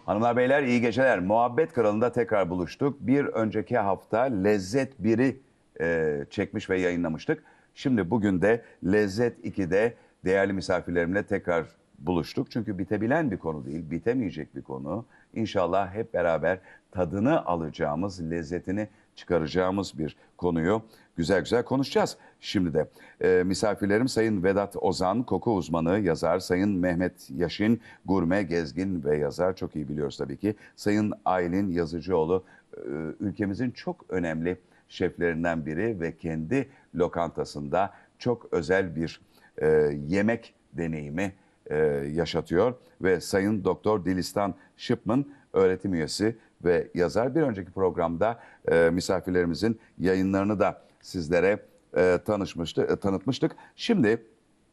Hanımlar beyler iyi geceler. Muhabbet Kralı'nda tekrar buluştuk. Bir önceki hafta Lezzet 1'i çekmiş ve yayınlamıştık. Şimdi bugün de Lezzet 2'de değerli misafirlerimle tekrar buluştuk. Çünkü bitebilen bir konu değil, bitemeyecek bir konu. İnşallah hep beraber tadını alacağımız, lezzetini çıkaracağımız bir konuyu güzel güzel konuşacağız. Şimdi de misafirlerim Sayın Vedat Ozan, koku uzmanı, yazar. Sayın Mehmet Yaşin, gurme, gezgin ve yazar. Çok iyi biliyoruz tabii ki. Sayın Aylin Yazıcıoğlu, ülkemizin çok önemli şeflerinden biri ve kendi lokantasında çok özel bir yemek deneyimi yaşatıyor. Ve Sayın Doktor Dilistan Shipman, öğretim üyesi ve yazar. Bir önceki programda misafirlerimizin yayınlarını da sizlere tanıtmıştık. Şimdi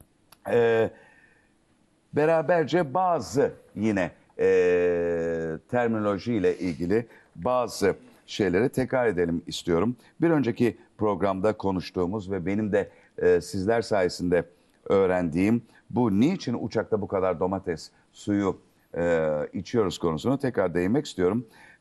beraberce bazı yine terminolojiyle ilgili bazı şeyleri tekrar edelim istiyorum. Bir önceki programda konuştuğumuz ve benim de sizler sayesinde öğrendiğim bu niçin uçakta bu kadar domates suyu içiyoruz konusunu tekrar değinmek istiyorum.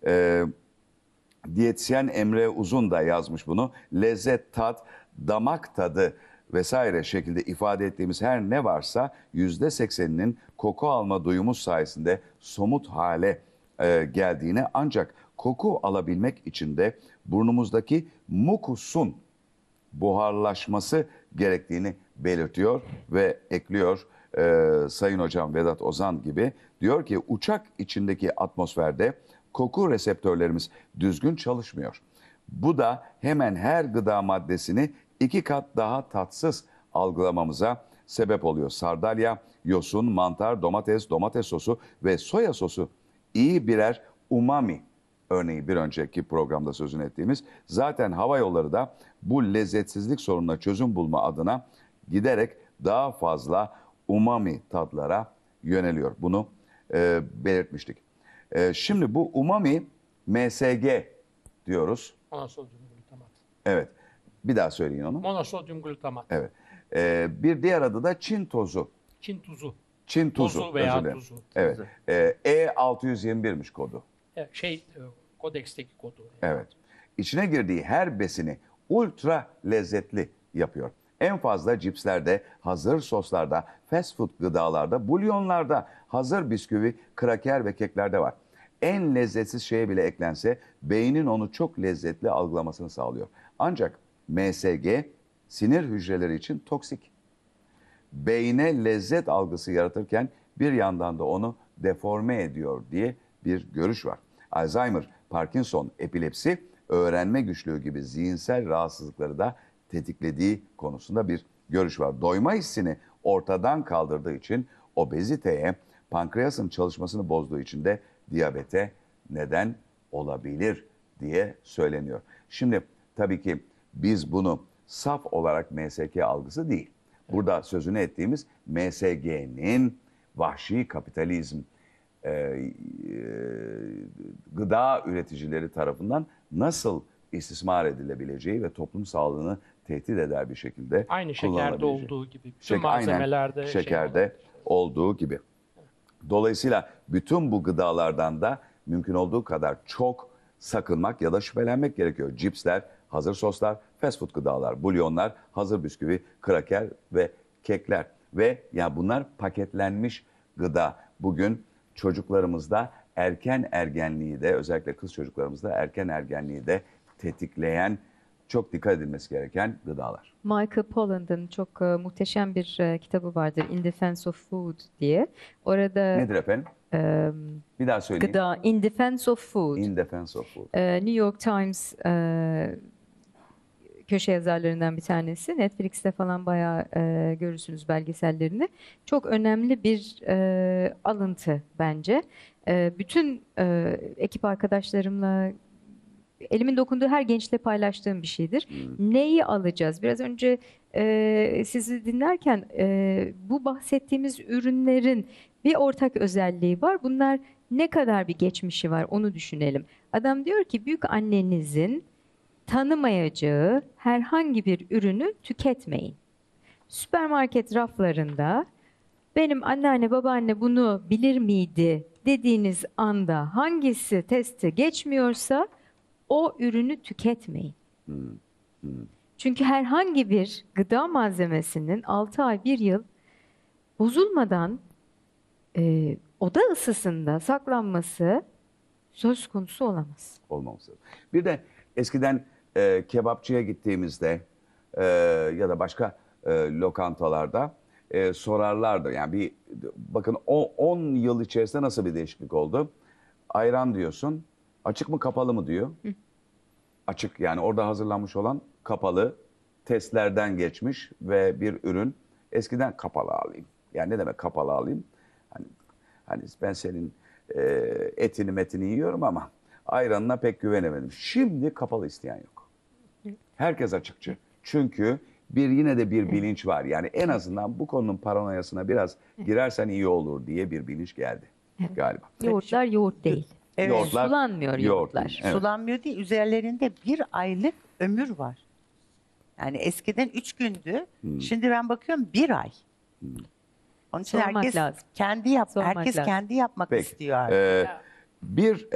Diyetisyen Emre Uzun da yazmış bunu. Lezzet, tat, damak tadı vesaire şekilde ifade ettiğimiz her ne varsa %80'inin koku alma duyumuz sayesinde somut hale geldiğini, ancak koku alabilmek için de burnumuzdaki mukusun buharlaşması gerektiğini belirtiyor ve ekliyor Sayın Hocam Vedat Ozan gibi. Diyor ki uçak içindeki atmosferde koku reseptörlerimiz düzgün çalışmıyor. Bu da hemen her gıda maddesini 2 kat daha tatsız algılamamıza sebep oluyor. Sardalya, yosun, mantar, domates sosu ve soya sosu iyi birer umami örneği, bir önceki programda sözünü ettiğimiz. Zaten hava yolları da bu lezzetsizlik sorununa çözüm bulma adına giderek daha fazla umami tatlara yöneliyor. Bunu belirtmiştik. Şimdi bu umami MSG diyoruz. Monosodyum glutamat. Evet. Bir daha söyleyin onu. Monosodyum glutamat. Evet. Bir diğer adı da Çin tozu. Çin tuzu. Çin tuzu. Tozu veya özür dilerim. tuzu. Evet. E621'miş kodu. Kodeksteki kodu. Evet. İçine girdiği her besini ultra lezzetli yapıyor. En fazla cipslerde, hazır soslarda, fast food gıdalarda, bulyonlarda, hazır bisküvi, kraker ve keklerde var. En lezzetsiz şeye bile eklense beynin onu çok lezzetli algılamasını sağlıyor. Ancak MSG sinir hücreleri için toksik. Beyne lezzet algısı yaratırken bir yandan da onu deforme ediyor diye bir görüş var. Alzheimer, Parkinson, epilepsi, öğrenme güçlüğü gibi zihinsel rahatsızlıkları da tetiklediği konusunda bir görüş var. Doyma hissini ortadan kaldırdığı için obeziteye, pankreasın çalışmasını bozduğu için de diyabete neden olabilir diye söyleniyor. Şimdi tabii ki biz bunu saf olarak MSG algısı değil. Burada sözünü ettiğimiz MSG'nin vahşi kapitalizm gıda üreticileri tarafından nasıl istismar edilebileceği ve toplum sağlığını tehdit eder bir şekilde Aynı şekerde olduğu gibi. Bütün Aynen malzemelerde şekerde olduğu gibi. Dolayısıyla bütün bu gıdalardan da mümkün olduğu kadar çok sakınmak ya da şüphelenmek gerekiyor. Cipsler, hazır soslar, fast food gıdalar, bulyonlar, hazır bisküvi, kraker ve kekler. Ve ya bunlar paketlenmiş gıda. Bugün çocuklarımızda erken ergenliği de, özellikle kız çocuklarımızda erken ergenliği de tetikleyen, çok dikkat edilmesi gereken gıdalar. Michael Pollan'ın çok muhteşem bir kitabı vardır, In Defense of Food diye. Orada Nedir efendim? Bir daha söyleyeyim. gıda, In Defense of Food. In Defense of Food. New York Times köşe yazarlarından bir tanesi. Netflix'te falan bayağı görürsünüz belgesellerini. Çok önemli bir alıntı bence. Bütün ekip arkadaşlarımla elimin dokunduğu her gençle paylaştığım bir şeydir. Neyi alacağız? Biraz önce sizi dinlerken bu bahsettiğimiz ürünlerin bir ortak özelliği var. Bunlar ne kadar bir geçmişi var onu düşünelim. Adam diyor ki büyük annenizin tanımayacağı herhangi bir ürünü tüketmeyin. Süpermarket raflarında benim anneanne babaanne bunu bilir miydi dediğiniz anda hangisi testi geçmiyorsa o ürünü tüketmeyin. Çünkü herhangi bir gıda malzemesinin 6 ay 1 yıl bozulmadan oda ısısında saklanması söz konusu olamaz. Olmaması lazım. Bir de eskiden kebapçıya gittiğimizde ya da başka lokantalarda sorarlardı. Yani bakın 10 yıl içerisinde nasıl bir değişiklik oldu? Ayran diyorsun. Açık mı kapalı mı diyor. Açık, yani orada hazırlanmış olan kapalı, testlerden geçmiş ve bir ürün. Eskiden kapalı alayım. Yani ne demek kapalı alayım? Hani ben senin etini metini yiyorum ama ayranına pek güvenemedim. Şimdi kapalı isteyen yok. Herkes açıkçı. Çünkü yine de bir bilinç var. Yani en azından bu konunun paranoyasına biraz girersen iyi olur diye bir bilinç geldi galiba. Yoğurtlar yoğurt değil. Evet. Yoğurtlar, Sulanmıyor yoğurt yoğurtlar. değil. Evet. Sulanmıyor değil, üzerlerinde 1 aylık ömür var. Yani eskiden 3 gündü, şimdi ben bakıyorum 1 ay. Onun için Sormak herkes lazım. Sormak herkes lazım. kendi yapmak Peki. istiyor artık. Bir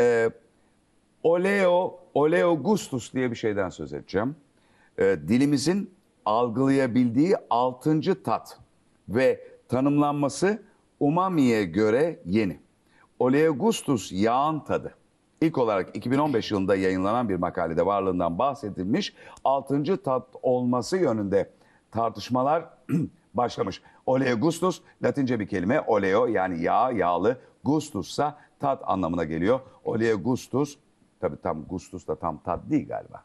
oleo gustus diye bir şeyden söz edeceğim. Dilimizin algılayabildiği 6. tat ve tanımlanması umami'ye göre yeni. Oleo gustus yağın tadı. İlk olarak 2015 yılında yayınlanan bir makalede varlığından bahsedilmiş, 6. tat olması yönünde tartışmalar başlamış. Oleo gustus Latince bir kelime. Oleo yani yağ, yağlı. Gustussa tat anlamına geliyor. Oleo gustus, tabii tam gustus da tam tat değil galiba.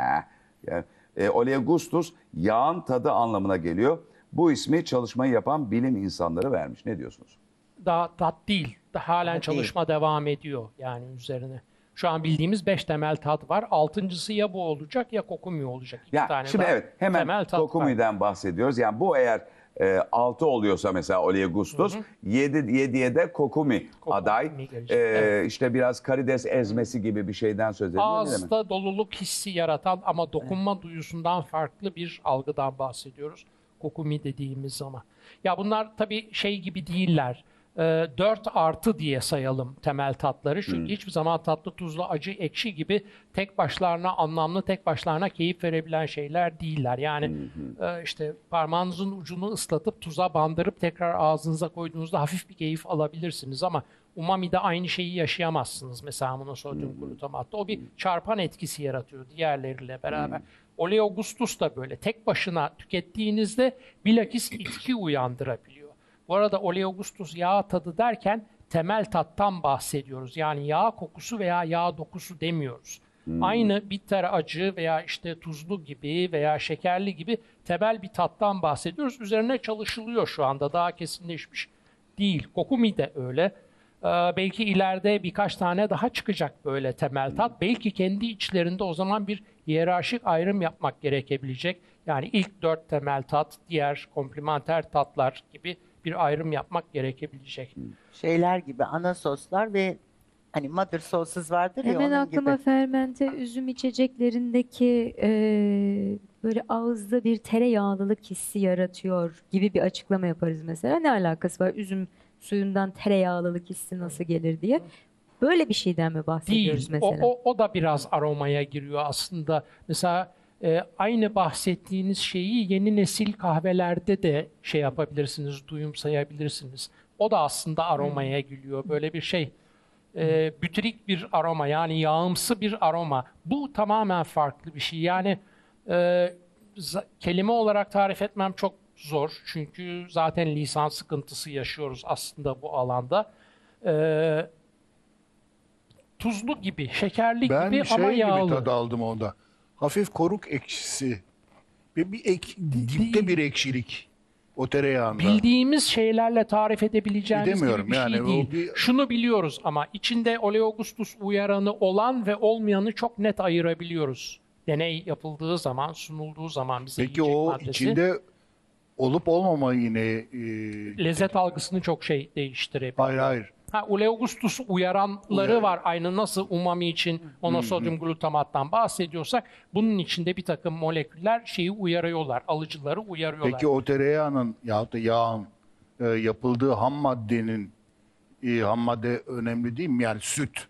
Oleo gustus yağın tadı anlamına geliyor. Bu ismi çalışmayı yapan bilim insanları vermiş. Ne diyorsunuz? Daha tat değil. Halen Daha çalışma devam ediyor yani üzerine. Şu an bildiğimiz 5 temel tat var. 6.'sı ya bu olacak ya kokumi olacak. İki Ya tane şimdi daha evet, hemen temel tat var. kokumi'den bahsediyoruz. Yani bu eğer 6 oluyorsa mesela Oleo gustus, 7'ye de kokumi aday. gelecek, evet. İşte biraz karides ezmesi gibi bir şeyden söz ediyor. Ne demek? Ağızda doluluk hissi yaratan ama dokunma duyusundan farklı bir algıdan bahsediyoruz. Kokumi dediğimiz zaman. Ya bunlar tabii şey gibi değiller. 4 artı diye sayalım temel tatları. Çünkü hiçbir zaman tatlı, tuzlu, acı, ekşi gibi tek başlarına anlamlı, tek başlarına keyif verebilen şeyler değiller. Yani işte parmağınızın ucunu ıslatıp tuza bandırıp tekrar ağzınıza koyduğunuzda hafif bir keyif alabilirsiniz ama umami'de aynı şeyi yaşayamazsınız. Mesela monosodyum glutamatta. O bir çarpan etkisi yaratıyor diğerleriyle beraber. Oleo gustus da böyle. Tek başına tükettiğinizde bilakis itki uyandırabiliyor. Bu arada Oleo gustus yağ tadı derken temel tattan bahsediyoruz. Yani yağ kokusu veya yağ dokusu demiyoruz. Aynı bitter acı veya işte tuzlu gibi veya şekerli gibi temel bir tattan bahsediyoruz. Üzerine çalışılıyor şu anda. Daha kesinleşmiş değil. Kokumi de öyle. Belki ileride birkaç tane daha çıkacak böyle temel tat. Belki kendi içlerinde o zaman bir hiyerarşik ayrım yapmak gerekebilecek. Yani ilk 4 temel tat, diğer komplementer tatlar gibi bir ayrım yapmak gerekebilecek. Şeyler gibi ana soslar ve hani mother sauces vardır ya Hemen onun aklıma gibi. fermente üzüm içeceklerindeki böyle ağızda bir tereyağlılık hissi yaratıyor gibi bir açıklama yaparız mesela. Ne alakası var üzüm suyundan tereyağlılık hissi nasıl gelir diye. Böyle bir şeyden mi bahsediyoruz Değil. mesela? O da biraz aromaya giriyor aslında. Mesela aynı bahsettiğiniz şeyi yeni nesil kahvelerde de şey yapabilirsiniz, duyumsayabilirsiniz. O da aslında aromaya giriyor. Böyle bir şey. Bütürik bir aroma, yani yağımsı bir aroma. Bu tamamen farklı bir şey. Yani kelime olarak tarif etmem çok zor. Çünkü zaten lisan sıkıntısı yaşıyoruz aslında bu alanda. Tuzlu gibi, şekerli Ben gibi şey ama gibi yağlı. tad aldım onda. Hafif koruk ekşisi. Ve dipte bir ekşilik. O tereyağında. Bildiğimiz şeylerle tarif edebileceğimiz gibi Bilemiyorum bir şey yani, o değil. Şunu biliyoruz ama içinde Oleo gustus uyaranı olan ve olmayanı çok net ayırabiliyoruz. Deney yapıldığı zaman, sunulduğu zaman bize Peki yiyecek o maddesi. içinde olup olmama yine Lezzet algısını çok şey değiştirebiliyor. hayır. Oleo gustus uyaranları var. Aynı nasıl umami için monosodyum glutamattan bahsediyorsak bunun içinde bir takım moleküller şeyi uyarıyorlar. Alıcıları uyarıyorlar. Peki o tereyağının yahut da yağın yapıldığı ham maddenin ham madde önemli değil mi? Yani süt.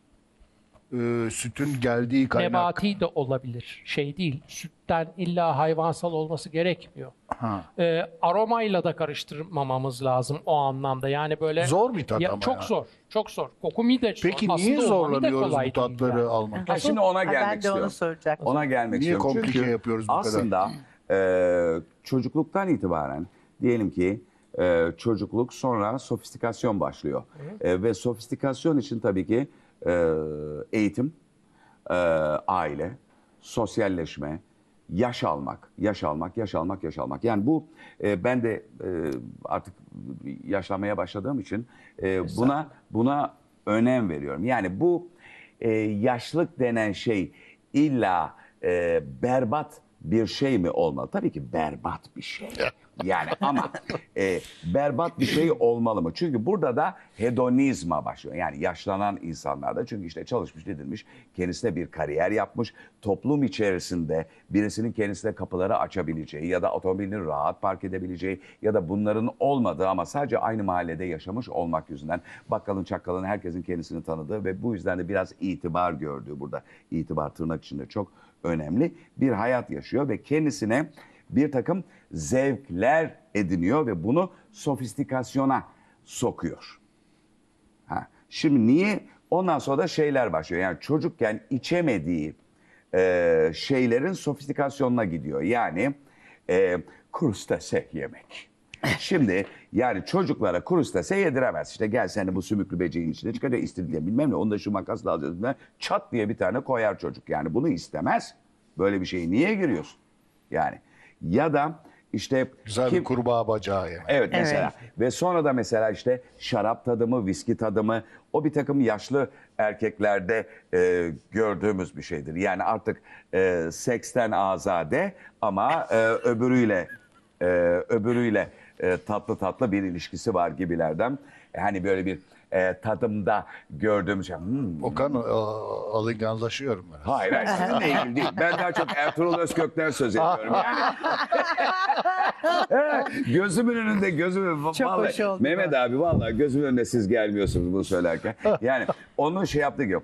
Sütün geldiği kaynak. Nebati de olabilir. Şey değil, sütten illa hayvansal olması gerekmiyor. Ha. Aromayla da karıştırmamamız lazım o anlamda. Yani böyle Zor bir tat ama çok ya. zor, çok zor. Kokumi de zor. Peki niye Aslında umami de zorlanıyoruz kolay bu değil tatları yani. almak? Ha, şimdi ona gelmek Ben de istiyorum. onu soracaktım. Ona gelmek Niye istiyorum. komplike Çünkü yapıyoruz bu kadar? aslında çocukluktan itibaren diyelim ki çocukluk sonra sofistikasyon başlıyor. Ve sofistikasyon için tabii ki eğitim, aile, sosyalleşme, yaş almak, yaş almak, yaş almak, yaş almak. Yani bu ben de artık yaşlanmaya başladığım için buna önem veriyorum. Yani bu yaşlık denen şey illa berbat bir şey mi olmalı? Tabii ki berbat bir şey. Yani ama berbat bir şey olmalı mı? Çünkü burada da hedonizma başlıyor. Yani yaşlanan insanlarda, çünkü işte çalışmış, didinmiş, kendisine bir kariyer yapmış, toplum içerisinde birisinin kendisine kapıları açabileceği ya da otomobilini rahat park edebileceği ya da bunların olmadığı ama sadece aynı mahallede yaşamış olmak yüzünden bakkalın çakkalın herkesin kendisini tanıdığı ve bu yüzden de biraz itibar gördüğü, burada itibar tırnak içinde çok önemli bir hayat yaşıyor ve kendisine bir takım zevkler ediniyor ve bunu sofistikasyona sokuyor. Şimdi niye? Ondan sonra da şeyler başlıyor. Yani çocukken içemediği şeylerin sofistikasyonuna gidiyor. Yani krustase yemek. Şimdi yani çocuklara krustase yediremez. İşte gel seni bu sümüklü böceğin içine çıkar, istiridye bilmem ne. Onu da şu makasla alacağız. Çat diye bir tane koyar çocuk. Yani bunu istemez. Böyle bir şeye niye giriyorsun? Yani ya da işte Güzel bir kurbağa bacağı yemek. evet mesela ve sonra da mesela işte şarap tadımı, viski tadımı o bir takım yaşlı erkeklerde gördüğümüz bir şeydir. Yani artık seksten azade ama öbürüyle tatlı tatlı bir ilişkisi var gibilerden. Hani böyle bir tadımda gördüğüm şey. Okan alınganlaşıyorum ben. Hayır, sizinle ilgili değil. Ben daha çok Ertuğrul Özkök'ten söz ediyorum yani. Gözümün önünde Çok vallahi, hoş oldu Mehmet abi vallahi gözümün önünde siz gelmiyorsunuz bunu söylerken. Yani onun şey yaptığı gibi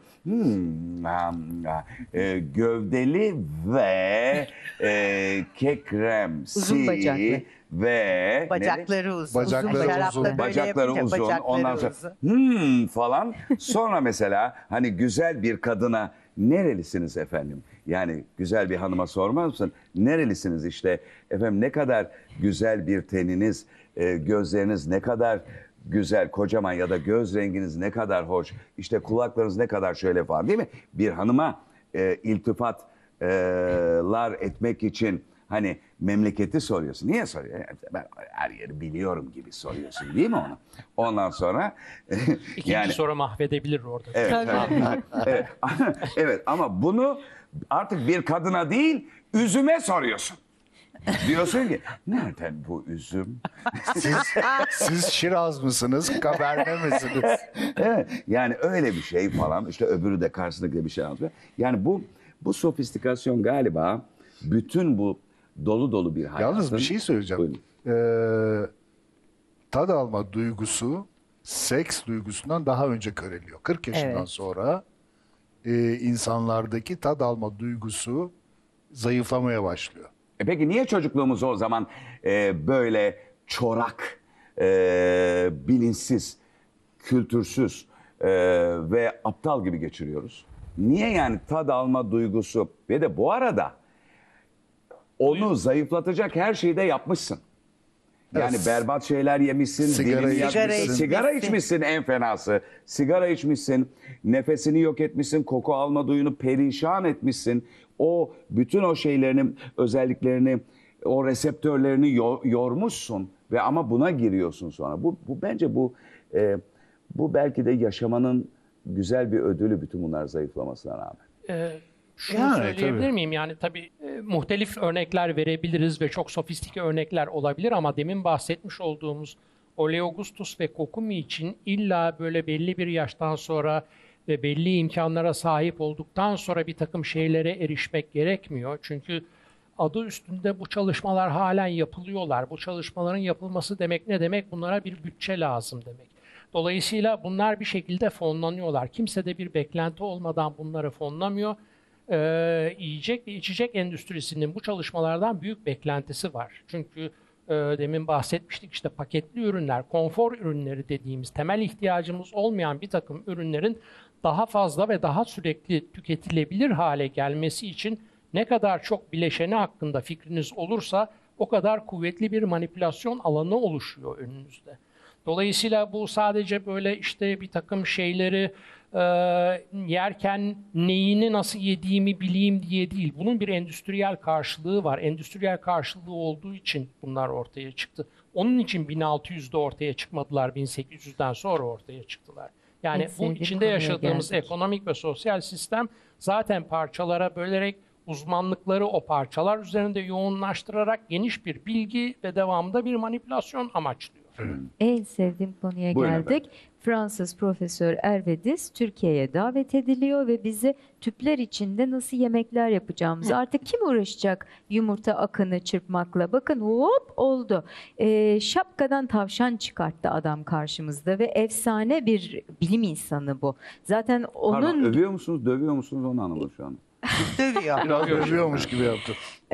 gövdeli ve kekremsi Uzun bacaklı. ve Bacakları uzun. Bacakları Şarapta uzun. böyle bacakları yapınca uzun. bacakları Ondan sonra uzun. falan. Sonra mesela hani güzel bir kadına nerelisiniz efendim? Yani güzel bir hanıma sormaz mısın? Nerelisiniz işte efendim, ne kadar güzel bir teniniz, gözleriniz ne kadar güzel, kocaman ya da göz renginiz ne kadar hoş, işte kulaklarınız ne kadar şöyle falan, değil mi? Bir hanıma iltifatlar etmek için hani memleketi soruyorsun. Niye soruyor? Ben her yeri biliyorum gibi soruyorsun, değil mi onu? Ondan sonra İkinci soru mahvedebilir orada. evet, evet. Evet ama bunu artık bir kadına değil, üzüme soruyorsun. Diyorsun ki nereden bu üzüm? Siz Şiraz mısınız? Kaberne misiniz? Evet, yani öyle bir şey falan. İşte öbürü de karşısındaki bir şey anlatıyor. Yani bu sofistikasyon galiba bütün bu dolu dolu bir hayatın. Yalnız bir şey söyleyeceğim. Buyurun. Tad alma duygusu seks duygusundan daha önce köreliyor. 40 yaşından Evet. sonra insanlardaki tad alma duygusu zayıflamaya başlıyor. Peki niye çocukluğumuzu o zaman böyle çorak, bilinçsiz, kültürsüz ve aptal gibi geçiriyoruz? Niye yani tad alma duygusu ve de bu arada onu zayıflatacak her şeyi de yapmışsın. Yani Evet. berbat şeyler yemişsin, Sigara dilini içmişsin. yakmışsın, sigara içmişsin en fenası. Sigara içmişsin, nefesini yok etmişsin, koku alma duyunu perişan etmişsin. O bütün o şeylerini, özelliklerini, o reseptörlerini yormuşsun ve ama buna giriyorsun sonra. Bu bence bu belki de yaşamanın güzel bir ödülü bütün bunlar zayıflamasına rağmen. Şunu Yani, söyleyebilir tabii. miyim? Yani tabii muhtelif örnekler verebiliriz ve çok sofistike örnekler olabilir ama demin bahsetmiş olduğumuz Oleogustus ve Kokumi için illa böyle belli bir yaştan sonra ve belli imkanlara sahip olduktan sonra bir takım şeylere erişmek gerekmiyor. Çünkü adı üstünde bu çalışmalar halen yapılıyorlar. Bu çalışmaların yapılması demek ne demek? Bunlara bir bütçe lazım demek. Dolayısıyla bunlar bir şekilde fonlanıyorlar. Kimse de bir beklenti olmadan bunları fonlamıyor. Yiyecek ve içecek endüstrisinin bu çalışmalardan büyük beklentisi var. Çünkü demin bahsetmiştik, işte paketli ürünler, konfor ürünleri dediğimiz temel ihtiyacımız olmayan bir takım ürünlerin daha fazla ve daha sürekli tüketilebilir hale gelmesi için ne kadar çok bileşeni hakkında fikriniz olursa o kadar kuvvetli bir manipülasyon alanı oluşuyor önünüzde. Dolayısıyla bu sadece böyle işte bir takım şeyleri yerken neyini nasıl yediğimi bileyim diye değil. Bunun bir endüstriyel karşılığı var. Endüstriyel karşılığı olduğu için bunlar ortaya çıktı. Onun için 1600'de ortaya çıkmadılar, 1800'den sonra ortaya çıktılar. Yani En bu sevdiğim içinde konuya yaşadığımız geldik. ekonomik ve sosyal sistem zaten parçalara bölerek uzmanlıkları o parçalar üzerinde yoğunlaştırarak geniş bir bilgi ve devamında bir manipülasyon amaçlıyor. En sevdiğim konuya Buyurun geldik. efendim. Fransız Profesör Hervé Diz Türkiye'ye davet ediliyor ve bize tüpler içinde nasıl yemekler yapacağımızı, artık kim uğraşacak yumurta akını çırpmakla? Bakın hop oldu. Şapkadan tavşan çıkarttı adam karşımızda ve efsane bir bilim insanı bu. Zaten Pardon, onun övüyor musunuz, dövüyor musunuz onu anlamadım şu anda. Dövüyor. Biraz övüyormuş gibi yaptı.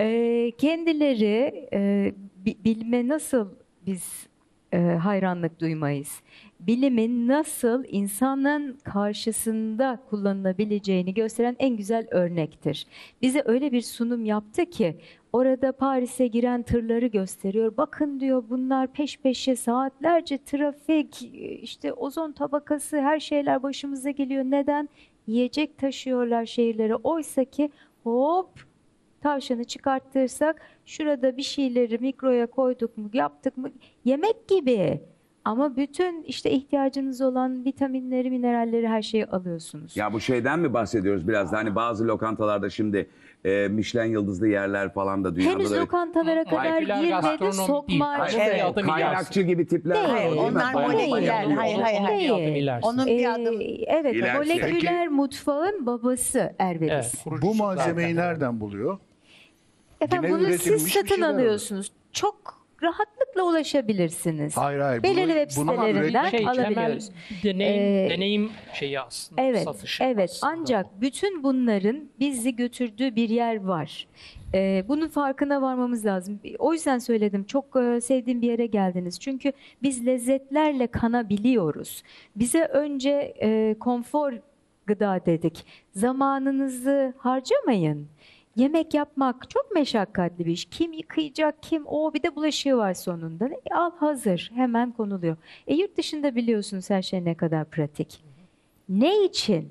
Kendileri bilime nasıl biz hayranlık duymayız? Bilimin nasıl insanın karşısında kullanılabileceğini gösteren en güzel örnektir. Bize öyle bir sunum yaptı ki orada Paris'e giren tırları gösteriyor. Bakın diyor, bunlar peş peşe saatlerce trafik, işte ozon tabakası, her şeyler başımıza geliyor. Neden? Yiyecek taşıyorlar şehirlere. Oysa ki hop, tavşanı çıkartırsak şurada bir şeyleri mikroya koyduk mu, yaptık mı, yemek gibi. Ama bütün işte ihtiyacınız olan vitaminleri, mineralleri, her şeyi alıyorsunuz. Ya bu şeyden mi bahsediyoruz biraz da, hani bazı lokantalarda şimdi Michelin yıldızlı yerler falan da dünyada Henüz da lokantalara kadar Moleküler girmedi, gastronomi sokma. değil. Evet. Adım kaynakçı gibi tipler Değil, var. değil mi? onlar Bayağı- moleküler. bayağı- Hayır, hayır, Onun hayır. bir adım ilerisi. Onun bir adım. Evet, İlerisi. moleküler mutfağın babası Hervé Evet, Diz. kurucusu Bu malzemeyi zaten. nereden buluyor? Efendim Yine bunu üretilmiş siz bir satın şeyler alıyorsunuz. Çok rahatlıkla ulaşabilirsiniz. Hayır. Belirli web bunu sitelerinden Temel alabiliyoruz. deneyim şeyi aslında. Evet, satışı evet. aslında. Ancak bütün bunların bizi götürdüğü bir yer var. Bunun farkına varmamız lazım. O yüzden söyledim. Çok sevdiğim bir yere geldiniz. Çünkü biz lezzetlerle kanabiliyoruz. Bize önce konfor gıda dedik. Zamanınızı harcamayın. Yemek yapmak çok meşakkatli bir iş. Kim yıkayacak, kim o, bir de bulaşığı var sonunda. Al hazır, hemen konuluyor. Yurt dışında biliyorsunuz her şey ne kadar pratik. Ne için?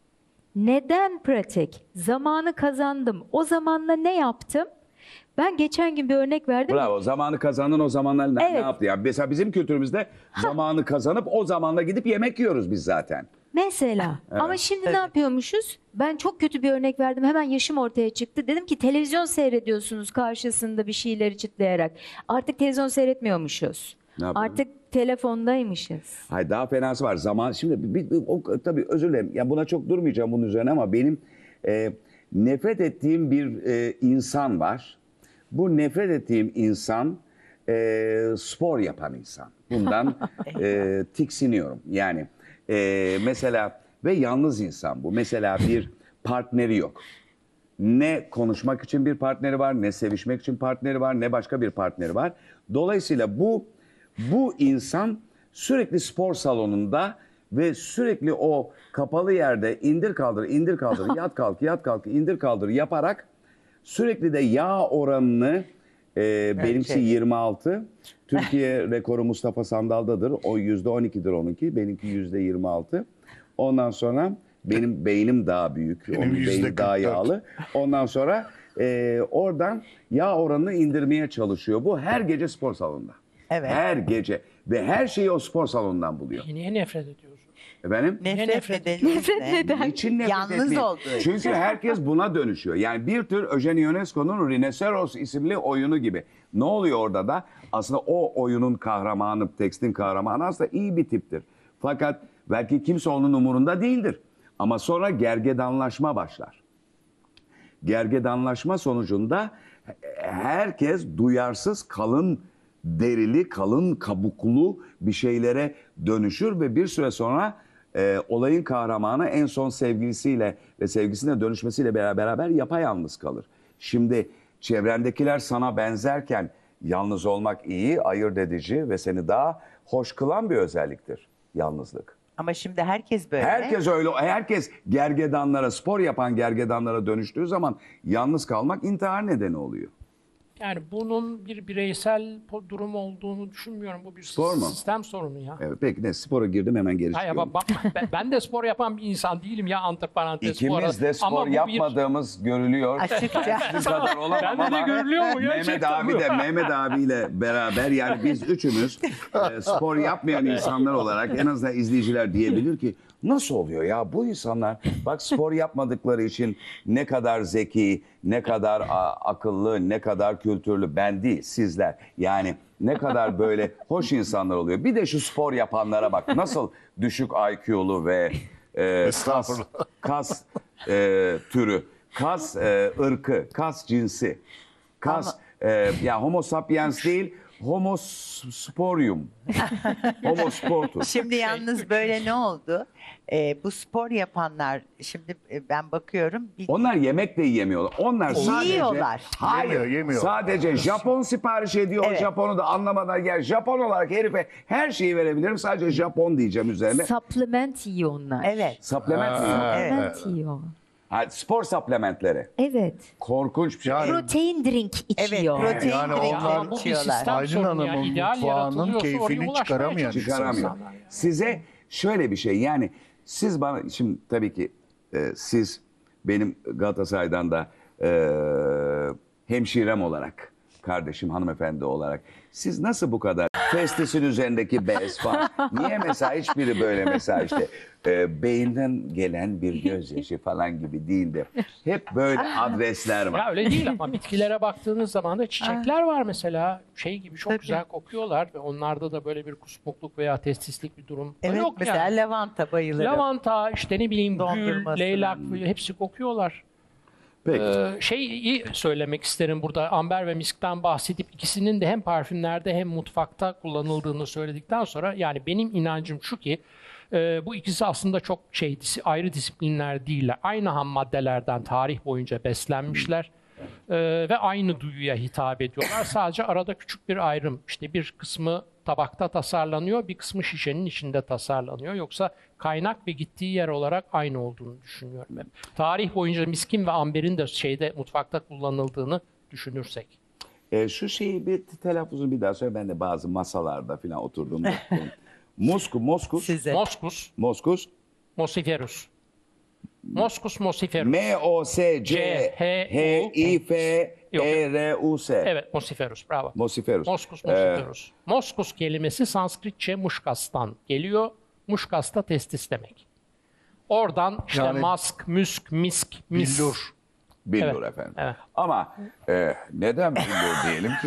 Neden pratik? Zamanı kazandım. O zamanla ne yaptım? Ben geçen gün bir örnek verdim. Bravo. Zamanı kazandın, o zamanlar ne Evet. yaptı ya? Mesela bizim kültürümüzde zamanı kazanıp o zamanla gidip yemek yiyoruz biz zaten. Mesela. Ama şimdi ne yapıyormuşuz? Ben çok kötü bir örnek verdim. Hemen yaşım ortaya çıktı. Dedim ki televizyon seyrediyorsunuz karşısında bir şeyleri çıtlayarak. Artık televizyon seyretmiyormuşuz. Ne yapalım? Artık telefondaymışız. Hayır, daha fenası var. Zaman şimdi tabii özür dilerim. Ya buna çok durmayacağım bunun üzerine ama benim nefret ettiğim bir insan var. Bu nefret ettiğim insan spor yapan insan. Bundan tiksiniyorum. Yani mesela ve yalnız insan bu. Mesela bir partneri yok. Ne konuşmak için bir partneri var, ne sevişmek için partneri var, ne başka bir partneri var. Dolayısıyla bu insan sürekli spor salonunda ve sürekli o kapalı yerde indir kaldır, indir kaldır, yat kalk, yat kalk, indir kaldır yaparak sürekli de yağ oranını benimkisi 26. Türkiye rekoru Mustafa Sandal'dadır. O %12'dir onunki. Benimki %26. Ondan sonra benim beynim daha büyük. Benim Onun beyni daha %44. yağlı. Ondan sonra oradan yağ oranını indirmeye çalışıyor. Bu her gece spor salonunda. Evet. Her gece. Ve her şeyi o spor salonundan buluyor. Niye nefret ediyorsun? Efendim? Nefret edelim. Niçin nefret Yalnız etmeyin? olduğu için. Çünkü herkes buna dönüşüyor. Yani bir tür Eugene Ionesco'nun Rhinoceros isimli oyunu gibi. Ne oluyor orada da? Aslında o oyunun kahramanı, tekstin kahramanı aslında iyi bir tiptir. Fakat belki kimse onun umurunda değildir. Ama sonra gergedanlaşma başlar. Gergedanlaşma sonucunda herkes duyarsız, kalın derili, kalın, kabuklu bir şeylere dönüşür ve bir süre sonra olayın kahramanı en son sevgilisiyle ve sevgisine dönüşmesiyle beraber yapayalnız kalır. Şimdi çevrendekiler sana benzerken yalnız olmak iyi, ayırt edici ve seni daha hoş kılan bir özelliktir yalnızlık. Ama şimdi herkes böyle. Herkes öyle, herkes gergedanlara, spor yapan gergedanlara dönüştüğü zaman yalnız kalmak intihar nedeni oluyor. Yani bunun bir bireysel durum olduğunu düşünmüyorum. Bu bir Spor mu? sistem sorunu ya. Evet, peki ne, spora girdim hemen geri Hayır, çıkıyorum. ben de spor yapan bir insan değilim ya, antiparantez bu arada. İkimiz de Ama spor bu bir- yapmadığımız görülüyor. Açıkça. Sizin kadar olamam Bende de ama görülüyor mu Mehmet gerçekten? abi de Mehmet abiyle beraber, yani biz üçümüz spor yapmayan insanlar olarak en azından izleyiciler diyebilir ki nasıl oluyor ya bu insanlar, bak spor yapmadıkları için ne kadar zeki, ne kadar akıllı, ne kadar kültürlü, ben değil sizler. Yani ne kadar böyle hoş insanlar oluyor. Bir de şu spor yapanlara bak, nasıl düşük IQ'lu ve Estağfurullah. kas türü, kas ırkı, kas cinsi, kas ya homo sapiens değil, homo sporium, homo sportus. Şimdi yalnız böyle ne oldu? Bu spor yapanlar, şimdi ben bakıyorum. Onlar yemek de yiyemiyorlar. Onlar sadece Yiyorlar. hayır, Yemiyor. sadece Japon sipariş ediyor. Evet. Japonu da anlamadan gel. Japon olarak herife her şeyi verebilirim. Sadece Japon diyeceğim üzerine. Supplement yiyor onlar. Evet. Supplement mi? Supplement yiyor. Ha, spor supplementleri. Evet. Korkunç bir şey. Yani- Protein drink Evet, içiyor. protein Yani drink onlar- Bu bir içiyorlar. sistem Aylin sorunu ya. Hanım'ın İdeal mutfağının yaratılıyorsa oraya keyfini ulaşmaya çıkaramayan çalışıyor Çıkaramıyor. insanlar ya. Size şöyle bir şey, yani siz bana şimdi tabii ki siz benim Galatasaray'dan da hemşirem olarak, kardeşim hanımefendi olarak siz nasıl bu kadar testisin üzerindeki bez falan, niye mesela hiçbiri böyle mesela işte beyinden gelen bir gözyaşı falan gibi değil de hep böyle adresler var. Ya öyle değil ama bitkilere baktığınız zaman da çiçekler var mesela, şey gibi çok Tabii. güzel kokuyorlar ve onlarda da böyle bir kusmukluk veya testislik bir durum Evet, yok mesela yani. lavanta bayılırım. Lavanta, işte ne bileyim gül, Dondurması. leylak, hepsi kokuyorlar. Peki. Şeyi söylemek isterim burada, amber ve miskten bahsedip ikisinin de hem parfümlerde hem mutfakta kullanıldığını söyledikten sonra, yani benim inancım şu ki bu ikisi aslında çok ayrı disiplinler değiller. Aynı ham maddelerden tarih boyunca beslenmişler ve aynı duyuya hitap ediyorlar. Sadece arada küçük bir ayrım. İşte bir kısmı tabakta tasarlanıyor, bir kısmı şişenin içinde tasarlanıyor. Yoksa kaynak ve gittiği yer olarak aynı olduğunu düşünüyorum hep. Tarih boyunca miskin ve amberin de mutfakta kullanıldığını düşünürsek. Şu şeyi bir telaffuzunu bir daha söyle, ben de bazı masalarda falan oturduğumda. Moskus. Size. Moscus, Moskus. Mosiferus. Moscus mosiferus. M-O-S-C-H-I-F-E-R-U-S. Evet, Mosiferus, bravo. Mosiferus. Moscus mosiferus. Moscus kelimesi Sanskritçe muşkastan geliyor. Muşkas da testis demek. Oradan işte Yani- mask, müsk, misk, mis. Billur. Billur Evet, efendim. evet. Ama neden billur diyelim ki?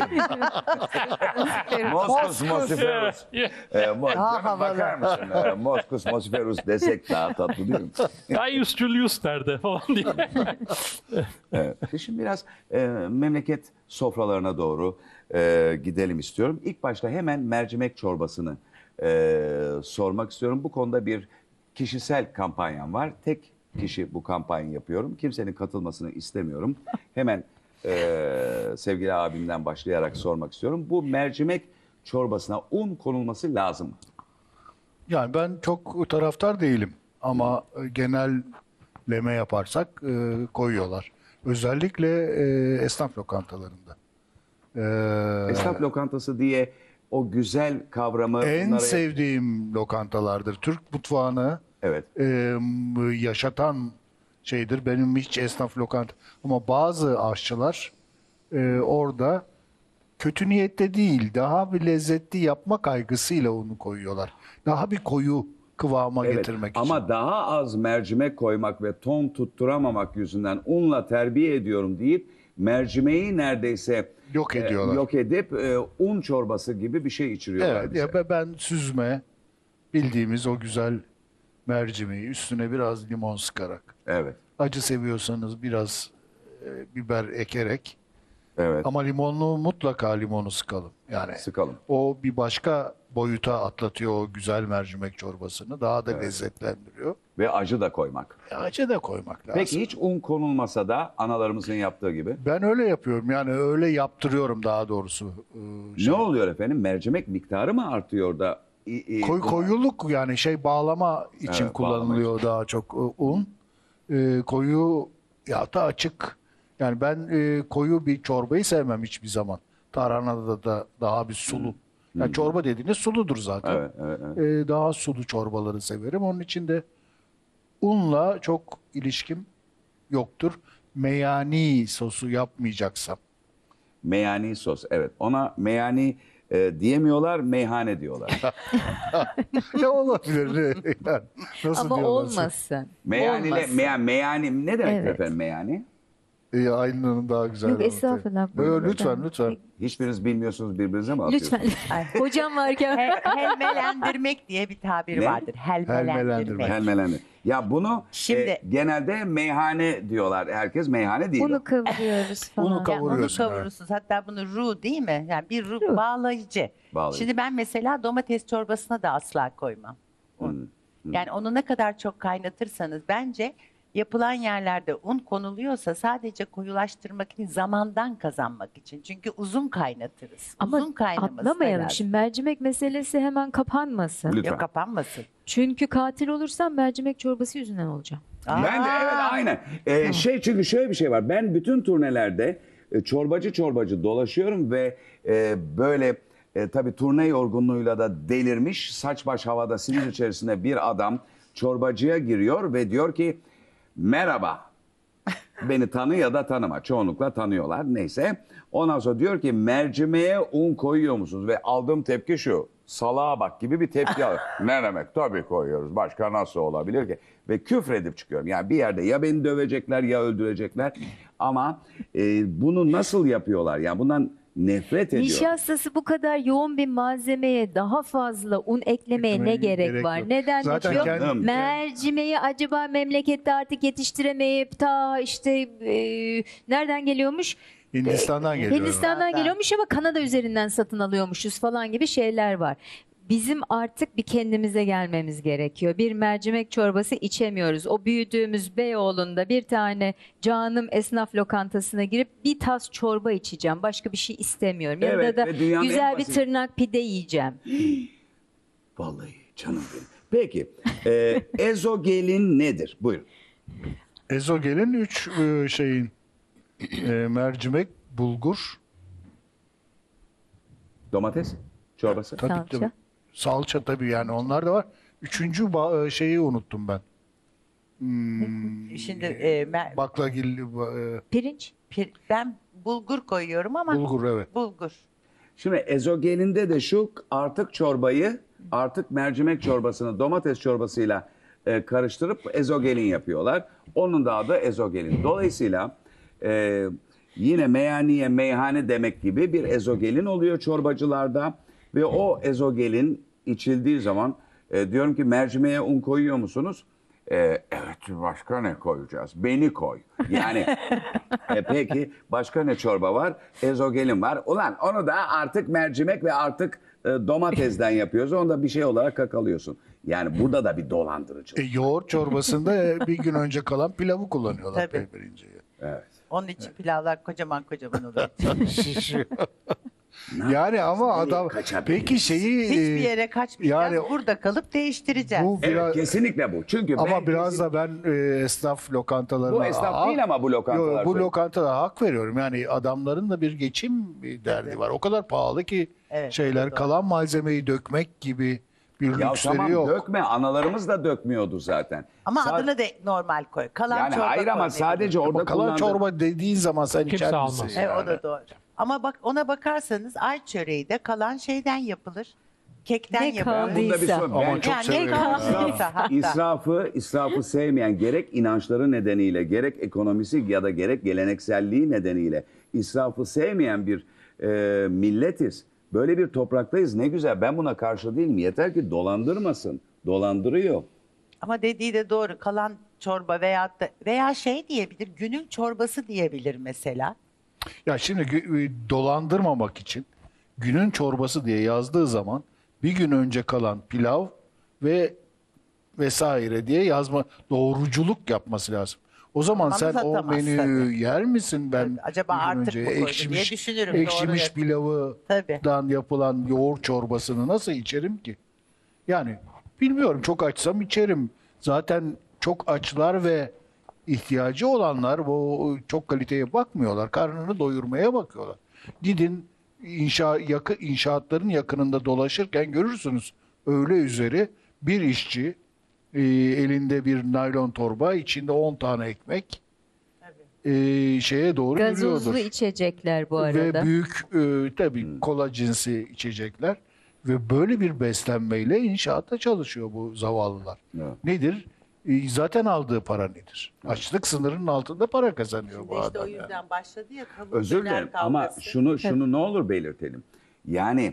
Moskus Mosiferus. Bakar mısın? Moskus Mosiferus desek daha tatlı değil mi? Gaius Julius derdi falan diye. Evet. Şimdi biraz memleket sofralarına doğru gidelim istiyorum. İlk başta hemen mercimek çorbasını sormak istiyorum. Bu konuda bir kişisel kampanyam var. Tek kişi bu kampanyayı yapıyorum. Kimsenin katılmasını istemiyorum. Hemen sevgili abimden başlayarak sormak istiyorum. Bu mercimek çorbasına un konulması lazım mı? Yani ben çok taraftar değilim ama genelleme yaparsak koyuyorlar. Özellikle esnaf lokantalarında. Esnaf lokantası diye o güzel kavramı... En bunlara- sevdiğim lokantalardır. Türk mutfağını Evet. yaşatan şeydir. Benim hiç esnaf lokanta ama bazı aşçılar orada kötü niyette değil, daha bir lezzetli yapma kaygısıyla onu koyuyorlar. Daha bir koyu kıvama Evet, getirmek için. ama daha az mercimek koymak ve ton tutturamamak yüzünden unla terbiye ediyorum deyip mercimeği neredeyse Yok ediyorlar. yok edip un çorbası gibi bir şey içiriyorlar Evet, bize. ya ben süzme bildiğimiz o güzel mercimeği üstüne biraz limon sıkarak, Evet. acı seviyorsanız biraz biber ekerek Evet. Ama limonlu mutlaka limonu sıkalım. Yani Sıkalım. o bir başka boyuta atlatıyor o güzel mercimek çorbasını. Daha da lezzetlendiriyor. Ve acı da koymak. Acı da koymak lazım. Peki hiç un konulmasa da analarımızın yaptığı gibi. Ben öyle yapıyorum. Yani öyle yaptırıyorum daha doğrusu. Ne oluyor efendim? Mercimek miktarı mı artıyor da? Koyuluk yani bağlama için Evet, kullanılıyor daha çok un. Koyu ya da açık. Yani ben koyu bir çorbayı sevmem hiçbir zaman. Tarhanada da daha bir sulu. Yani çorba dediğiniz suludur zaten. Evet, evet, evet. Daha sulu çorbaları severim. Onun için de unla çok ilişkim yoktur. Meyani sosu yapmayacaksam. Meyani sos. Evet. Ona meyani diyemiyorlar, meyhane diyorlar. Ne olabilir? Yani nasıl Ama diyorlar? olmasın. Meyani Olmasın. meyani ne demek Evet. efendim meyani? Aynının daha güzel. Yok, anlatayım. estağfurullah. Yok, lütfen lütfen. Hiçbiriniz bilmiyorsunuz, birbirinize mi atıyorsunuz? Lütfen. Hocam varken. Helmelendirmek diye bir tabir Ne? vardır. Helmelendirmek. Helmelendi. Ya bunu Şimdi- genelde meyhane diyorlar. Herkes meyhane değil. Bunu kavuruyoruz falan. Unu Yani onu kavuruyorsun. evet. kavurursunuz. Hatta bunu roux değil mi? Yani bir roux Roux. bağlayıcı. Bağlayıcı. Şimdi ben mesela domates çorbasına da asla koymam. Un. Yani onu ne kadar çok kaynatırsanız bence yapılan yerlerde un konuluyorsa sadece koyulaştırmak için, zamandan kazanmak için. Çünkü uzun kaynatırız. Ama uzun kaynaması da atlamayalım. lazım. Şimdi mercimek meselesi hemen kapanmasın. Lütfen. Yok, kapanmasın. Çünkü katil olursam mercimek çorbası yüzünden olacağım. Ben de evet aynen. Çünkü şöyle bir şey var. Ben bütün turnelerde çorbacı dolaşıyorum ve böyle tabii turne yorgunluğuyla da delirmiş saç baş havada sinir içerisinde bir adam çorbacıya giriyor ve diyor ki merhaba. Beni tanı ya da tanıma. Çoğunlukla tanıyorlar. Neyse. Ondan sonra diyor ki mercimeğe un koyuyor musunuz? Ve aldığım tepki şu. Salağa bak gibi bir tepki alıyor. Ne demek? Tabii koyuyoruz. Başka nasıl olabilir ki? Ve küfredip çıkıyorum. Yani bir yerde ya beni dövecekler ya öldürecekler. Ama bunu nasıl yapıyorlar? Yani bundan nefret ediyorum. Nişastası bu kadar yoğun bir malzemeye daha fazla un eklemeye ne gerek var? yok. Neden Zaten yapıyor? kendi- Mercimeği acaba memlekette artık yetiştiremeyip ta nereden geliyormuş? Hindistan'dan geliyor. Hindistan'dan geliyormuş ama Kanada üzerinden satın alıyormuşuz falan gibi şeyler var. Bizim artık bir kendimize gelmemiz gerekiyor. Bir mercimek çorbası içemiyoruz. O büyüdüğümüz Beyoğlu'nda bir tane canım esnaf lokantasına girip bir tas çorba içeceğim. Başka bir şey istemiyorum. Evet, Yanında da ve dünyanın en güzel bir basit- tırnak pide yiyeceğim. Vallahi canım benim. Peki. Ezogelin nedir? Buyurun. Ezogelin 3 şeyin mercimek, bulgur, Domates çorbası. tabii Salça. tabii. Salça tabii yani onlar da var. Üçüncü şeyi unuttum ben. Şimdi Baklagil, Pirinç. ben bulgur koyuyorum ama bulgur evet. bulgur. Şimdi ezogelinde de şu artık çorbayı artık mercimek çorbasını domates çorbasıyla karıştırıp ezogelin yapıyorlar. Onun da adı ezogelin. Dolayısıyla yine meyhaniye meyhane demek gibi bir ezogelin oluyor çorbacılarda ve o ezogelin içildiği zaman diyorum ki mercimeğe un koyuyor musunuz? Evet başka ne koyacağız? Beni koy. Yani peki başka ne çorba var? Ezogelin var. Ulan onu da artık mercimek ve artık domatesden yapıyoruz. Onu da bir şey olarak kakalıyorsun. Yani burada da bir dolandırıcılık. Yoğurt çorbasında bir gün önce kalan pilavı kullanıyorlar Tabii. peynirinceyi. Evet. Onun için pilavlar kocaman kocaman oluyor. Şişiyor. Yani ama adam kaçabiliriz? peki şeyi Hiçbir yere kaçmayacağız. yani Burada kalıp değiştireceğiz. bu Evet biraz kesinlikle bu. Çünkü ama biraz kesin- da ben esnaf lokantalarına bu esnaf değil ama bu lokantalar. bu söylüyor. lokantalara hak veriyorum. Yani adamların da bir geçim derdi var. O kadar pahalı ki Evet, şeyler doğru. kalan malzemeyi dökmek gibi bir Ya lüksleri tamam yok. dökme. Analarımız da dökmüyordu zaten. Ama Sa- adını da normal koy. Kalan yani çorba hayır ama koy sadece Ama orada kalan kullandığı- çorba dediğin zaman sen Kimse içer almaz. misin? Evet, yani? o da doğru. Ama bak ona bakarsanız ay çöreği de kalan şeyden yapılır. Kekten Ne yapılır. kaldı? Bunda bir Değilse. sorun. Ama Ben çok Yani severim. ne ya. kaldıysa hatta. İsrafı sevmeyen gerek inançları nedeniyle gerek ekonomisi ya da gerek gelenekselliği nedeniyle israfı sevmeyen bir milletiz. Böyle bir topraktayız ne güzel ben buna karşı değilim yeter ki dolandırmasın. Dolandırıyor. Ama dediği de doğru. Kalan çorba veya şey diyebilir. Günün çorbası diyebilir mesela. Ya şimdi dolandırmamak için günün çorbası diye yazdığı zaman bir gün önce kalan pilav ve vesaire diye doğruculuk yapması lazım. O zaman Ama sen o satamaz menüyü tabii. yer misin? Ben Acaba bir gün artık önce mı koydu diye düşünürüm. Doğru ekşimiş diyorsun. pilavıdan yapılan yoğurt çorbasını nasıl içerim ki? Yani bilmiyorum, çok açsam içerim. Zaten çok açlar ve ihtiyacı olanlar bu çok kaliteye bakmıyorlar. Karnını doyurmaya bakıyorlar. Gidin inşaatların yakınında dolaşırken görürsünüz. Öğle üzeri bir işçi elinde bir naylon torba, içinde 10 tane ekmek şeye doğru Gazozlu yürüyordur. içecekler bu arada. Ve büyük tabii kola cinsi içecekler ve böyle bir beslenmeyle inşaatta çalışıyor bu zavallılar. Evet. Nedir? Zaten aldığı para nedir? Açlık sınırının altında para kazanıyor bu İşte adam. o yani. yüzden başladı ya tavuk Özür döner dilerim ama kavgası. şunu ne olur belirtelim. Yani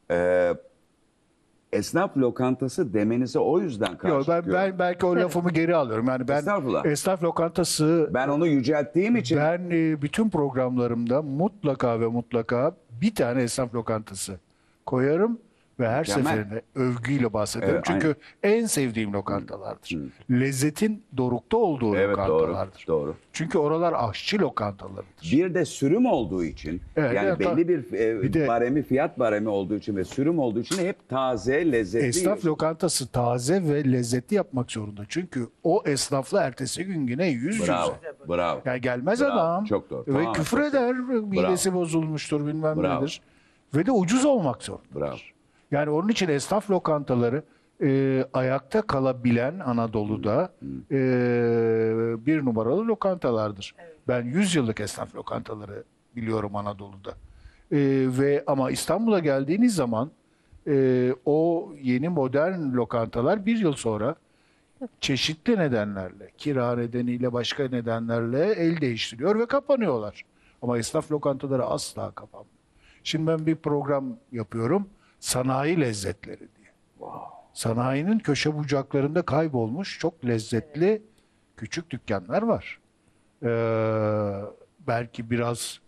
esnaf lokantası demenize o yüzden karşı Yok, ben çıkıyorum. belki o lafımı geri alıyorum. Yani ben Estağfurullah. esnaf lokantası Ben onu yücelttiğim için ben bütün programlarımda mutlaka ve mutlaka bir tane esnaf lokantası koyarım ve her Mükemmel. seferinde övgüyle bahsederim. Evet, Çünkü en sevdiğim lokantalardır. Lezzetin dorukta olduğu evet doğru, lokantalardır. doğru. Çünkü oralar aşçı lokantalarıdır. Bir de sürüm olduğu için Evet, yani evet, belli bir de- baremi, fiyat baremi olduğu için ve sürüm olduğu için hep taze, lezzetli. Esnaf yiyorsun. lokantası taze ve lezzetli yapmak zorunda. Çünkü o esnafla ertesi gün yine yüz Bravo, yüze. bravo. Yani gelmez Bravo, adam çok doğru. ve Tamamen küfür çok eder, midesi bozulmuştur bilmem Bravo. nedir. Ve de ucuz olmak zorunda. Bravo. Yani onun için esnaf lokantaları ayakta kalabilen Anadolu'da bir numaralı lokantalardır. Ben 100 yıllık esnaf lokantaları biliyorum Anadolu'da. Ama İstanbul'a geldiğiniz zaman o yeni modern lokantalar bir yıl sonra çeşitli nedenlerle, kira nedeniyle, başka nedenlerle el değiştiriyor ve kapanıyorlar. Ama esnaf lokantaları asla kapanmıyor. Şimdi ben bir program yapıyorum, sanayi lezzetleri diye. Sanayinin köşe bucaklarında kaybolmuş çok lezzetli küçük dükkanlar var. Belki biraz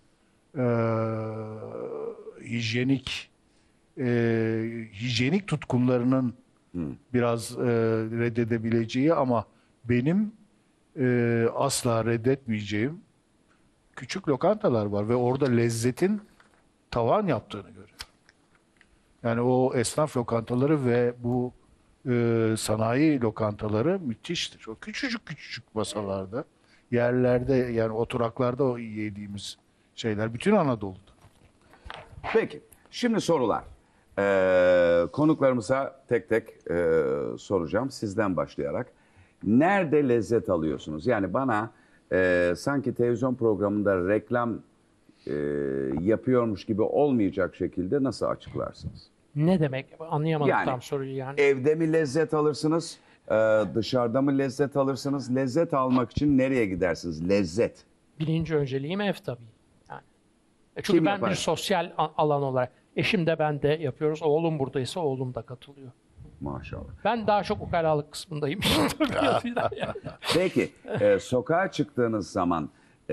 hijyenik tutkunlarının biraz reddedebileceği ama benim asla reddetmeyeceğim küçük lokantalar var ve orada lezzetin tavan yaptığını görüyorum. Yani o esnaf lokantaları ve bu sanayi lokantaları müthiştir. O küçücük küçücük masalarda, yerlerde, yani oturaklarda o yediğimiz şeyler bütün Anadolu'da. Peki, şimdi sorular. Konuklarımıza tek tek soracağım sizden başlayarak. Nerede lezzet alıyorsunuz? Yani bana sanki televizyon programında reklam yapıyormuş gibi olmayacak şekilde nasıl açıklarsınız? Ne demek? Anlayamadım Yani tam soruyu yani. evde mi lezzet alırsınız? Dışarıda mı lezzet alırsınız? Lezzet almak için nereye gidersiniz? Lezzet. Birinci önceliğim ev tabii. Yani. Çünkü Kim ben yapar? bir sosyal alan olarak, eşim de ben de yapıyoruz. Oğlum buradaysa oğlum da katılıyor. Maşallah. Ben daha çok ukalalık kısmındayım. Yani. Peki, sokağa çıktığınız zaman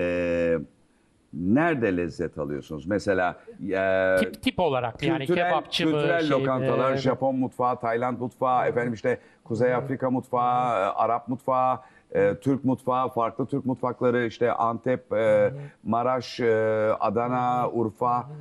nerede lezzet alıyorsunuz? Mesela Tip olarak yani kebapçı mı? kültürel şey mi? lokantalar, Japon mutfağı, Tayland mutfağı, efendim işte Kuzey Afrika mutfağı, Arap mutfağı, Türk mutfağı, farklı Türk mutfakları, işte Antep, Maraş, Adana, Urfa.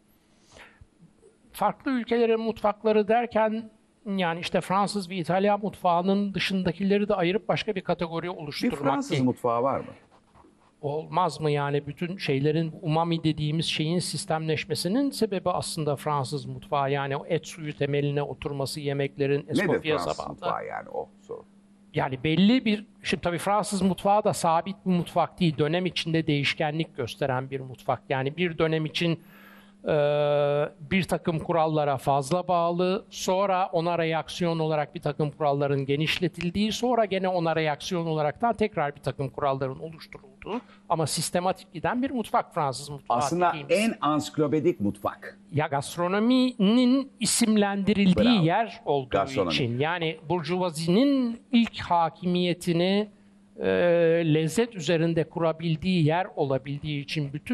Farklı ülkelerin mutfakları derken yani işte Fransız ve İtalyan mutfağının dışındakileri de ayırıp başka bir kategori Bir oluşturmak Fransız değil. mutfağı var mı? Olmaz mı yani bütün şeylerin umami dediğimiz şeyin sistemleşmesinin sebebi aslında Fransız mutfağı. Yani o et suyu temeline oturması yemeklerin Nedir Escoffier Fransız sabahında. mutfağı yani o soru? Yani belli bir, şimdi tabii Fransız mutfağı da sabit bir mutfak değil. Dönem içinde değişkenlik gösteren bir mutfak. Yani bir dönem için bir takım kurallara fazla bağlı, sonra ona reaksiyon olarak bir takım kuralların genişletildiği, sonra gene ona reaksiyon olaraktan tekrar bir takım kuralların oluşturulduğu ama sistematik giden bir mutfak Fransız mutfağı Aslında dediğimiz. en ansiklopedik mutfak. Ya gastronominin isimlendirildiği Bravo. yer olduğu Gastronomi. için, yani burjuvazinin ilk hakimiyetini lezzet üzerinde kurabildiği yer olabildiği için bütün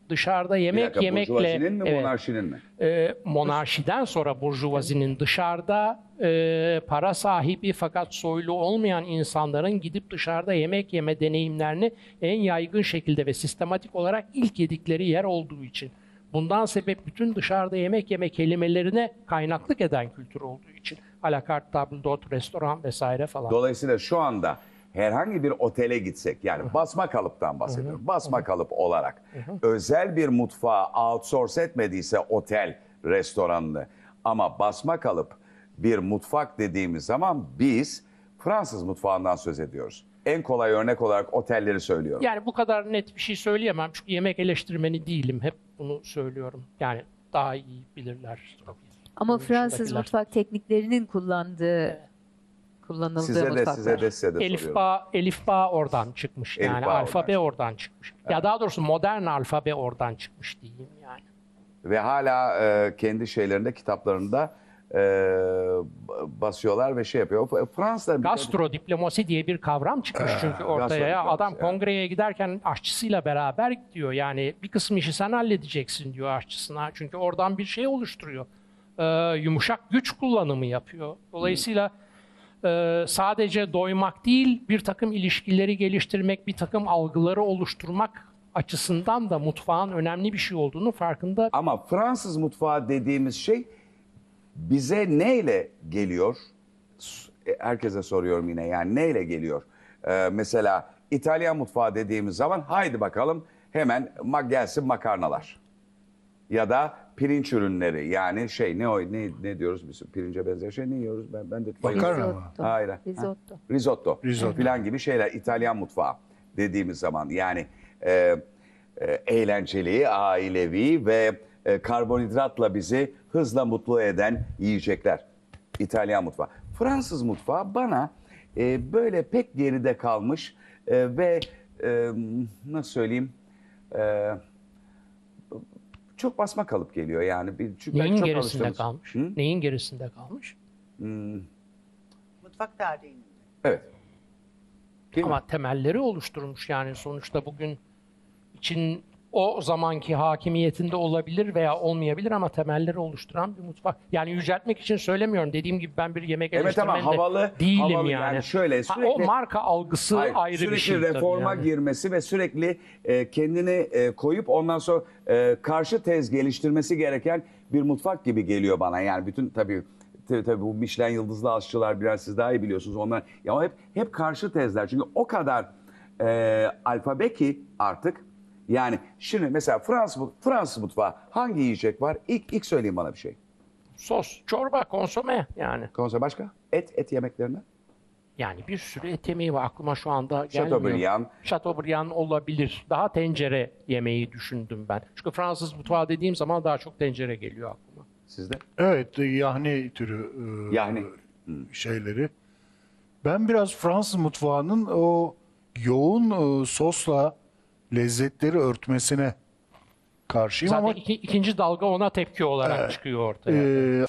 dışarıda Bir yemek dakika, yemekle burjuvazinin mi, evet, monarşinin mi? monarşiden sonra burjuvazinin dışarıda para sahibi fakat soylu olmayan insanların gidip dışarıda yemek yeme deneyimlerini en yaygın şekilde ve sistematik olarak ilk yedikleri yer olduğu için. Bundan sebep bütün dışarıda yemek yeme kelimelerine kaynaklık eden kültür olduğu için. A la carte, table d'hôte, restoran vesaire falan. Dolayısıyla şu anda herhangi bir otele gitsek, yani basma kalıptan bahsediyorum. Basma kalıp olarak özel bir mutfağı outsource etmediyse otel restoranını, ama basma kalıp bir mutfak dediğimiz zaman biz Fransız mutfağından söz ediyoruz. En kolay örnek olarak otelleri söylüyorum. Yani bu kadar net bir şey söyleyemem çünkü yemek eleştirmeni değilim. Hep bunu söylüyorum. Yani daha iyi bilirler. Ama Bunun Fransız dışındakiler. mutfak tekniklerinin kullanıldığı Size mutfaklar. de soruyorum. Elifba oradan çıkmış. Yani Elifba alfabe oradan çıkmış. Ya daha doğrusu modern alfabe oradan çıkmış diyeyim yani. Ve hala kendi şeylerinde, kitaplarında basıyorlar ve şey yapıyor. Fransa'da Gastrodiplomasi diye bir kavram çıkmış çünkü ortaya. Ya adam gastrodiplomasi, kongreye giderken aşçısıyla beraber gidiyor. Yani bir kısım işi sen halledeceksin diyor aşçısına. Çünkü oradan bir şey oluşturuyor. Yumuşak güç kullanımı yapıyor. Dolayısıyla sadece doymak değil, bir takım ilişkileri geliştirmek, bir takım algıları oluşturmak açısından da mutfağın önemli bir şey olduğunu farkında. Ama Fransız mutfağı dediğimiz şey bize neyle geliyor? Herkese soruyorum yine, yani neyle geliyor? Mesela İtalyan mutfağı dediğimiz zaman haydi bakalım hemen gelsin makarnalar. Ya da pirinç ürünleri, yani şey ne diyoruz biz, pirince benzer şey ne yiyoruz? Ben de Makarna mı? Hayır. Risotto. Risotto filan gibi şeyler İtalyan mutfağı dediğimiz zaman, yani eğlenceli, ailevi ve karbonhidratla bizi hızla mutlu eden yiyecekler. İtalyan mutfağı. Fransız mutfağı bana böyle pek geride kalmış ve nasıl söyleyeyim, çok basma kalıp geliyor yani. Çünkü Neyin çok gerisinde alıştığımız- kalmış? Hı? Neyin gerisinde kalmış? Mutfak tarihinin. Evet. Değil mi? Ama temelleri oluşturmuş yani sonuçta bugün için o zamanki hakimiyetinde olabilir veya olmayabilir ama temelleri oluşturan bir mutfak. Yani yüceltmek için söylemiyorum. Dediğim gibi ben bir yemek Evet ama eleştirmeni de havalı, değilim havalı yani. şöyle Ha, sürekli o marka algısı Hayır, ayrı sürekli bir şey tabii reforma yani. girmesi ve sürekli kendini koyup ondan sonra karşı tez geliştirmesi gereken bir mutfak gibi geliyor bana. Yani bütün tabii bu Michelin yıldızlı aşçılar, biraz siz daha iyi biliyorsunuz onlar. Ya o hep karşı tezler. Çünkü o kadar alfabe ki artık. Yani şimdi mesela Fransız mutfağı hangi yiyecek var? İlk söyleyin bana bir şey. Sos, çorba, konsome yani. Konser başka? Et yemeklerine. Yani bir sürü et yemeği var. Aklıma şu anda gelmiyor. Chateaubriand. Chateaubriand olabilir. Daha tencere yemeği düşündüm ben. Çünkü Fransız mutfağı dediğim zaman daha çok tencere geliyor aklıma. Sizde? Evet, yahni türü Yahni. şeyleri. Ben biraz Fransız mutfağının o yoğun sosla lezzetleri örtmesine karşıyım Zaten ama ikinci dalga ona tepki olarak çıkıyor ortaya. e,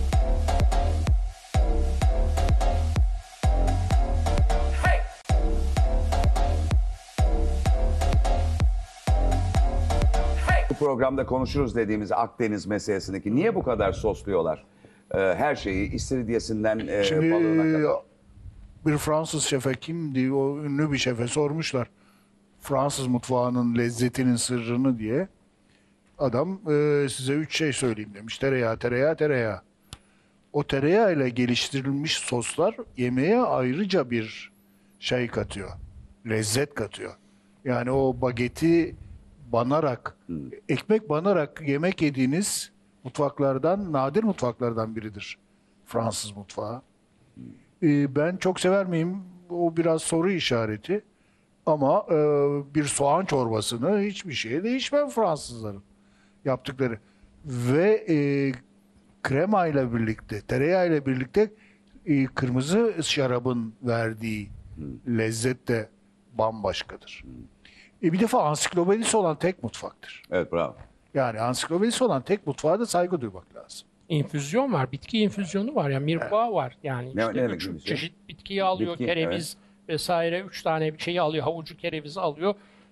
Bu programda konuşuruz dediğimiz Akdeniz meselesindeki niye bu kadar sosluyorlar? Her şeyi istiridyesinden balığına şimdi kadar. bir Fransız şefe kimdi? O ünlü bir şefe sormuşlar. Fransız mutfağının lezzetinin sırrını diye. Adam size 3 şey söyleyeyim demiş. Tereyağı, tereyağı, tereyağı. O tereyağıyla geliştirilmiş soslar yemeğe ayrıca bir şey katıyor. Lezzet katıyor. Yani o bageti banarak, ekmek banarak yemek yediğiniz mutfaklardan, nadir mutfaklardan biridir Fransız mutfağı. Ben çok sever miyim? O biraz soru işareti. Ama bir soğan çorbasını hiçbir şeye değişmem Fransızların yaptıkları. Ve krema ile birlikte, tereyağı ile birlikte kırmızı şarabın verdiği lezzet de bambaşkadır. Bir defa ansiklopedisi olan tek mutfaktır. Evet, bravo. Yani ansiklopedisi olan tek mutfağa da saygı duymak lazım. İnfüzyon var, bitki infüzyonu var. Yani mirepoix var. Yani Ne işte demek üç infüzyon? çeşit bitkiyi alıyor, Bitki, kereviz vesaire. 3 tane bir şeyi alıyor, havucu kerevizi alıyor.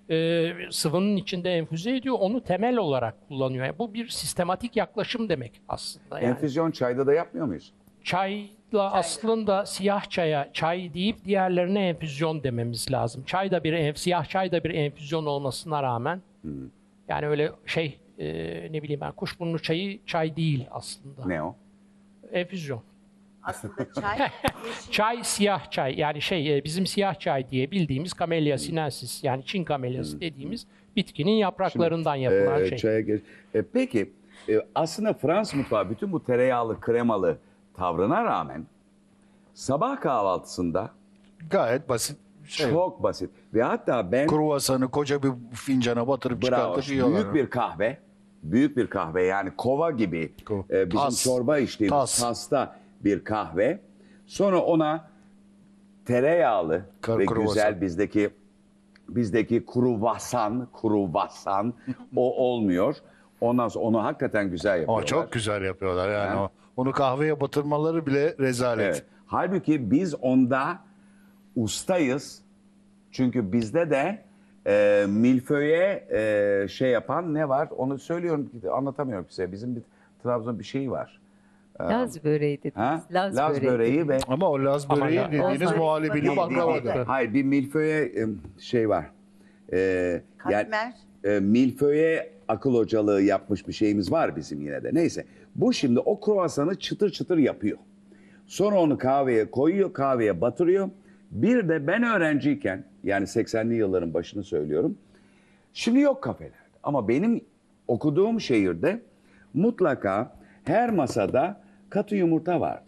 sıvının içinde enfüze ediyor. Onu temel olarak kullanıyor. Yani bu bir sistematik yaklaşım demek aslında. Yani. Enfüzyon çayda da yapmıyor muyuz? Çayla aslında siyah çaya çay deyip diğerlerine enfüzyon dememiz lazım. Siyah çay da bir enfüzyon olmasına rağmen yani öyle ne bileyim ben kuşburnu çayı çay değil aslında. Ne o? Enfüzyon. Aslında çay yeşil. Çay siyah çay yani bizim siyah çay diye bildiğimiz Camellia sinensis yani Çin kamelyası dediğimiz bitkinin yapraklarından yapılan şey. Çaya peki aslında Fransız mutfağı bütün bu tereyağlı kremalı tavrına rağmen sabah kahvaltısında Gayet basit. çok basit ve hatta ben Kruvasanı koca bir fincana batırıp bravo çıkartıp yiyorlar. büyük bir kahve yani kova gibi bizim Tas. çorba içtiğimiz Tas. tasta bir kahve. Sonra ona tereyağlı ve Kruvasan. güzel bizdeki kruvasan o olmuyor. Ondan sonra onu hakikaten güzel yapıyorlar. Ama çok güzel yapıyorlar yani. Ha? Onu kahveye batırmaları bile rezalet. Evet. Halbuki biz onda ustayız. Çünkü bizde de milföye yapan ne var? Onu söylüyorum, anlatamıyorum size. Bizim bir Trabzon bir şeyi var. Laz böreği dediniz. Ha? Laz, Böreği ve Ama o Laz Ama böreği ya- dediğiniz Laz muhallebili böreği baklavadır. değil. hayır bir milföye var. Katmer. Milföye akıl hocalığı yapmış bir şeyimiz var bizim yine de. Neyse. Bu şimdi o kruvasanı çıtır çıtır yapıyor. Sonra onu kahveye koyuyor, kahveye batırıyor. Bir de ben öğrenciyken, yani 80'li yılların başını söylüyorum. Şimdi yok kafelerde ama benim okuduğum şehirde mutlaka her masada katı yumurta vardı.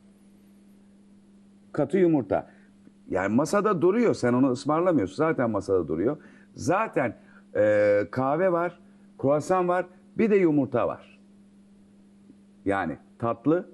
Katı yumurta. Yani masada duruyor, sen onu ısmarlamıyorsun. Zaten masada duruyor. Zaten kahve var, kruvasan var, bir de yumurta var. Yani tatlı,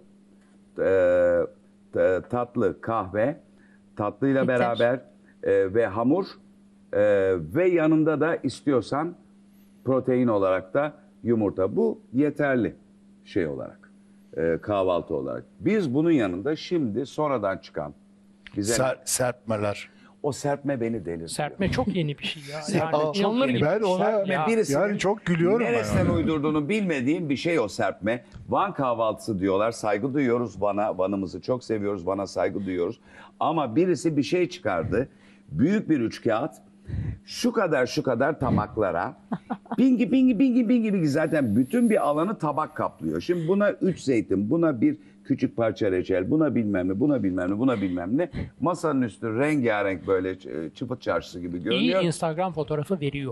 tatlı kahve, tatlıyla Bitter. beraber ve hamur ve yanında da istiyorsan protein olarak da yumurta. Bu yeterli şey olarak, kahvaltı olarak. Biz bunun yanında şimdi sonradan çıkan bize Serpmeler. o serpme beni delirtiyor. Serpme çok yeni bir şey ya. Yani Aa, inanılır gibi. ben ona Serpme birisinin yani çok gülüyorum ben neresinden ona. uydurduğunu bilmediğim bir şey o serpme. Van kahvaltısı diyorlar. Saygı duyuyoruz Van'a. Van'ımızı çok seviyoruz. Van'a saygı duyuyoruz. Ama birisi bir şey çıkardı. Büyük bir üçkağıt. Şu kadar tabaklara pingi zaten bütün bir alanı tabak kaplıyor. Şimdi buna 3 zeytin, buna bir küçük parça reçel, buna bilmem ne, buna bilmem ne. Masanın üstü rengarenk böyle çıpıt çarşısı gibi iyi görünüyor. Instagram fotoğrafı veriyor.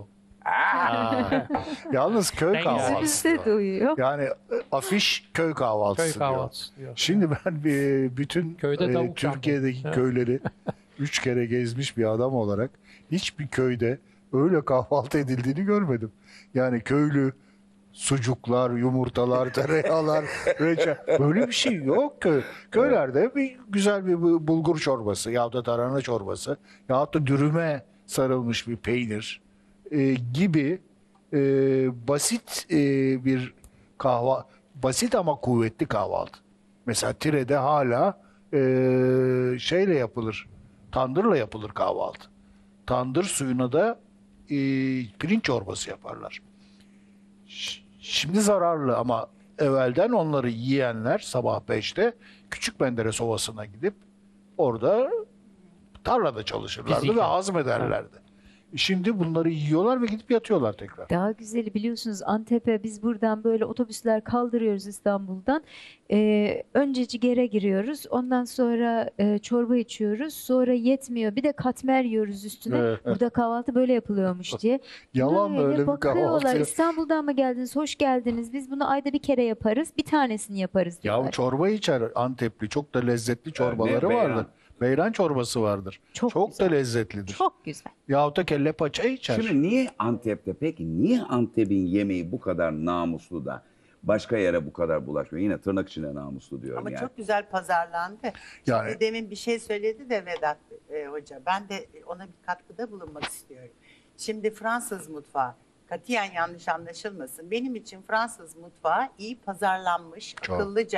Yalnız köy Ben kahvaltısı. Bizde de uyuyor. Yani afiş köy kahvaltısı Köy diyor. kahvaltısı diyor. Şimdi ben bütün Köyde tavuk Türkiye'deki şampiyon. köyleri 3 kere gezmiş bir adam olarak hiçbir köyde öyle kahvaltı edildiğini görmedim. Yani köylü sucuklar, yumurtalar, tereyağlar, reçel. Böyle bir şey yok köy. Köylerde bir güzel bir bulgur çorbası yahut da tarhana çorbası yahut da dürüme sarılmış bir peynir gibi basit bir basit ama kuvvetli kahvaltı. Mesela Tire'de hala şeyle yapılır. Tandırla yapılır kahvaltı. Tandır suyuna da pirinç çorbası yaparlar. Şimdi zararlı ama evvelden onları yiyenler sabah 5'te Küçük Menderes Ovası'na gidip orada tarlada çalışırlardı ve Fiziken. hazmederlerdi. Şimdi bunları yiyorlar ve gidip yatıyorlar tekrar. Daha güzeli biliyorsunuz Antep'e biz buradan böyle otobüsler kaldırıyoruz İstanbul'dan. Önce ciğere giriyoruz. Ondan sonra çorba içiyoruz. Sonra yetmiyor. Bir de katmer yiyoruz üstüne. Evet. Burada kahvaltı böyle yapılıyormuş diye. Yalan Böyle öyle bir bakıyorlar. kahvaltı. İstanbul'dan mı geldiniz? Hoş geldiniz. Biz bunu ayda bir kere yaparız. Bir tanesini yaparız diyorlar. Ya çorba içer Antepli. Çok da lezzetli çorbaları beyran. vardır. Beyran çorbası vardır. Çok Çok güzel. da lezzetlidir. Çok güzel. Yahut da kelle paça içer. Şimdi niye Antep'in yemeği bu kadar namuslu da başka yere bu kadar bulaşmıyor? Yine tırnak içinde namuslu diyorum Ama yani. çok güzel pazarlandı. Yani- Şimdi demin bir şey söyledi de Vedat Hoca. Ben de ona bir katkıda bulunmak istiyorum. Şimdi Fransız mutfağı katiyen yanlış anlaşılmasın. Benim için Fransız mutfağı iyi pazarlanmış, Çok. akıllıca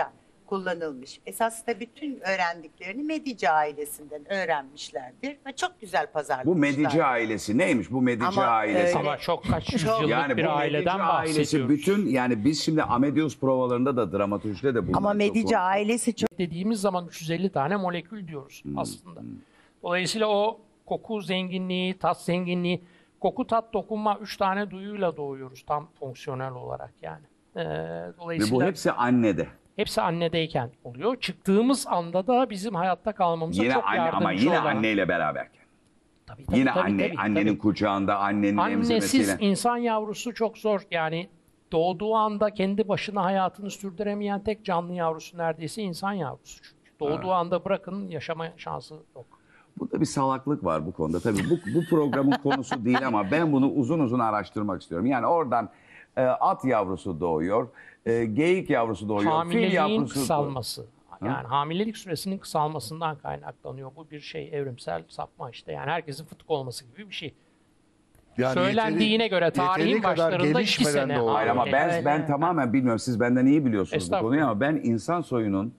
kullanılmış. Esas da bütün öğrendiklerini Medici ailesinden öğrenmişlerdir ve çok güzel pazarlamışlar. Bu Medici ailesi neymiş? Bu Medici Ama, ailesi. Ama çok kaç yüzyıllık Yani bir bu aileden Medici ailesi bahsediyoruz. bütün, yani biz şimdi Amadeus provalarında da dramaturjide de bunlar Ama çok Medici konuşuyoruz. ailesi çok Dediğimiz zaman 350 tane molekül diyoruz aslında. Dolayısıyla o koku zenginliği, tat zenginliği, koku, tat, dokunma 3 tane duyuyla doğuyoruz tam fonksiyonel olarak yani. Ve Dolayısıyla bu hepsi annede. hepsi annedeyken oluyor. Çıktığımız anda da bizim hayatta kalmamıza Yine çok anne yardımcı ama yine olan. anneyle beraberken. Tabii, Yine tabii, annenin tabii. kucağında, annenin Annesiz emzirmesiyle. insan yavrusu çok zor. Yani doğduğu anda kendi başına hayatını sürdüremeyen tek canlı yavrusu neredeyse insan yavrusu. Çünkü doğduğu anda bırakın yaşama şansı yok. Burada bir salaklık var bu konuda. Tabii bu programın konusu değil ama ben bunu uzun uzun araştırmak istiyorum. Yani oradan at yavrusu doğuyor, geyik yavrusu doğuyor, fil Hamileliğin yavrusu kısalması. Yani hamilelik süresinin kısalmasından kaynaklanıyor. Bu bir şey evrimsel sapma işte. Yani herkesin fıtık olması gibi bir şey. Yani Söylendiğine göre tarihin yeteri kadar başlarında 2 gelişmeden sene. doğuyor. Hayır ama hamile. ben tamamen bilmiyorum. Siz benden iyi biliyorsunuz bu Estağfurullah. konuyu ama ben insan soyunun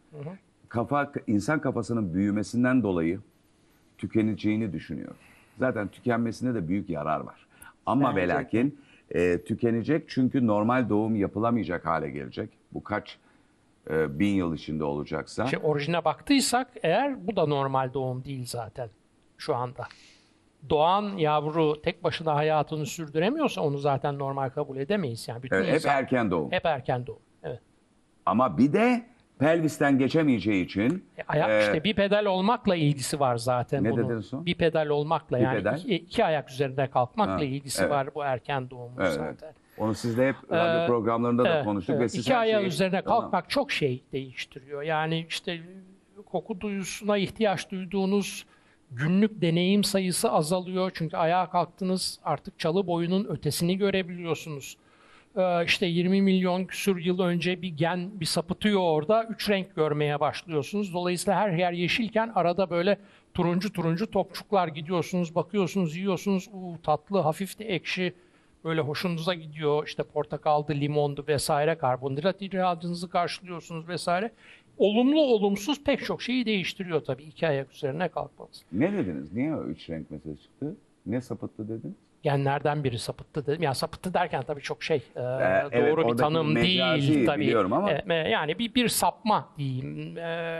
insan kafasının büyümesinden dolayı tükeneceğini düşünüyorum. Zaten tükenmesine de büyük yarar var. Ama ve lakin tükenecek çünkü normal doğum yapılamayacak hale gelecek. Bu kaç bin yıl içinde olacaksa. Orijine baktıysak eğer bu da normal doğum değil zaten şu anda. Doğan yavru tek başına hayatını sürdüremiyorsa onu zaten normal kabul edemeyiz. Yani bütün Hep insan, erken doğum. hep erken doğum. Evet. Ama bir de pelvisten geçemeyeceği için İşte bir pedal olmakla ilgisi var zaten Ne bunun. dediniz o? Bir pedal olmakla yani pedal? iki ayak üzerinde kalkmakla Ha, ilgisi evet. var bu erken doğumun evet, zaten. onu sizle hep radyo programlarında da Evet, konuştuk evet. ve siz İki her ayağı şeyi- üzerine Tamam. kalkmak çok şey değiştiriyor. Yani işte koku duyusuna ihtiyaç duyduğunuz günlük deneyim sayısı azalıyor. Çünkü ayağa kalktınız artık çalı boyunun ötesini görebiliyorsunuz. İşte 20 milyon küsur yıl önce bir gen bir sapıtıyor orada. 3 renk görmeye başlıyorsunuz. Dolayısıyla her yer yeşilken arada böyle turuncu turuncu topçuklar gidiyorsunuz, bakıyorsunuz, yiyorsunuz. Tatlı, hafif de ekşi. Böyle hoşunuza gidiyor. İşte portakaldı, limondu vesaire. Karbonhidrat ihtiyacınızı karşılıyorsunuz vesaire. Olumlu olumsuz pek çok şeyi değiştiriyor tabii iki ayak üzerine kalkmanız. Ne dediniz? Niye o üç renk meselesi çıktı? Ne sapıttı dediniz? Genlerden biri sapıttı dedim. Ya sapıttı derken tabii çok evet, doğru bir oradaki tanım mecazi değil tabii. biliyorum ama- Yani bir sapma diyeyim.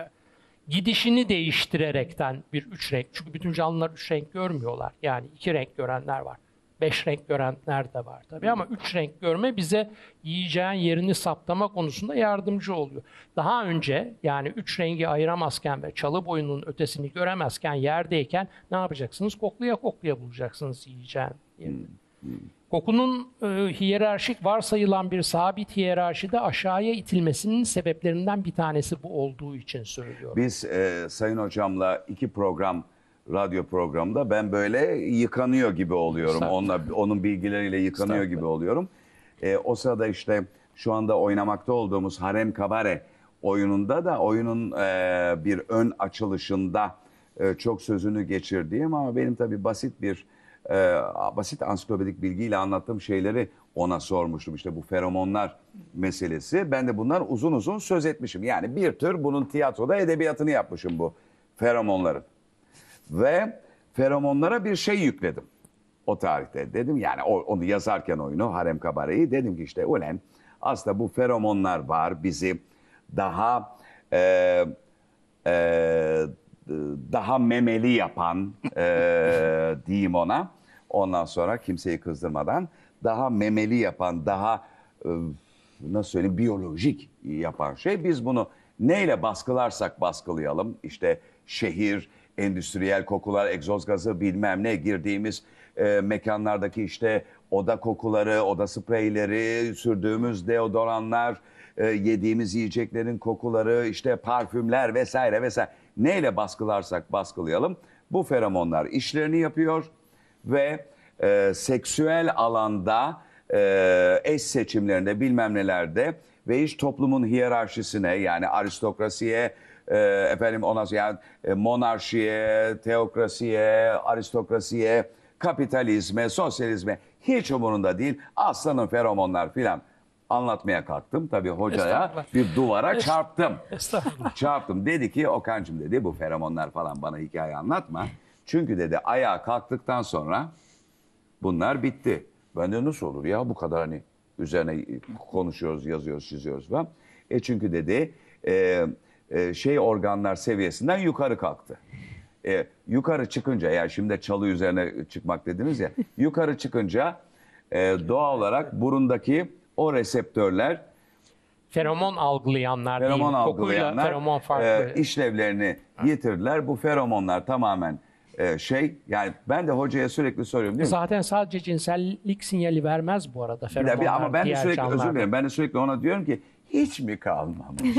Gidişini değiştirerekten bir üç renk. Çünkü bütün canlılar üç renk görmüyorlar. Yani iki renk görenler var. 5 renk görenler de var tabii ama 3 renk görme bize yiyeceğin yerini saptama konusunda yardımcı oluyor. Daha önce yani 3 rengi ayıramazken ve çalı boyunun ötesini göremezken yerdeyken ne yapacaksınız? Koklaya koklaya bulacaksınız yiyeceğin yerini. Kokunun hiyerarşik varsayılan bir sabit hiyerarşide aşağıya itilmesinin sebeplerinden bir tanesi bu olduğu için söylüyorum. Biz Sayın Hocam'la 2 program radyo programda ben böyle yıkanıyor gibi oluyorum. Onun bilgileriyle yıkanıyor gibi oluyorum. O sırada işte şu anda oynamakta olduğumuz Harem Kabare oyununda da oyunun bir ön açılışında çok sözünü geçirdiğim ama benim tabii basit ansiklopedik bilgiyle anlattığım şeyleri ona sormuştum. İşte bu feromonlar meselesi. Ben de bundan uzun uzun söz etmişim. Yani bir tür bunun tiyatroda edebiyatını yapmışım bu feromonların. Ve feromonlara bir şey yükledim o tarihte. Dedim yani onu yazarken oyunu Harem Kabare'yi dedim ki işte ulen aslında bu feromonlar var bizi daha daha memeli yapan diyeyim ona. Ondan sonra kimseyi kızdırmadan daha memeli yapan, daha nasıl söyleyeyim biyolojik yapan şey. Biz bunu neyle baskılarsak baskılayalım. İşte şehir, endüstriyel kokular, egzoz gazı bilmem ne girdiğimiz mekanlardaki işte oda kokuları, oda spreyleri, sürdüğümüz deodoranlar, yediğimiz yiyeceklerin kokuları, işte parfümler vesaire vesaire. Neyle baskılarsak baskılayalım. Bu feromonlar işlerini yapıyor ve seksüel alanda eş seçimlerinde bilmem nelerde ve hiç toplumun hiyerarşisine yani aristokrasiye, yani monarşiye, teokrasiye, aristokrasiye, kapitalizme, sosyalizme hiç umurunda değil. Aslanın feromonlar filan. anlatmaya kalktım. Tabii hocaya Estağfurullah. bir duvara çarptım. Estağfurullah. Çarptım. Dedi ki Okan'cığım dedi bu feromonlar falan bana hikaye anlatma. Çünkü dedi ayağa kalktıktan sonra bunlar bitti. Ben de nasıl olur ya bu kadar hani üzerine konuşuyoruz, yazıyoruz, çiziyoruz falan. Çünkü dedi organlar seviyesinden yukarı kalktı. Yukarı çıkınca yani şimdi çalı üzerine çıkmak dediniz ya. Yukarı çıkınca doğal olarak burundaki o reseptörler Feromon algılayanlar değil. feromon Kokuyla algılayanlar feromon farklı. işlevlerini yitirdiler. Bu feromonlar tamamen yani ben de hocaya sürekli soruyorum değil mi? Zaten sadece cinsellik sinyali vermez bu arada feromonlar. Ama ben de diğer sürekli özür canlılarda. dilerim. Ben de sürekli ona diyorum ki hiç mi kalmamış?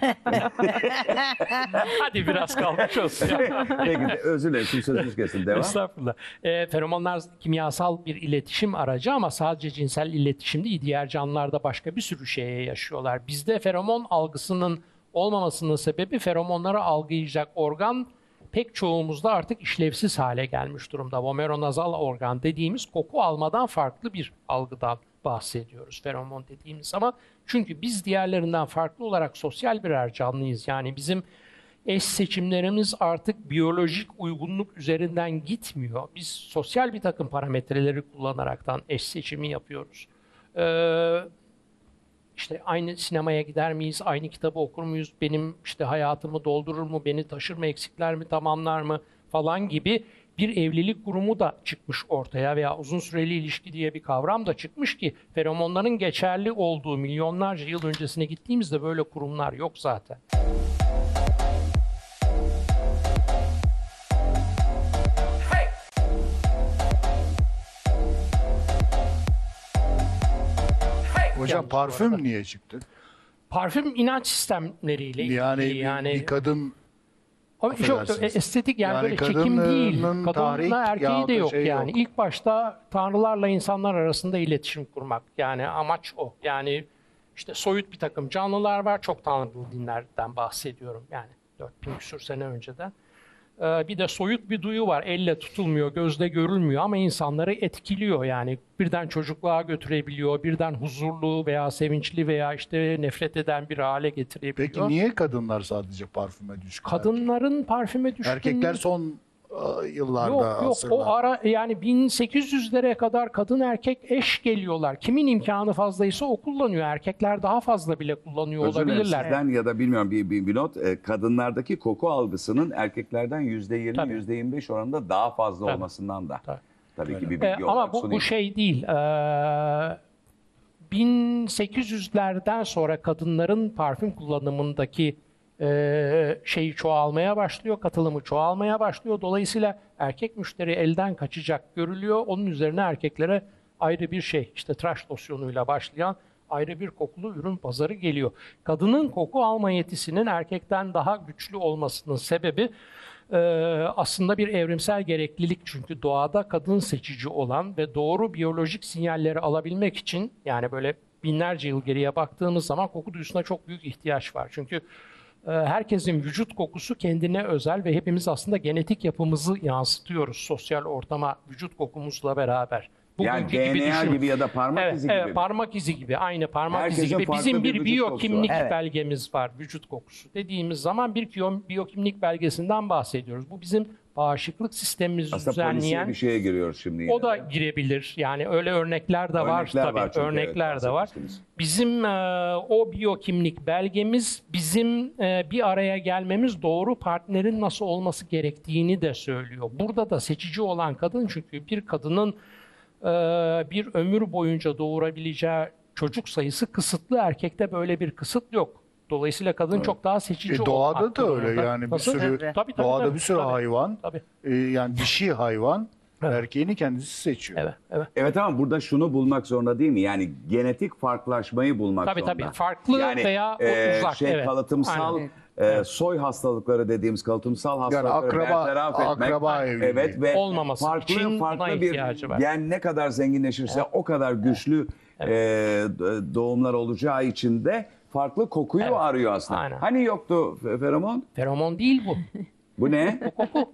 Hadi biraz kalmış olsun. Peki özür dilerim. Şimdi sözünüz kesin. Devam. Estağfurullah. Feromonlar kimyasal bir iletişim aracı ama sadece cinsel iletişim değil. Diğer canlılarda başka bir sürü şeye yaşıyorlar. Bizde feromon algısının olmamasının sebebi feromonları algılayacak organ pek çoğumuzda artık işlevsiz hale gelmiş durumda. Vomeronazal organ dediğimiz koku almadan farklı bir algıdan bahsediyoruz feromon dediğimiz zaman. Çünkü biz diğerlerinden farklı olarak sosyal birer canlıyız. Yani bizim eş seçimlerimiz artık biyolojik uygunluk üzerinden gitmiyor. Biz sosyal bir takım parametreleri kullanaraktan eş seçimi yapıyoruz. İşte aynı sinemaya gider miyiz, aynı kitabı okur muyuz, benim işte hayatımı doldurur mu, beni taşır mı, eksikler mi tamamlar mı falan gibi bir evlilik kurumu da çıkmış ortaya veya uzun süreli ilişki diye bir kavram da çıkmış ki feromonların geçerli olduğu milyonlarca yıl öncesine gittiğimizde böyle kurumlar yok zaten. Hocam Yalnız bu parfüm arada. niye çıktı? Parfüm inanç sistemleriyle Yani, ilgili bir kadın Ama çok affedersiniz. estetik yani, Yani böyle çekim değil. kadının tahrik Kadınla erkeği yahut de da yok şey yani. yok. İlk başta tanrılarla insanlar arasında iletişim kurmak. Yani amaç o. Yani işte soyut bir takım canlılar var. Çok tanrılı dinlerden bahsediyorum. Yani 4000 küsur sene önceden. Bir de soyut bir duyu var. Elle tutulmuyor, gözle görülmüyor ama insanları etkiliyor. Yani birden çocukluğa götürebiliyor, birden huzurlu veya sevinçli veya işte nefret eden bir hale getirebiliyor. Peki niye kadınlar sadece parfüme düşkün? Kadınların parfüme düşkünlüğü... Erkekler son yıllarda Yok o ara yani 1800'lere kadar kadın erkek eş geliyorlar. Kimin imkanı fazlaysa o kullanıyor. Erkekler daha fazla bile kullanıyor Özür dilerim olabilirler. sizden ya da bilmiyorum bir not. Kadınlardaki koku algısının erkeklerden %20, Tabii. %25 oranında daha fazla Tabii. olmasından da. Tabii. Tabii ki bir bilgi Ama olarak bu sunayım. şey değil. 1800'lerden sonra kadınların parfüm kullanımındaki şeyi çoğalmaya başlıyor, katılımı çoğalmaya başlıyor. Dolayısıyla erkek müşteri elden kaçacak görülüyor. Onun üzerine erkeklere ayrı bir şey, işte tıraş losyonuyla başlayan ayrı bir kokulu ürün pazarı geliyor. Kadının koku alma yetisinin erkekten daha güçlü olmasının sebebi aslında bir evrimsel gereklilik. Çünkü doğada kadın seçici olan ve doğru biyolojik sinyalleri alabilmek için yani böyle binlerce yıl geriye baktığımız zaman koku duyusuna çok büyük ihtiyaç var. Çünkü herkesin vücut kokusu kendine özel ve hepimiz aslında genetik yapımızı yansıtıyoruz sosyal ortama vücut kokumuzla beraber. Yani Bugünkü DNA düşün. gibi ya da parmak izi gibi. Evet, parmak izi gibi, aynı parmak Herkesin izi gibi. farklı Bizim bir bir vücut kokusu biyokimlik var. Evet. belgemiz var, vücut kokusu. Dediğimiz zaman bir biyokimlik belgesinden bahsediyoruz. Bu bizim bağışıklık sistemimizi Aslında polisiye düzenleyen, bir şeye giriyoruz şimdi. Yine o da de. girebilir. Yani öyle örnekler de var Örnekler tabii. var çünkü, Örnekler evet, de var. bahsetmiştiniz. Bizim o biyokimlik belgemiz bizim bir araya gelmemiz doğru partnerin nasıl olması gerektiğini de söylüyor. Burada da seçici olan kadın çünkü bir kadının bir ömür boyunca doğurabileceği çocuk sayısı kısıtlı. Erkekte böyle bir kısıt yok. Dolayısıyla kadın çok daha seçici doğada olmak da öyle durumunda. yani bir Nasıl? sürü Tabii. doğada bir sürü tabii. hayvan Tabii. yani dişi hayvan Evet. erkeğini kendisi seçiyor. Evet, evet. Evet ama burada şunu bulmak zorunda değil mi? Yani genetik farklılaşmayı bulmak Tabii, zorunda. tabii. Farklı veya uzak, evet. Kalıtımsal Aynen. soy hastalıkları dediğimiz kalıtımsal hastalıkları bertaraf etmek. akraba evliliği. Evet ve Olmaması için buna farklı bir ihtiyacı var. gen ne kadar zenginleşirse o kadar güçlü doğumlar olacağı için de farklı kokuyu arıyor aslında. Aynen. Hani yoktu feromon? Feromon değil bu. Bu ne? Koku.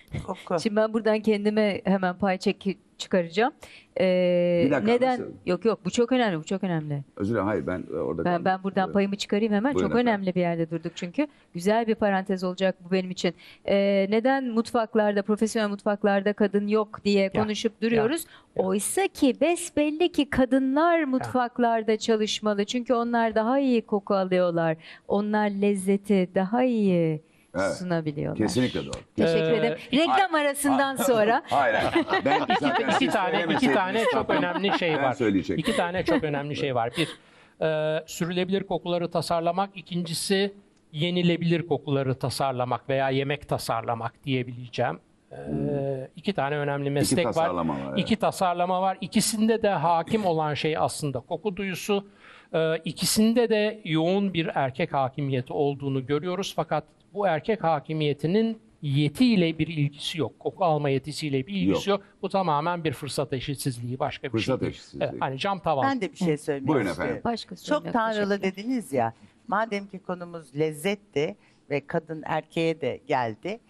Koku. Şimdi ben buradan kendime hemen pay çıkaracağım. Bir dakika, Neden? nasıl? Yok, bu çok önemli, bu çok önemli. Özür dilerim, hayır ben orada Ben kaldım. buradan Buyurun. payımı çıkarayım hemen. Buyurun Çok efendim. önemli bir yerde durduk çünkü. Güzel bir parantez olacak bu benim için. Neden mutfaklarda, profesyonel mutfaklarda kadın yok diye konuşup duruyoruz. Oysa ki besbelli ki kadınlar mutfaklarda çalışmalı. Çünkü onlar daha iyi koku alıyorlar. Onlar lezzeti daha iyi Evet. sunabiliyorlar. Kesinlikle doğru. Teşekkür ederim. Reklam arasından sonra Hayır. Ben zaten İki siz tane söylemeseydiniz çok zaten önemli şey ben var. söyleyecektim. İki tane çok önemli şey var. Bir, sürülebilir kokuları tasarlamak. İkincisi, yenilebilir kokuları tasarlamak veya yemek tasarlamak diyebileceğim. İki tane önemli meslek var. tasarlama var, evet. İki tasarlama var. İkisinde de hakim olan şey aslında koku duyusu. İkisinde de yoğun bir erkek hakimiyeti olduğunu görüyoruz. Fakat bu erkek hakimiyetinin yetiyle bir ilgisi yok. Koku alma yetisiyle bir ilgisi yok. Bu tamamen bir fırsat eşitsizliği, başka bir Fırsat şey değil. eşitsizliği. Evet, hani cam tavan. Ben de bir şey söylemek Buyurun istiyorum. efendim. başka Çok tanrılı dediniz ya. Madem ki konumuz lezzetti ve kadın erkeğe de geldi.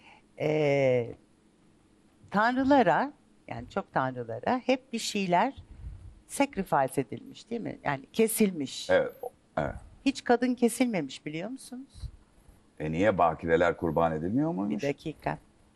Tanrılara, yani çok tanrılara hep bir şeyler sacrifice edilmiş değil mi? Yani kesilmiş. Evet. Evet. Hiç kadın kesilmemiş biliyor musunuz? Niye bakireler kurban edilmiyor Bir muymuş? dakika.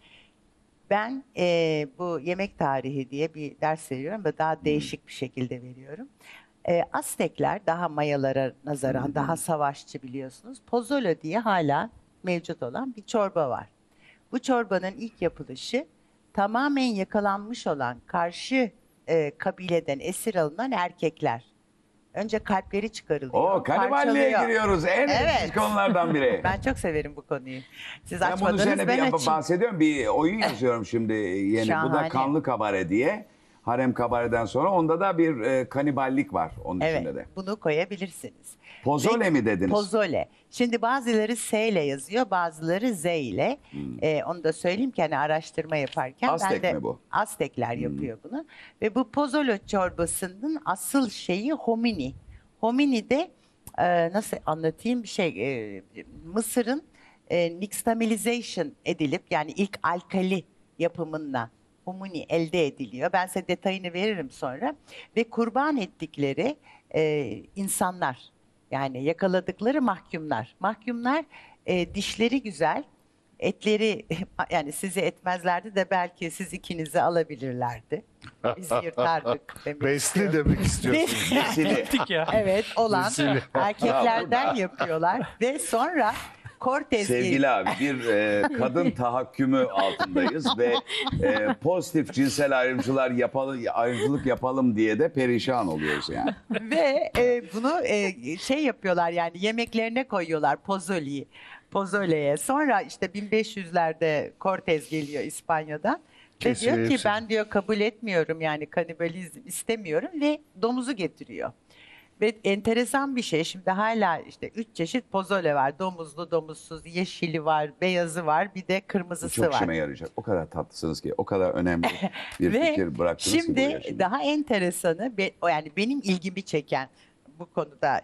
Ben bu yemek tarihi diye bir ders veriyorum ve daha değişik bir şekilde veriyorum. Aztekler daha Mayalara nazaran daha savaşçı biliyorsunuz. Pozole diye hala mevcut olan bir çorba var. Bu çorbanın ilk yapılışı tamamen yakalanmış olan karşı kabileden esir alınan erkekler. Önce kalpleri çıkarılıyor. O kaniballiğe parçalıyor. giriyoruz. En Evet. önemli konulardan biri. Ben çok severim bu konuyu. Siz Ben bunun açmadınız, üzerine ben bir açayım. bahsediyorum. Bir oyun yazıyorum şimdi yeni. Bu da Şahane. Kanlı Kabare diye. Harem Kabare'den sonra onda da bir kaniballik var onun içinde Evet, de. bunu koyabilirsiniz. Pozole mi dediniz? Pozole. Şimdi bazıları S ile yazıyor, bazıları Z ile. Onu da söyleyeyim ki hani araştırma yaparken. Aztek ben de mi bu? Aztekler yapıyor bunu. Ve bu pozole çorbasının asıl şeyi homini. Homini de nasıl anlatayım bir şey. Mısır'ın nixtamalization edilip yani ilk alkali yapımında homini elde ediliyor. Ben size detayını veririm sonra. Ve kurban ettikleri insanlar, yani yakaladıkları mahkumlar. Mahkumlar dişleri güzel, etleri yani sizi etmezlerdi de belki siz ikinizi alabilirlerdi. Biz yırtardık demek Besli istiyorum. demek istiyorsunuz. Nesili. Gittik ya. Evet, olan Nesili. erkeklerden yapıyorlar ve sonra Cortez Sevgili abi bir kadın tahakkümü altındayız ve pozitif cinsel ayrımcılık yapalım diye de perişan oluyoruz yani. ve bunu şey yapıyorlar yani yemeklerine koyuyorlar pozoleye. Sonra işte 1500'lerde Cortez geliyor İspanya'dan. Ve Kesiyor diyor ki hepsini. ben diyor kabul etmiyorum yani kanibalizm istemiyorum ve domuzu getiriyor. Ve enteresan bir şey şimdi hala işte 3 çeşit pozole var. Domuzlu, domuzsuz, yeşili var, beyazı var bir de Bu kırmızısı çok var. işime yarayacak. O kadar tatlısınız ki, o kadar önemli bir Ve fikir bıraktınız ki buraya şimdi daha enteresanı yani benim ilgimi çeken bu konuda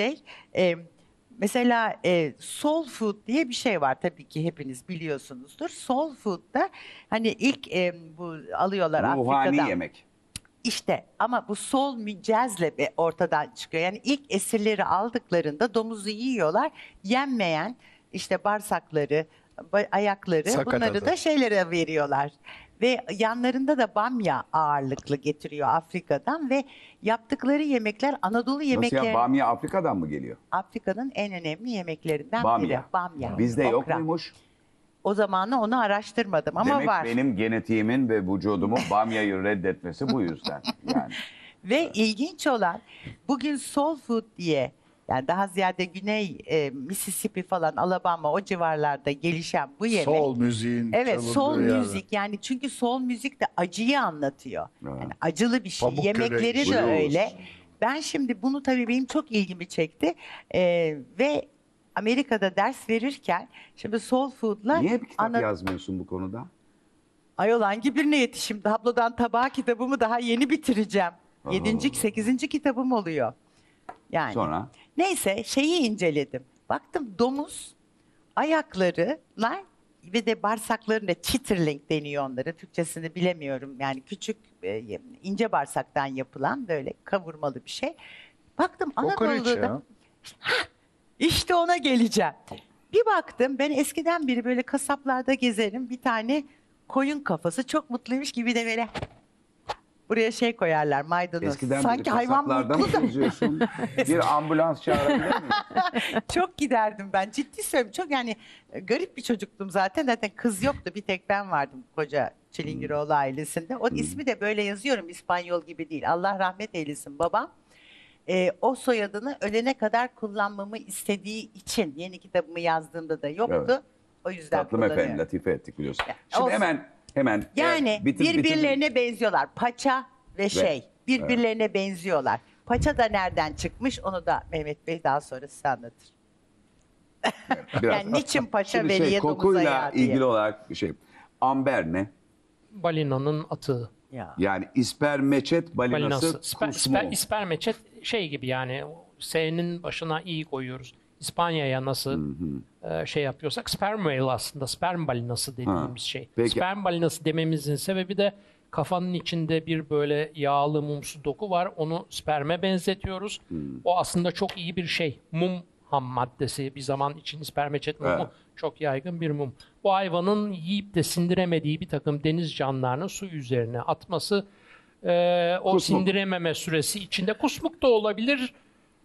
mesela soul food diye bir şey var tabii ki hepiniz biliyorsunuzdur. Soul food'da hani ilk bu alıyorlar Ruhani Afrika'dan. yemek. İşte ama bu soul cazle ortadan çıkıyor. Yani ilk esirleri aldıklarında domuzu yiyorlar. Yenmeyen işte bağırsakları, ayakları Sakatadı. bunları da şeylere veriyorlar. Ve yanlarında da bamya ağırlıklı getiriyor Afrika'dan ve yaptıkları yemekler Anadolu Nasıl yemekleri. ya, bamya Afrika'dan mı geliyor? Afrika'nın en önemli yemeklerinden Bamya. biri. Bamya. Bizde yok okra. muymuş? O zamanı onu araştırmadım ama Demek var. benim genetiğimin ve vücudumun bamyayı reddetmesi bu yüzden. Yani. Ve ilginç olan bugün soul food diye yani daha ziyade Güney Mississippi falan Alabama o civarlarda gelişen bu yemek. Soul müziğin Evet çalındığı soul yerler. müzik yani çünkü soul müzik de acıyı anlatıyor. Evet. Yani acılı bir şey. Pamukkale, Yemekleri de blues. öyle. Ben şimdi bunu tabii benim çok ilgimi çekti ve Amerika'da ders verirken şimdi soul food'la Niye bir kitap yazmıyorsun bu konuda? Ayol hangi birine yetişim? Tablodan tabağa kitabımı daha yeni bitireceğim. 7. 8. kitabım oluyor. Yani. Sonra? Neyse şeyi inceledim. Baktım domuz ayaklarılar ve de bağırsaklarında chitterling deniyor onlara. Türkçesini bilemiyorum. Yani küçük ince bağırsaktan yapılan böyle kavurmalı bir şey. Baktım Kokoreç Anadolu'da ya. işte ona geleceğim. Bir baktım ben eskiden beri böyle kasaplarda gezerim, bir tane koyun kafası çok mutluymuş gibi de böyle buraya şey koyarlar, maydanoz. Eskiden Sanki hayvan kasaplarda mutlu da. mı geziyorsun? Bir ambulans çağırabilir miyim? Çok giderdim ben, ciddi söylüyorum. Çok yani garip bir çocuktum zaten. Zaten kız yoktu, bir tek ben vardım koca Çilingiroğlu ailesinde. O ismi de böyle yazıyorum, İspanyol gibi değil. Allah rahmet eylesin babam. O soyadını ölene kadar kullanmamı istediği için yeni kitabımı yazdığımda da yoktu. Evet. O yüzden Tatlım kullanıyorum. efendim, latife ettik biliyorsun. Ya, Şimdi olsun. hemen Yani bitirdim. birbirlerine benziyorlar. Paça ve şey birbirlerine benziyorlar. Paça da nereden çıkmış onu da Mehmet Bey daha sonra size anlatır. Biraz. Yani niçin paça Şimdi veliye domuz kokuyla ayağı diye. ilgili olarak bir şey. Amber ne? Balinanın atığı. Ya. Yani ispermeçet balinası Balinası. kusmu. İspermeçet şey gibi yani S'nin başına i koyuyoruz. İspanya'ya nasıl şey yapıyorsak sperm whale aslında sperm balinası dediğimiz şey. Peki. Sperm balinası dememizin sebebi de kafanın içinde bir böyle yağlı mumsu doku var. Onu sperme benzetiyoruz. O aslında çok iyi bir şey. Mum ham maddesi bir zaman için ispermeçet mumu Evet. çok yaygın bir mum. Bu hayvanın yiyip de sindiremediği bir takım deniz canlılarının su üzerine atması o Kusmuk. sindirememe süresi içinde kusmuk da olabilir,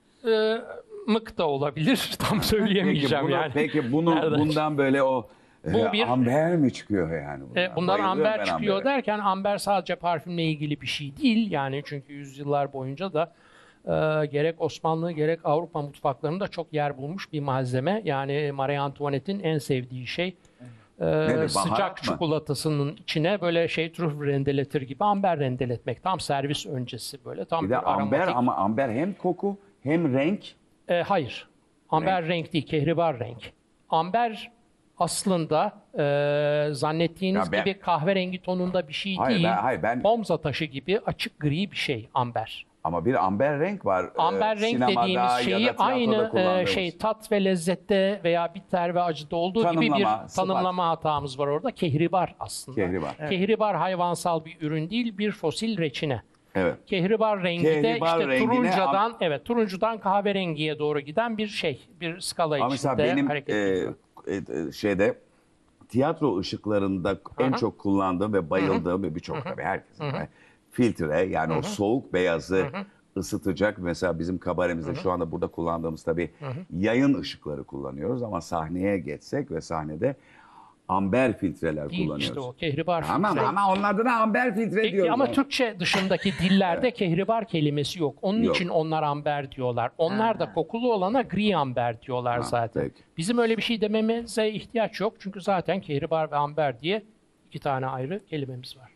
mık da olabilir. Tam söyleyemeyeceğim yani. Peki bunu Nereden bundan böyle o Bu bir- amber mi çıkıyor yani? Bundan Bayılıyorum amber ben çıkıyor ambere. derken amber sadece parfümle ilgili bir şey değil. Yani çünkü yüzyıllar boyunca da gerek Osmanlı gerek Avrupa mutfaklarında çok yer bulmuş bir malzeme. Yani Marie Antoinette'in en sevdiği şey Nedir, sıcak baharat mı? çikolatasının içine böyle şey trüf rendeletir gibi amber rendeletmek. Tam servis öncesi böyle tam Bir de amber aromatik. ama amber hem koku hem renk. Hayır. Amber renk değil, kehribar renk. Amber aslında zannettiğiniz Ya ben- gibi kahverengi tonunda bir şey Hayır, değil. ben- Pomza taşı gibi açık gri bir şey amber. Ama bir amber renk var. Amber renk sinemada dediğimiz ya da şeyi tiyatroda aynı kullandığımız. şey tat ve lezzette veya bitter ve acıda olduğu gibi bir Tanımlama, tanımlama hatamız var orada. Kehribar aslında. Kehribar. Kehribar hayvansal bir ürün değil, bir fosil reçine. Evet. Kehribar rengi de Kehribar işte rengine turuncudan kahverengiye doğru giden bir şey, bir skala Ama mesela içinde benim hareket ediyor. şeyde tiyatro ışıklarında en çok kullandığım ve bayıldığım ve birçok tabii herkesin de filtre yani o soğuk beyazı ısıtacak. Mesela bizim kabaremizde şu anda burada kullandığımız tabii yayın ışıkları kullanıyoruz ama sahneye geçsek ve sahnede amber filtreler Değil kullanıyoruz. işte o kehribar Ama filtre. ama onlarda da amber filtre Peki, diyoruz. ama Türkçe dışındaki dillerde kehribar kelimesi yok. Onun Yok. için onlar amber diyorlar. Onlar da kokulu olana gri amber diyorlar zaten. peki. Bizim öyle bir şey dememize ihtiyaç yok. Çünkü zaten kehribar ve amber diye iki tane ayrı kelimemiz var.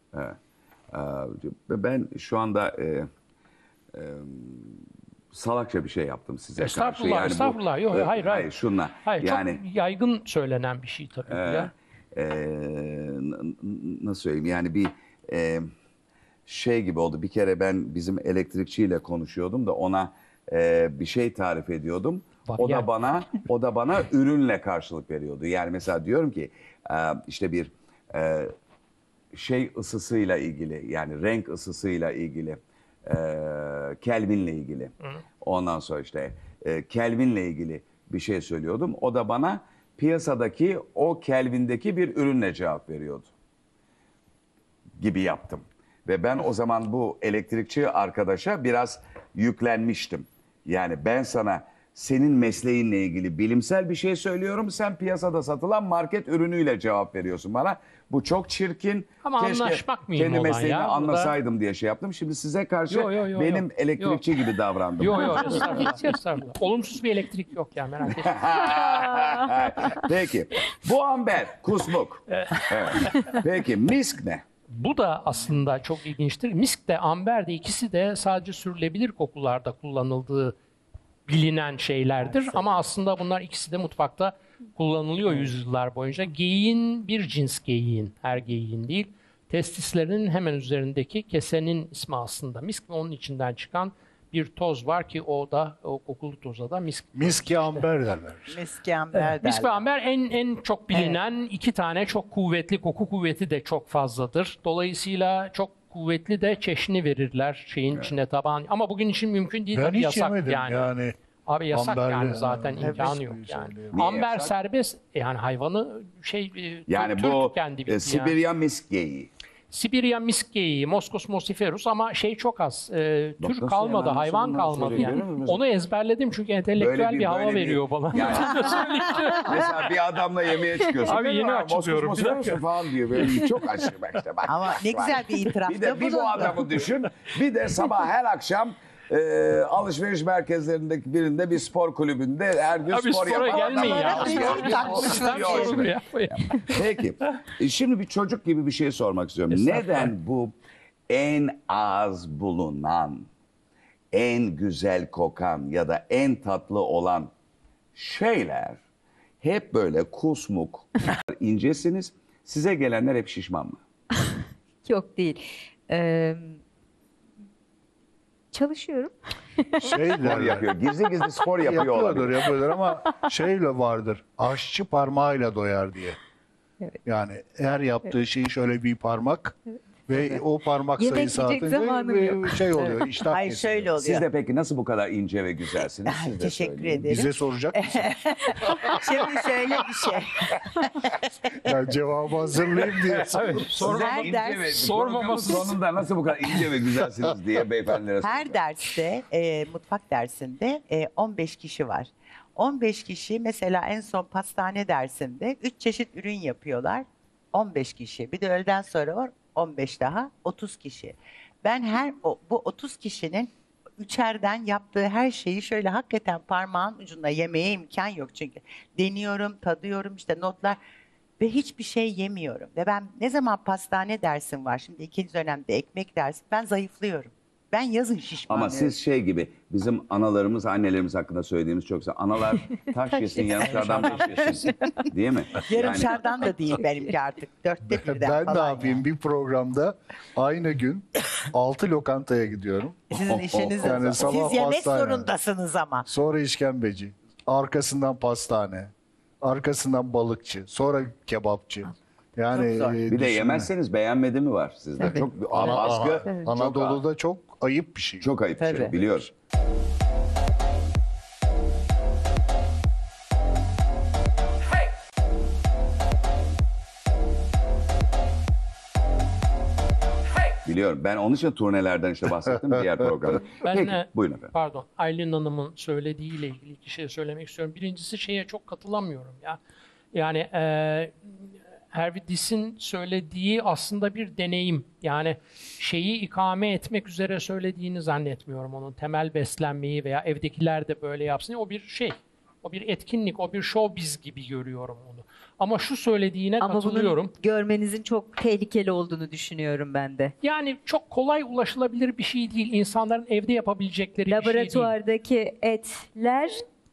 Ben şu anda salakça bir şey yaptım size karşı. Estağfurullah, Yani bu- estağfurullah. Yok, hayır. Şunla. Hayır, yani çok yaygın söylenen bir şey tabii bu ya. nasıl söyleyeyim yani bir şey gibi oldu. Bir kere ben bizim elektrikçiyle konuşuyordum da ona bir şey tarif ediyordum. Varyant. O da bana ürünle karşılık veriyordu. Yani mesela diyorum ki işte bir şey ısısıyla ilgili yani renk ısısıyla ilgili Kelvin'le ilgili. Ondan sonra işte Kelvin'le ilgili bir şey söylüyordum. O da bana piyasadaki o Kelvin'deki bir ürünle cevap veriyordu. Gibi yaptım. Ve ben o zaman bu elektrikçi arkadaşa biraz yüklenmiştim. Yani ben sana senin mesleğinle ilgili bilimsel bir şey söylüyorum. Sen piyasada satılan market ürünüyle cevap veriyorsun bana. Bu çok çirkin. Ama anlaşmak mühim kendi olan mesleğimi ya. Burada- anlasaydım diye şey yaptım. Şimdi size karşı Yo, benim elektrikçi gibi davrandım. Yok estağfurullah. Olumsuz bir elektrik yok ya, merak etme. Peki. Bu amber, kusmuk. Evet. Peki misk ne? Bu da aslında çok ilginçtir. Misk de amber de ikisi de sadece sürülebilir kokularda kullanıldığı bilinen şeylerdir. Ama aslında bunlar ikisi de mutfakta kullanılıyor yüzyıllar boyunca. Geyiğin bir cins geyiğin, her geyiğin değil. Testislerinin hemen üzerindeki kesenin ismi aslında misk ve onun içinden çıkan bir toz var ki o kokulu toza da misk. Miski amber derler. Miski amber Misk ve derler. amber en çok bilinen iki tane çok kuvvetli, koku kuvveti de çok fazladır. Dolayısıyla çok kuvvetli de çeşni verirler şeyin içine taban. Ama bugün için mümkün değil, Ben tabii hiç yasak yemedim yani. Abi yasak Amberli, yani zaten evet. imkanı yok Evet. yani. Niye Amber yasak? serbest yani hayvanı Yani Türk bu kendi bitti yani. Sibirya misk geyiği. Sibirya miskeyi, Moskos mosiferus ama çok az. Tür Nasıl kalmadı, hemen hayvan nasıl bunları kalmadı yani. söyleyebilir misin? Onu ezberledim çünkü entelektüel bir hava veriyor bana. Yani, mesela bir adamla yemeğe çıkıyorsun. Abi yeni açılıyorum, bir dakika. Falan diyor. Böyle çok aşırı bak işte. Bak, Ama ne güzel bir bir itirafta de bir bu bulundu. adamı düşün. Bir de sabah her akşam alışveriş merkezlerindeki birinde bir spor kulübünde her gün Abi spor spora yapan gelmeyin ya. adamlar. Spor takmışlar. Sistem Yok. sorunu ya. Peki. Şimdi bir çocuk gibi bir şey sormak istiyorum. Estağfurullah. Neden bu en az bulunan, en güzel kokan ya da en tatlı olan şeyler hep böyle kusmuk, incesiniz. Size gelenler hep şişman mı? Yok değil. Çalışıyorum. Şey Spor derler. yapıyor. Gizli gizli spor yapıyor Yapıyordur, olabilir. yapıyordur ama şeyle vardır. Aşçı parmağıyla doyar diye. Evet. Yani her yaptığı şeyi şöyle bir parmak ve o parmak Yemek sayısı yiyecek artınca zamanım ve yok. şey oluyor. İştah Hayır kesiliyor. şöyle oluyor. Siz de peki nasıl bu kadar ince ve güzelsiniz? Siz de Teşekkür söyleyin. ederim. Bize soracak mısın? Şimdi şöyle bir şey. Yani cevabı hazırlayayım diye. Her İnce ders- ve sormaması- programın sonunda nasıl bu kadar ince ve güzelsiniz diye beyefendilere Her derste, mutfak dersinde 15 kişi var. 15 kişi mesela en son pastane dersinde 3 çeşit ürün yapıyorlar. 15 kişi. Bir de öğleden sonra var 15 daha 30 kişi. Ben bu 30 kişinin üçerden yaptığı her şeyi şöyle hakikaten parmağın ucunda yemeye imkan yok çünkü. Deniyorum, tadıyorum işte notlar ve hiçbir şey yemiyorum. Ve ben ne zaman pastane dersim var, şimdi ikinci dönemde ekmek dersi, ben zayıflıyorum. Ben yazın şişmanlıyorum. Ama siz şey gibi bizim analarımız, annelerimiz hakkında söylediğimiz çok güzel. Analar taş yesin, yarımşardan beş yesin. Değil mi? Yarımşardan da değil benimki artık. Dörtte birden Ben falan. ne yapayım? Bir programda aynı gün 6 lokantaya gidiyorum. Sizin işiniz o Yani zaman. sabah Siz yemek pastane. zorundasınız ama. Sonra işkembeci, arkasından pastane, arkasından balıkçı, sonra kebapçı. Yani Çok zor. Bir de düşünün. yemezseniz beğenmedi mi var sizde? Tabii. Çok baskı. Evet. Anadolu'da çok ayıp bir şey. Çok ayıp bir şey Tabii. biliyorum. Biliyorum. Ben onun için turnelerden işte bahsettim diğer programda. Ben Peki, buyurun efendim. pardon, Aylin Hanım'ın söylediğiyle ilgili iki şey söylemek istiyorum. Birincisi şeye çok katılamıyorum ya. Yani Hervidis'in söylediği aslında bir deneyim. Yani şeyi ikame etmek üzere söylediğini zannetmiyorum onun. Temel beslenmeyi veya evdekiler de böyle yapsın. O bir şey. O bir etkinlik, o bir showbiz gibi görüyorum onu. Ama şu söylediğine Ama katılıyorum. bunun görmenizin çok tehlikeli olduğunu düşünüyorum ben de. Yani çok kolay ulaşılabilir bir şey değil. İnsanların evde yapabilecekleri bir şey değil. Laboratuvardaki etler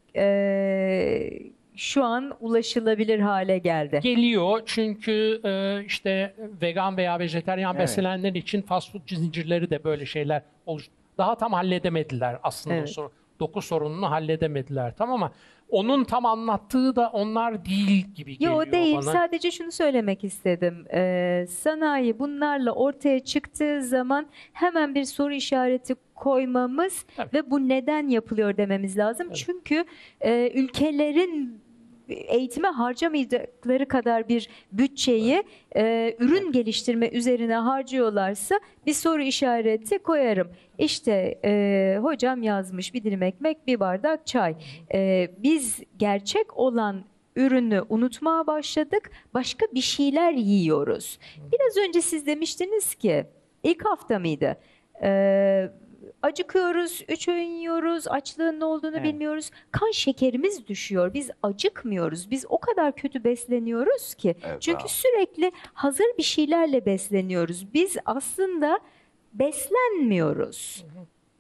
şu an ulaşılabilir hale geldi. Geliyor çünkü işte vegan veya vejetaryen Evet. beslenenler için fast food zincirleri de böyle şeyler daha tam halledemediler aslında Evet. doku sorununu halledemediler, tamam, ama onun tam anlattığı da onlar değil gibi geliyor Yo değil, bana. sadece şunu söylemek istedim. Sanayi bunlarla ortaya çıktığı zaman hemen bir soru işareti koymamız Tabii. ve bu neden yapılıyor dememiz lazım. Tabii. Çünkü ülkelerin eğitime harcamadıkları kadar bir bütçeyi ürün geliştirme üzerine harcıyorlarsa bir soru işareti koyarım. İşte hocam yazmış, bir dilim ekmek, bir bardak çay. Biz gerçek olan ürünü unutmaya başladık. Başka bir şeyler yiyoruz. Biraz önce siz demiştiniz ki, ilk hafta mıydı? Acıkıyoruz, 3 öğün yiyoruz, açlığın ne olduğunu Evet. bilmiyoruz. Kan şekerimiz düşüyor, biz acıkmıyoruz. Biz o kadar kötü besleniyoruz ki. Evet, Çünkü bravo. sürekli hazır bir şeylerle besleniyoruz. Biz aslında beslenmiyoruz.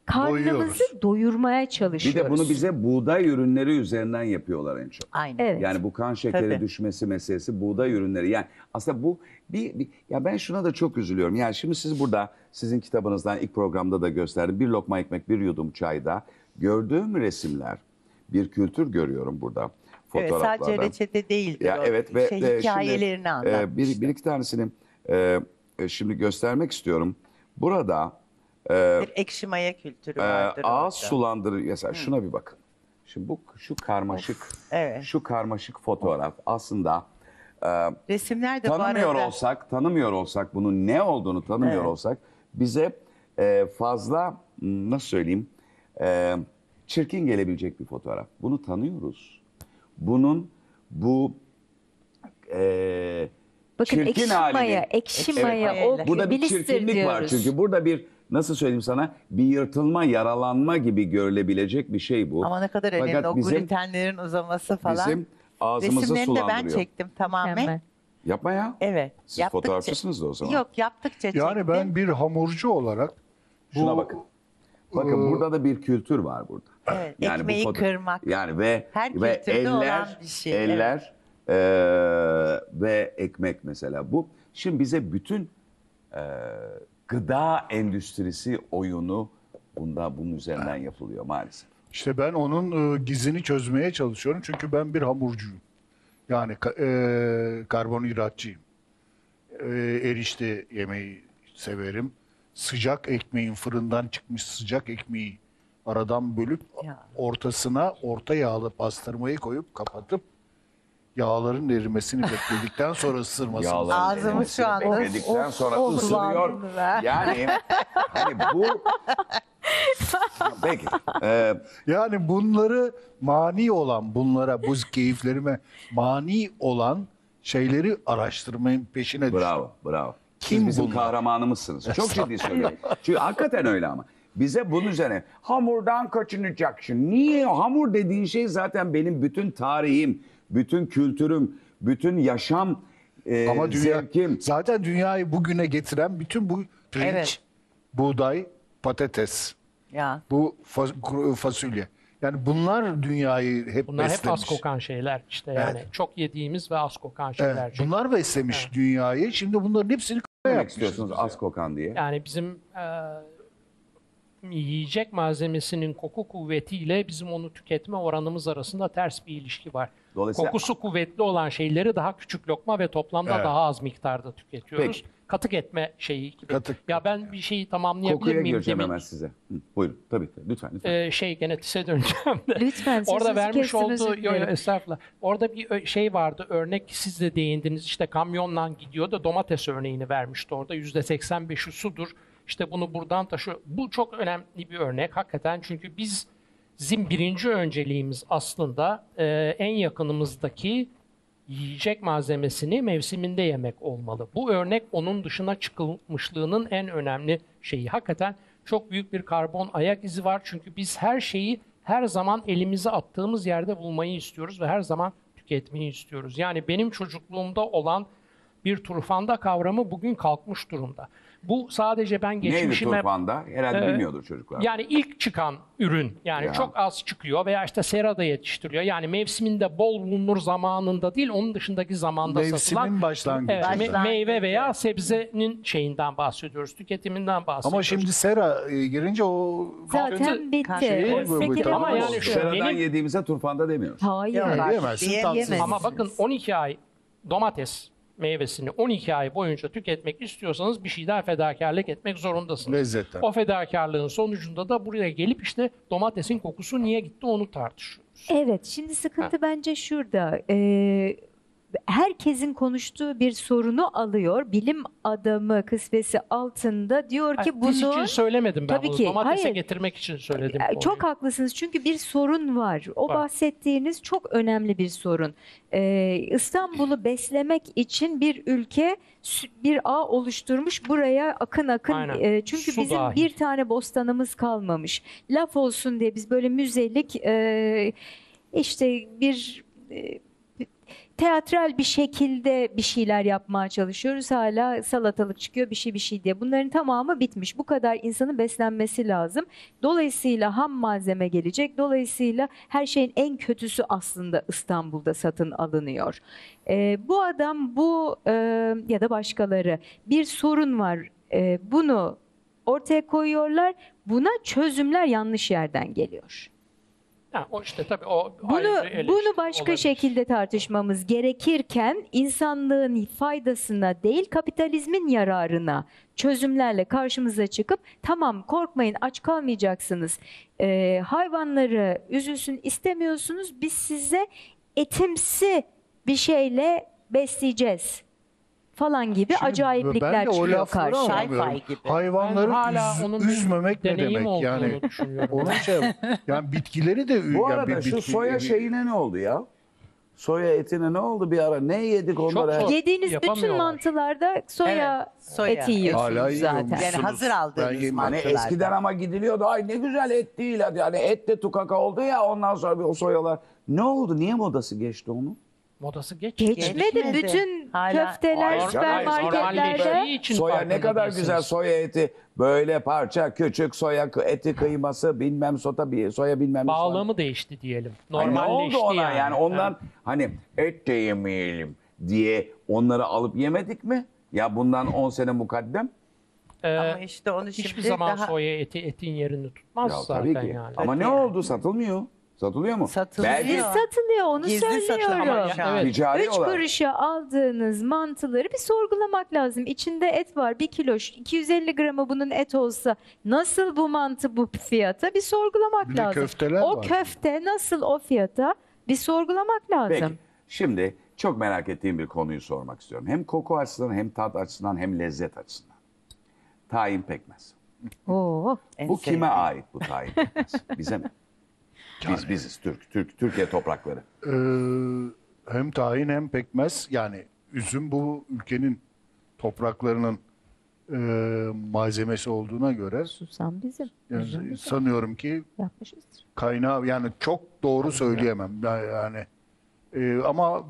karnımızı Doyuyoruz. doyurmaya Bir çalışıyoruz. de bunu bize buğday ürünleri üzerinden yapıyorlar en çok. Aynen. Evet. Yani bu kan şekeri Tabii. düşmesi meselesi buğday ürünleri. Yani aslında bu ya ben şuna da çok üzülüyorum. Yani şimdi siz burada sizin kitabınızdan ilk programda da gösterdim. Bir lokma ekmek, bir yudum çayda gördüğüm resimler bir kültür görüyorum burada Evet, fotoğraflarda. sadece reçete değildir Ya o. evet ve Hikayelerini şimdi, anlatmıştır. bir iki tanesini şimdi göstermek istiyorum. Burada Bir ekşi maya kültürü vardır ağız orada. sulandırır. Mesela şuna bir bakın. Şimdi şu karmaşık evet. şu karmaşık fotoğraf aslında Resimler de bu tanımıyor arada tanımıyor olsak bunun ne olduğunu tanımıyor Evet. olsak bize fazla nasıl söyleyeyim çirkin gelebilecek bir fotoğraf. Bunu tanıyoruz. Bunun bu Bakın çirkin ekşi halini- maya, ekşi Evet. maya, o Burada bir blister çirkinlik var diyoruz. çünkü burada bir nasıl söyleyeyim sana bir yırtılma, yaralanma gibi görülebilecek bir şey bu. ama ne kadar önemli Fakat o bizim, glutenlerin uzaması falan. bizim ağzımızı Resimlerini de ben sulandırıyor. çektim tamamen. Mükemmel. Yapma ya. Evet. Siz fotoğrafçısınız da o zaman. Yok, yaptıkça çektim. Yani ben bir hamurcu olarak Şuna bakın. Bakın burada da bir kültür var burada. Evet, ekmeği kırmak. Yani ve Her ve kültürde olan bir şey, Eller ve ekmek mesela bu. Şimdi bize bütün gıda endüstrisi oyunu bunun üzerinden yapılıyor maalesef. işte ben onun gizini çözmeye çalışıyorum. Çünkü ben bir hamurcuyum. Yani karbonhidratçıyım. Erişte yemeği severim. Sıcak ekmeğin fırından çıkmış sıcak ekmeği aradan bölüp Ya. ortasına orta yağlı pastırmayı koyup kapatıp yağların erimesini bekledikten sonra ısırmasını. Yağların Ağzımız erimesini şu anda- bekledikten sonra of, ısırıyor. kullandım ben. Yani hani bu peki. Yani bunları mani olan, bunlara bu keyiflerime mani olan şeyleri araştırmanın peşine düştüm. Bravo, bravo. Kim Siz bizim bunlar? kahramanımızsınız. Çok ciddi söylüyorum. Çünkü hakikaten öyle ama. Bize bunun üzerine hamurdan kaçınacaksın. Niye? Hamur dediğin şey zaten benim bütün tarihim, bütün kültürüm, bütün yaşam Ama zevkim. zaten dünyayı bugüne getiren bütün bu pirinç, Evet. buğday, patates, Ya. bu kuru fasulye. Yani bunlar dünyayı hep Bunlar hep beslemiş. az kokan şeyler işte yani. Evet. Çok yediğimiz ve az kokan şeyler. Evet, bunlar beslemiş dünyayı. Şimdi bunların hepsini Ne demek yapmışız istiyorsunuz biz ya. az kokan diye? Yani bizim yiyecek malzemesinin koku kuvvetiyle bizim onu tüketme oranımız arasında ters bir ilişki var. Dolayısıyla- Kokusu kuvvetli olan şeyleri daha küçük lokma ve toplamda Evet. daha az miktarda tüketiyoruz. Peki. Katık etme şeyi gibi. Katık, ya ben bir şeyi tamamlayabilir Kokuya miyim? gireceğim demin? hemen size. Hı, buyurun. Tabii. Lütfen. lütfen. Genetise döneceğim de. Lütfen Orada sözünüzü vermiş kestim, özür olduğu, dilerim. estağfurullah. Orada bir şey vardı, örnek siz de değindiniz. İşte kamyonla gidiyor da domates örneğini vermişti orada. %85'i sudur. İşte bunu buradan taşıyor. Bu çok önemli bir örnek hakikaten. Çünkü bizim birinci önceliğimiz aslında en yakınımızdaki yiyecek malzemesini mevsiminde yemek olmalı. Bu örnek onun dışına çıkılmışlığının en önemli şeyi. Hakikaten çok büyük bir karbon ayak izi var. Çünkü biz her şeyi her zaman elimize attığımız yerde bulmayı istiyoruz ve her zaman tüketmeyi istiyoruz. Yani benim çocukluğumda olan bir turfanda kavramı bugün kalkmış durumda. Bu sadece ben Neydi geçmişime... turfanda? Herhalde bilmiyordur çocuklar. Yani ilk çıkan ürün yani Ya. çok az çıkıyor veya işte serada yetiştiriliyor. Yani mevsiminde bol bulunur zamanında değil onun dışındaki zamanda Mevsimin satılan başlangıcı. evet, Başlangıcı. meyve veya sebzenin şeyinden bahsediyoruz, tüketiminden bahsediyoruz. Ama şimdi sera girince o Zaten bitti. Şeyi O bu- sekire ama boş. yani şu- Seradan benim- yediğimize turfanda demiyoruz. Hayır. Yok, yiyemezsin, Diyemezsiniz. tatsız. Ama bakın 12 ay domates meyvesini 12 ay boyunca tüketmek istiyorsanız bir şeyden fedakarlık etmek zorundasınız. Lezzetten. O fedakarlığın sonucunda da buraya gelip işte domatesin kokusu niye gitti onu tartışıyoruz. Evet, şimdi sıkıntı bence şurada. Herkesin konuştuğu bir sorunu alıyor. Bilim adamı kısvesi altında diyor ki Biz için bunu... söylemedim ben Tabii bunu. ki, Domatese hayır. getirmek için söyledim. konuyu. Çok haklısınız çünkü bir sorun var. O Var. bahsettiğiniz çok önemli bir sorun. İstanbul'u beslemek için bir ülke bir ağ oluşturmuş buraya akın akın. Aynen. Çünkü Su bizim dahil. bir tane bostanımız kalmamış. Laf olsun diye biz böyle müzelik işte bir teatral bir şekilde bir şeyler yapmaya çalışıyoruz. Hala salatalık çıkıyor bir şey diye. Bunların tamamı bitmiş. Bu kadar insanın beslenmesi lazım. Dolayısıyla ham malzeme gelecek. Dolayısıyla her şeyin en kötüsü aslında İstanbul'da satın alınıyor. Bu adam ya da başkaları bir sorun var. Bunu ortaya koyuyorlar. Buna çözümler yanlış yerden geliyor. Ha, o işte tabii o ayrı bir eleştiri Bunu başka olabilir. şekilde tartışmamız gerekirken insanlığın faydasına değil kapitalizmin yararına çözümlerle karşımıza çıkıp tamam korkmayın aç kalmayacaksınız. Hayvanları üzülsün istemiyorsunuz biz size etimsi bir şeyle besleyeceğiz falan gibi Şimdi acayiplikler ben de o çıkıyor lafları karşıya. anlamıyorum. Sci-fi gibi. Hayvanları Ben hala onun bir üzmemek ne deneyim demek olduğunu yani? düşünüyorum. Onun şey, yani bitkileri de Bu yani arada şu soya şey şeyine ne oldu ya? Soya etine ne oldu bir ara? Ne yedik onlara? zor. Yediğiniz bütün Yapamıyorlar. mantılarda soya, Evet, soya eti yiyorsunuz Hala zaten. yiyormuş. Yani hazır Ben aldığınız yiyeyim. Hani mantılarda. eskiden ama gidiliyordu. Ay ne güzel et değil. Hadi. Yani et de tukaka oldu ya ondan sonra bir o soyalar. Ne oldu? Niye modası geçti onun? Modası geçti. Geçmedi. Geçmedi. Bütün Hala- köfteler Hayır, süpermarketlerde. normalleştiği için Soya ne farkında kadar değilsiniz. güzel soya eti. Böyle parça küçük soya eti kıyması bilmem soya bilmem ne. Bağlamı değişti diyelim. Ay, ne Normalleşti oldu ona yani, ondan Evet. hani et de yemeyelim diye onları alıp yemedik mi? Ya bundan 10 sene mukaddem. Ama işte onu Hiçbir şimdi zaman daha soya eti etin yerini tutmaz Ya zaten tabii ki. yani. Ama ne Yani. oldu? Satılmıyor. Satılıyor mu? Satılıyor. Belki Satılıyor onu Gizli söylüyorum. satılıyor şu an. Evet. ticari 3 olarak. kuruşa aldığınız mantıları bir sorgulamak lazım. İçinde et var 1 kilo 250 gramı bunun et olsa nasıl bu mantı bu fiyata bir sorgulamak Bir de lazım. köfteler O var. köfte nasıl o fiyata bir sorgulamak lazım. Peki. Şimdi çok merak ettiğim bir konuyu sormak istiyorum. Hem koku açısından hem tat açısından hem lezzet açısından. Tahin pekmez. Oo. en Bu kime sevdiğim. ait bu tahin pekmez? Bize mi? Biziz Türkiye toprakları. Hem tahin hem pekmez yani üzüm bu ülkenin topraklarının malzemesi olduğuna göre Susam bizim. yani Üzüm bizim. sanıyorum ki Yapmışızdır. kaynağı yani çok doğru söyleyemem yani ama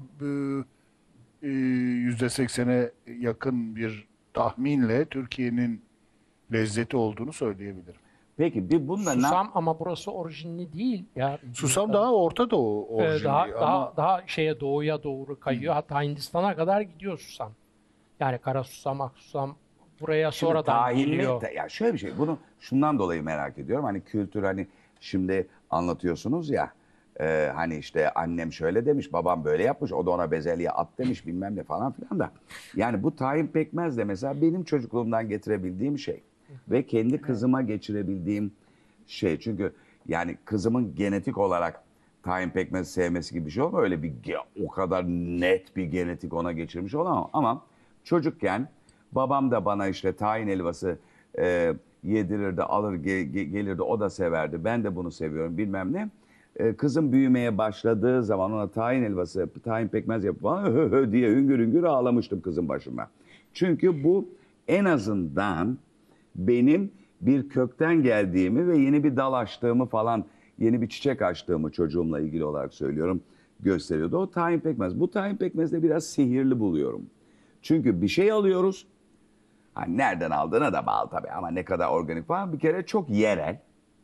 %80'e yakın bir tahminle Türkiye'nin lezzeti olduğunu söyleyebilirim. Peki bir bunda Susam ama burası orijinli değil. Ya, Susam daha Orta Doğu Ee, orijinli ama daha şeye doğuya doğru kayıyor. Hatta Hindistan'a kadar gidiyor susam. Yani kara susam, ak susam buraya Şimdi sonradan tahinli, geliyor. ya şöyle bir şey. Bunu şundan dolayı merak ediyorum. Hani kültür hani şimdi anlatıyorsunuz ya. Hani işte annem şöyle demiş, babam böyle yapmış, o da ona bezelye at demiş bilmem ne falan filan da. Yani bu tahin pekmez de mesela benim çocukluğumdan getirebildiğim şey. Ve kendi kızıma geçirebildiğim şey. Çünkü yani kızımın genetik olarak tahin pekmezi sevmesi gibi bir şey olmuyor. Öyle bir o kadar net bir genetik ona geçirmiş olamam. Ama çocukken babam da bana işte tahin helvası yedirirdi, alır gelirdi, o da severdi. Ben de bunu seviyorum bilmem ne. Kızım büyümeye başladığı zaman ona tahin helvası, tahin pekmez yapıp bana hö hö diye hüngür hüngür ağlamıştım kızın başına. Çünkü bu en azından benim bir kökten geldiğimi ve yeni bir dal açtığımı falan, yeni bir çiçek açtığımı çocuğumla ilgili olarak söylüyorum, gösteriyordu. O tahin pekmez. Bu tahin pekmezi de biraz sihirli buluyorum. Çünkü bir şey alıyoruz, hani nereden aldığına da bağlı tabii ama ne kadar organik falan, bir kere çok yerel.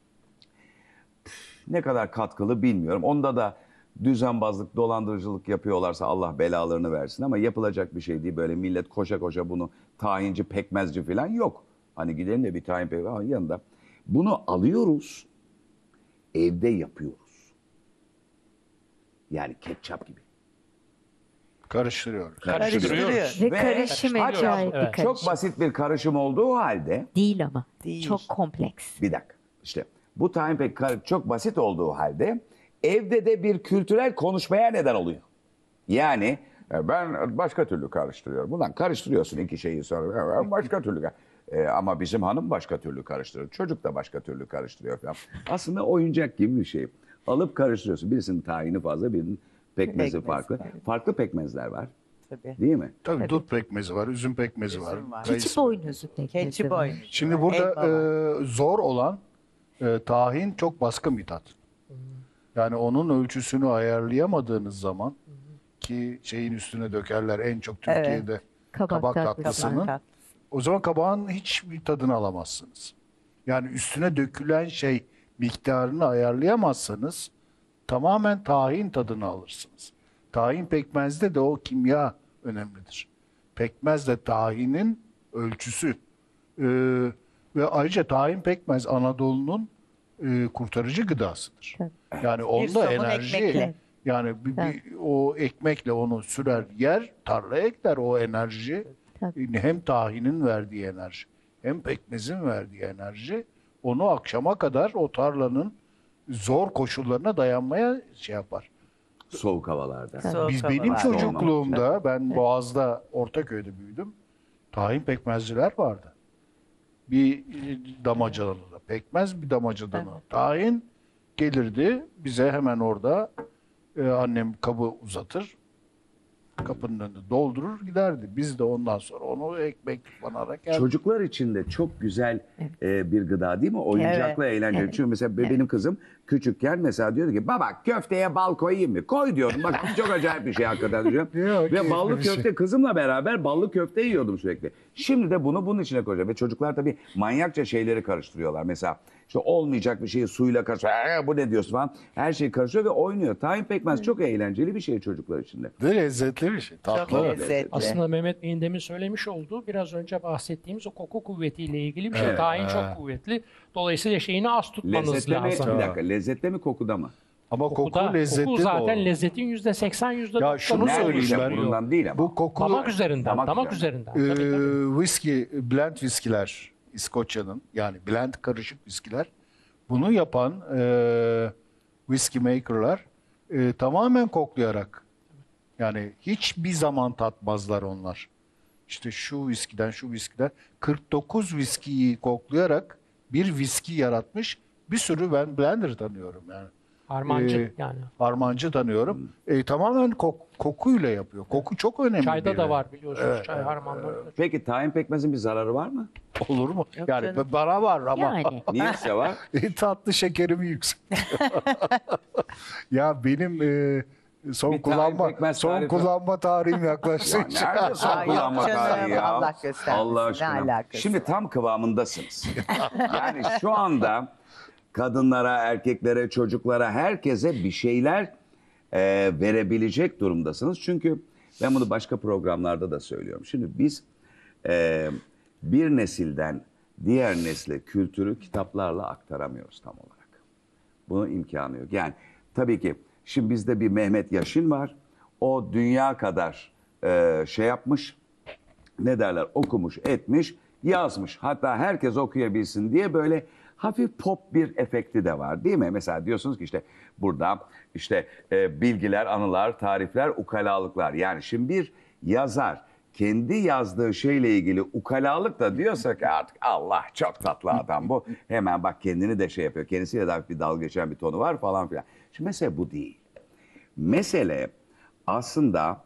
Ne kadar katkılı bilmiyorum. Onda da düzenbazlık, dolandırıcılık yapıyorlarsa Allah belalarını versin ama yapılacak bir şey değil. Böyle millet koşa koşa bunu tahinci, pekmezci falan yok. Hani gidelim de bir tahin pekmez yanında. Bunu alıyoruz, evde yapıyoruz. Yani ketçap gibi. karıştırıyoruz. Karıştırıyoruz. Ve karışım hatta acayip bir evet. karışım. çok basit bir karışım olduğu halde, Değil ama. Değil. Çok kompleks. bir dakika işte bu tahin çok basit olduğu halde evde de bir kültürel konuşmaya neden oluyor. Yani ben başka türlü karıştırıyorum. Ulan karıştırıyorsun iki şeyi sonra. Ben başka türlü. Ama bizim hanım başka türlü karıştırıyor. Çocuk da başka türlü karıştırıyor falan. Aslında oyuncak gibi bir şey. Alıp karıştırıyorsun. Birisinin tahini fazla, birinin pekmezi Pekmez, farklı. evet. Farklı pekmezler var. Tabii. Değil mi? Tabii dut pekmezi var, üzüm pekmezi var. Üzüm var. kayısı Keçi var. boynuzu pekmezi Keçi var. boynuzu. Şimdi burada Elma var. zor olan tahin çok baskın bir tat. Yani onun ölçüsünü ayarlayamadığınız zaman belki şeyin üstüne dökerler en çok Evet. Türkiye'de Kabak kabak tatlısı. tatlısının. Kabak. O zaman kabağın hiçbir tadını alamazsınız. Yani üstüne dökülen şey miktarını ayarlayamazsanız tamamen tahin tadını alırsınız. Tahin pekmezde de o kimya önemlidir. Pekmez de tahinin ölçüsü. Ve ayrıca tahin pekmez Anadolu'nun kurtarıcı gıdasıdır. Tabii. Yani Bir onda somun enerji, ekmekle. yani o ekmekle onu sürer yer, tarlaya ekler o enerji. Tabii. Hem tahinin verdiği enerji, hem pekmezin verdiği enerji onu akşama kadar o tarlanın zor koşullarına dayanmaya şey yapar. Soğuk havalarda. Soğuk Benim havalar. çocukluğumda ben Boğaz'da Ortaköy'de büyüdüm. Tahin pekmezciler vardı. Bir damacanada pekmez, bir damacanada tahin gelirdi. Bize hemen orada annem kabı uzatır. Kapının önünde doldurur giderdi. Biz de ondan sonra onu ekmek banarak yerdik. Çocuklar için de çok güzel bir gıda değil mi? Oyuncakla eğlenceli. Evet. Çünkü mesela benim kızım küçükken mesela diyordu ki baba köfteye bal koyayım mı? Koy diyordum. Bak çok acayip bir şey hakikaten diyorum. Yok, Ve ballı bir şey. köfte kızımla beraber ballı köfte yiyordum sürekli. Şimdi de bunu bunun içine koyacağım. Ve çocuklar tabii manyakça şeyleri karıştırıyorlar. Mesela işte olmayacak bir şeyi suyla karıştırıyor. Bu ne diyorsun falan. Her şey karışıyor ve oynuyor. Tahin pekmez çok eğlenceli bir şey çocuklar için de. Ve lezzetli bir şey. Çok Tatlı. lezzetli. Aslında Mehmet Bey'in demin söylemiş olduğu biraz önce bahsettiğimiz o koku kuvvetiyle ilgili bir şey. Tahin çok kuvvetli. Dolayısıyla şeyini az tutmanız Lezzetle mi? lazım. Bir dakika. Lezzetle mi kokuda mı? Ama Kokuda, koku lezzetli koku de zaten olur. lezzetin %80, %90'ını Ya şunu söyleyeyim Neredeyse ben. burundan değil ama. Bu koku Damak üzerinden, damak üzerinden. Tabii, tabii. Blend viskiler İskoçya'nın yani blend karışık viskiler bunu yapan whisky maker'lar tamamen koklayarak yani hiçbir zaman tatmazlar onlar. İşte şu viskiden şu viskiden 49 viskiyi koklayarak bir viski yaratmış bir sürü ben blender tanıyorum yani. Harmancı yani. Harmancı tanıyorum. Tamamen kokuyla yapıyor. Koku çok önemli. Çayda bir da yer. var biliyorsunuz çay harmanları. Peki tahin pekmezin bir zararı var mı? Olur mu? Yok Yani canım. bana var ama Yani. Niyeyse var. tatlı şekerimi yüksek. Ya benim son Bir tahin kullanma pekmez tarifi. tarihim yaklaştı. Ya nerede son Ay, yok kullanma canım, tarihi ya? Allah göstermesin. Allah Ne aşkına. alakası Şimdi var? tam kıvamındasınız. Yani şu anda kadınlara, erkeklere, çocuklara, herkese bir şeyler verebilecek durumdasınız. Çünkü ben bunu başka programlarda da söylüyorum. Şimdi biz bir nesilden diğer nesle kültürü kitaplarla aktaramıyoruz tam olarak. Bunun imkanı yok. Yani tabii ki şimdi bizde bir Mehmet Yaşin var. O dünya kadar şey yapmış, ne derler okumuş, etmiş, yazmış. Hatta herkes okuyabilsin diye böyle hafif pop bir efekti de var değil mi? Mesela diyorsunuz ki işte burada işte bilgiler, anılar, tarifler, ukalalıklar. Yani şimdi bir yazar kendi yazdığı şeyle ilgili ukalalık da diyorsa ki artık Allah çok tatlı adam bu. Hemen bak kendini de şey yapıyor. Kendisiyle de hafif bir dalga geçen bir tonu var falan filan. Şimdi mesele bu değil. Mesele aslında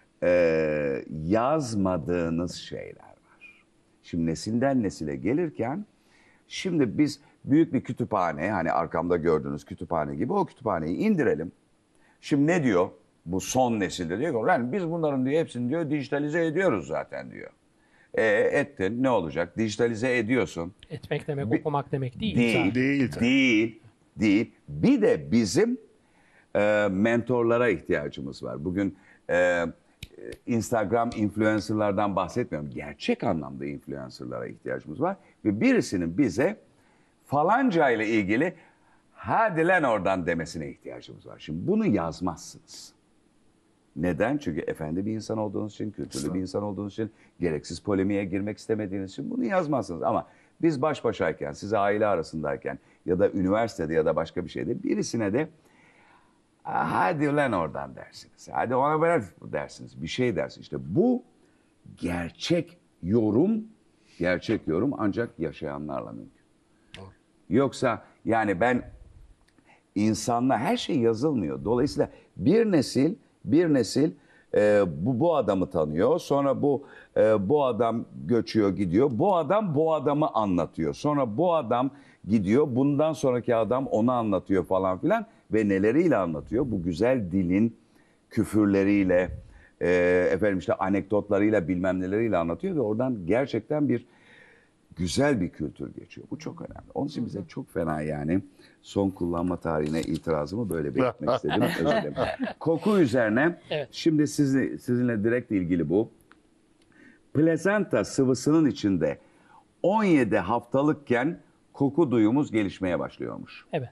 yazmadığınız şeyler var. Şimdi nesilden nesile gelirken şimdi biz büyük bir kütüphane hani arkamda gördüğünüz kütüphane gibi o kütüphaneyi indirelim. Şimdi ne diyor bu son nesilde diyor ki lan biz bunların diyor hepsini diyor dijitalize ediyoruz zaten diyor. Ettin ne olacak dijitalize ediyorsun. Etmek demek Bir- okumak demek değil. Değil, zaten. Değil tabii. değil. Bir de bizim mentorlara ihtiyacımız var. Bugün Instagram influencerlardan bahsetmiyorum. Gerçek anlamda influencerlara ihtiyacımız var. Ve birisinin bize falanca ile ilgili hadi lan oradan demesine ihtiyacımız var. Şimdi bunu yazmazsınız. Neden? Çünkü efendi bir insan olduğunuz için, kültürlü bir insan olduğunuz için, gereksiz polemiğe girmek istemediğiniz için bunu yazmazsınız. Ama biz baş başayken, size aile arasındayken ya da üniversitede ya da başka bir şeyde birisine de hadi lan oradan dersiniz. Hadi ona bırak dersiniz. Bir şey dersiniz. İşte bu gerçek yorum ancak yaşayanlarla mümkün. Yoksa yani ben insanla her şey yazılmıyor. Dolayısıyla bir nesil bu adamı tanıyor. Sonra bu adam göçüyor gidiyor. Bu adam bu adamı anlatıyor. Sonra bu adam gidiyor. Bundan sonraki adam onu anlatıyor falan filan ve neleriyle anlatıyor? Bu güzel dilin küfürleriyle, efendim işte anekdotlarıyla bilmem neleriyle anlatıyor ve oradan gerçekten bir güzel bir kültür geçiyor. Bu çok önemli. Onun için bize çok fena yani son kullanma tarihine itirazımı böyle belirtmek istedim. Özür dilerim. Koku üzerine Evet. şimdi sizinle direkt ilgili bu. Plasenta sıvısının içinde 17 haftalıkken koku duyumuz gelişmeye başlıyormuş. Evet.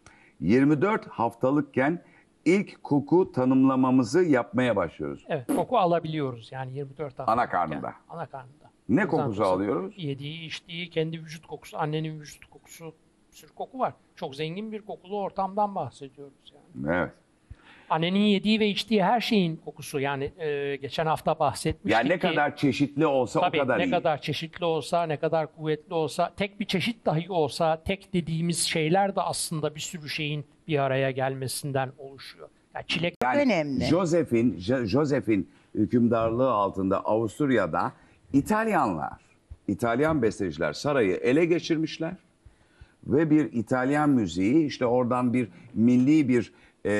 24 haftalıkken ilk koku tanımlamamızı yapmaya başlıyoruz. Evet. Koku alabiliyoruz yani 24 hafta. Ana karnında. Ana karnında. Ne kokusu Plasentası, alıyoruz? Yediği, içtiği, kendi vücut kokusu, annenin vücut kokusu, bir sürü koku var. Çok zengin bir kokulu ortamdan bahsediyoruz yani. Evet. Annenin yediği ve içtiği her şeyin kokusu. Yani geçen hafta bahsetmiştik Yani ne ki, kadar çeşitli olsa tabii o kadar ne iyi. kadar çeşitli olsa, ne kadar kuvvetli olsa, tek bir çeşit dahi olsa, tek dediğimiz şeyler de aslında bir sürü şeyin bir araya gelmesinden oluşuyor. Yani çilek Yani önemli. Joseph'in hükümdarlığı altında Avusturya'da İtalyan besteciler sarayı ele geçirmişler ve bir İtalyan müziği işte oradan bir milli bir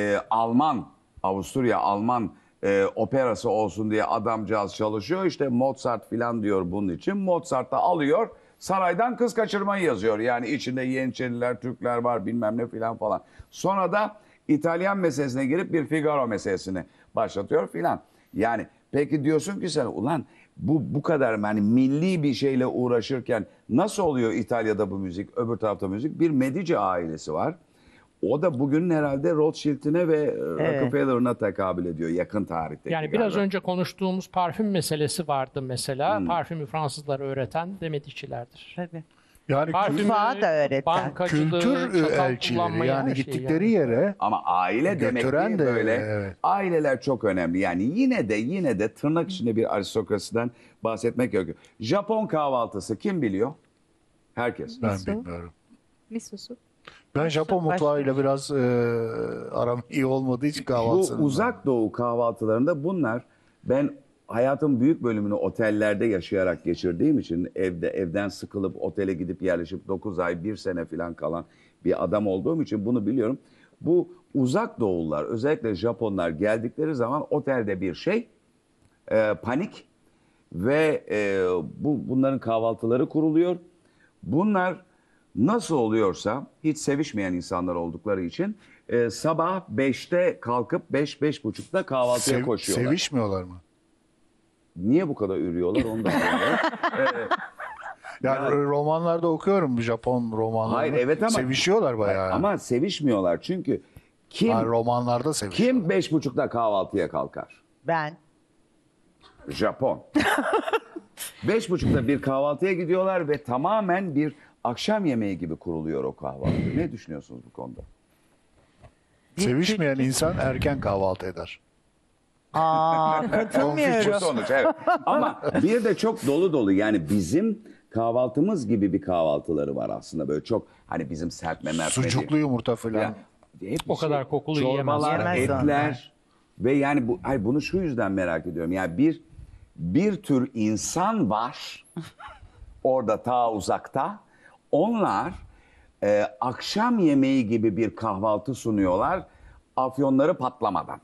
Avusturya Alman operası olsun diye adamcağız çalışıyor. İşte Mozart filan diyor bunun için. Mozart da alıyor saraydan kız kaçırmayı yazıyor. Yani içinde Yeniçeriler, Türkler var bilmem ne filan falan. Sonra da İtalyan meselesine girip bir Figaro meselesini başlatıyor filan. Yani peki diyorsun ki sen ulan bu kadar yani milli bir şeyle uğraşırken nasıl oluyor İtalya'da bu müzik, öbür tarafta müzik? Bir Medici ailesi var. O da bugün herhalde Rothschild'ine ve Rockefeller'ına tekabül ediyor yakın tarihte. Yani biraz önce konuştuğumuz parfüm meselesi vardı mesela. Parfümü Fransızlara öğreten de Medici'lerdir. Tabii. Yani Parfümü, Mutfağı da öğreten. bankacılığı, kültür çatal elçileri kullanmayı, yani her şeyi gittikleri yere Ama aile demek götüren ki de, böyle. evet. Aileler çok önemli. Yani yine de tırnak içinde bir aristokrasiden bahsetmek gerekiyor. Japon kahvaltısı kim biliyor? Herkes. ben Miso. bilmiyorum. Misosu. Ben Japon başka mutfağıyla biraz aram iyi olmadığı için Bu kahvaltısını. uzak doğu kahvaltılarında bunlar ben hayatın büyük bölümünü otellerde yaşayarak geçirdiğim için evden sıkılıp otele gidip yerleşip 9 ay 1 sene falan kalan bir adam olduğum için bunu biliyorum. Bu uzak doğullar özellikle Japonlar geldikleri zaman otelde bir panik ve bunların kahvaltıları kuruluyor. Bunlar nasıl oluyorsa hiç sevişmeyen insanlar oldukları için sabah 5'te kalkıp 5-5.30'da kahvaltıya koşuyorlar. Sevişmiyorlar mı? Niye bu kadar ürüyorlar onu da anlamıyorum. Yani romanlarda okuyorum Japon romanlarını. Hayır, evet ama- Sevişiyorlar bayağı. Ama sevişmiyorlar çünkü Yani romanlarda sevişiyorlar. kim 5.30'da kahvaltıya kalkar? Ben. Japon. 5.30'da bir kahvaltıya gidiyorlar ve tamamen bir akşam yemeği gibi kuruluyor o kahvaltı. Ne düşünüyorsunuz bu konuda? Sevişmeyen insan erken kahvaltı eder. Aa, Bu katılmıyorum. sonuç evet. Ama bir de çok dolu yani bizim kahvaltımız gibi bir kahvaltıları var aslında böyle çok hani bizim serpme mertme değil. Sucuklu yumurta falan. Ya, hep O kadar kokulu çorbalar, yiyemez. Yemez etler onlar. ve yani bunu şu yüzden merak ediyorum. Yani bir tür insan var orada ta uzakta. Onlar akşam yemeği gibi bir kahvaltı sunuyorlar afyonları patlamadan.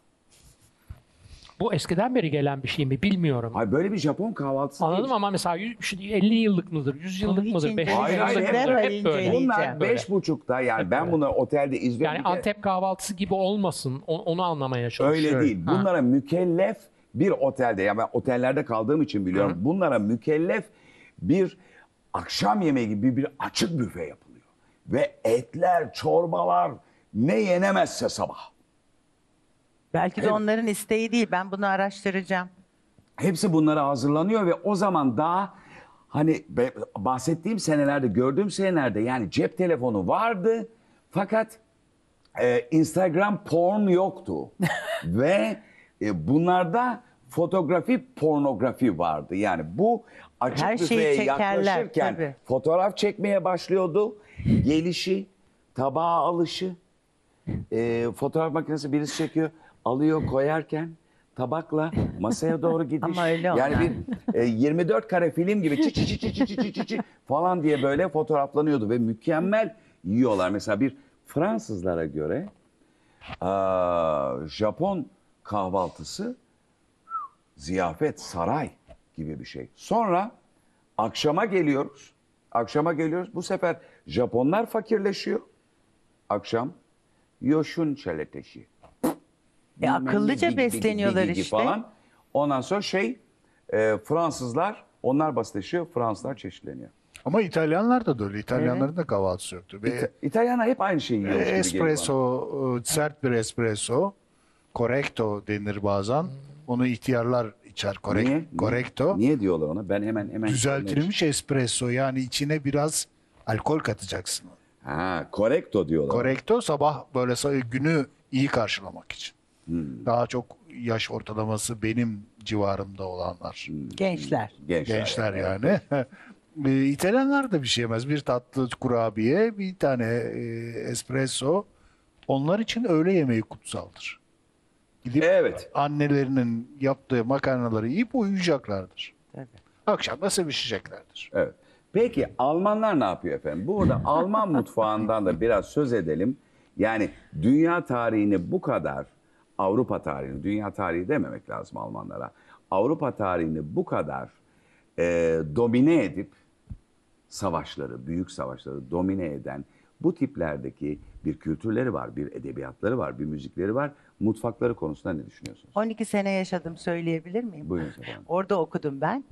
Bu eskiden beri gelen bir şey mi bilmiyorum. Hayır böyle bir Japon kahvaltısı Anladım değil. ama mesela 50 yıllık mıdır, 100 yıllık hiç mıdır, 500 Hayır, hayır, yıllık hep mıdır? böyle Hep böyle. inceleyeceğim. Bunlar Böyle. 5.30'da yani ben bunları otelde izliyorum. Yani Bir kere- Antep kahvaltısı gibi olmasın, onu anlamaya çalışıyorum. Öyle değil. Ha. Bunlara mükellef bir otelde, yani ben otellerde kaldığım için biliyorum. Bunlara mükellef bir akşam yemeği gibi bir açık büfe yapılıyor. Ve etler, çorbalar ne yenemezse sabah. Belki de onların isteği değil. Ben bunu araştıracağım. Hepsi bunlara hazırlanıyor ve o zaman daha hani bahsettiğim senelerde, gördüğüm senelerde yani cep telefonu vardı fakat Instagram porn yoktu. Ve bunlarda pornografi vardı. Yani bu açık Her şeyi büfeye çekerler, yaklaşırken tabii. fotoğraf çekmeye başlıyordu. Gelişi, tabağa alışı, fotoğraf makinesi birisi çekiyor, alıyor koyarken tabakla masaya doğru gidiş. Ama öyle yani onlar. bir 24 kare film gibi çi çi çi çi çi çi çi çi falan diye böyle fotoğraflanıyordu ve mükemmel yiyorlar. Mesela bir Fransızlara göre Japon kahvaltısı ziyafet, saray gibi bir şey. Sonra akşama geliyoruz. Akşama geliyoruz. Bu sefer Japonlar fakirleşiyor. Akşam yoşun çeleteşi. Akıllıca Bilmem ne, besleniyorlar bigi işte. falan. Ondan sonra Fransızlar, onlar basitleşiyor, Fransızlar çeşitleniyor. Ama İtalyanlar da öyle. İtalyanların da kahvaltısı yoktu. Ve İtalyanlar hep aynı şeyi yiyormuş gibi geliyor bana. espresso, sert bir espresso, correcto denir bazen. Onu ihtiyarlar içer. Niye? Correcto. Niye diyorlar ona? Ben hemen Düzeltilmiş espresso, yani içine biraz alkol katacaksın. Ha, correcto diyorlar. Correcto sabah böyle günü iyi karşılamak için. Daha çok yaş ortalaması benim civarımda olanlar. Gençler. Gençler yani. İtalyanlar da bir şey yemez. Bir tatlı kurabiye, bir tane espresso. Onlar için öğle yemeği kutsaldır. Gidip Evet. annelerinin yaptığı makarnaları yiyip uyuyacaklardır. Tabii. Akşam da sevişeceklerdir. Evet. Peki Almanlar ne yapıyor efendim? Burada Alman mutfağından da biraz söz edelim. Yani dünya tarihini bu kadar, Avrupa tarihini, dünya tarihi dememek lazım Almanlara. Avrupa tarihini bu kadar domine edip savaşları, büyük savaşları domine eden bu tiplerdeki bir kültürleri var, bir edebiyatları var, bir müzikleri var. Mutfakları konusunda ne düşünüyorsunuz? 12 sene yaşadım, söyleyebilir miyim? Buyurun efendim. Orada okudum ben.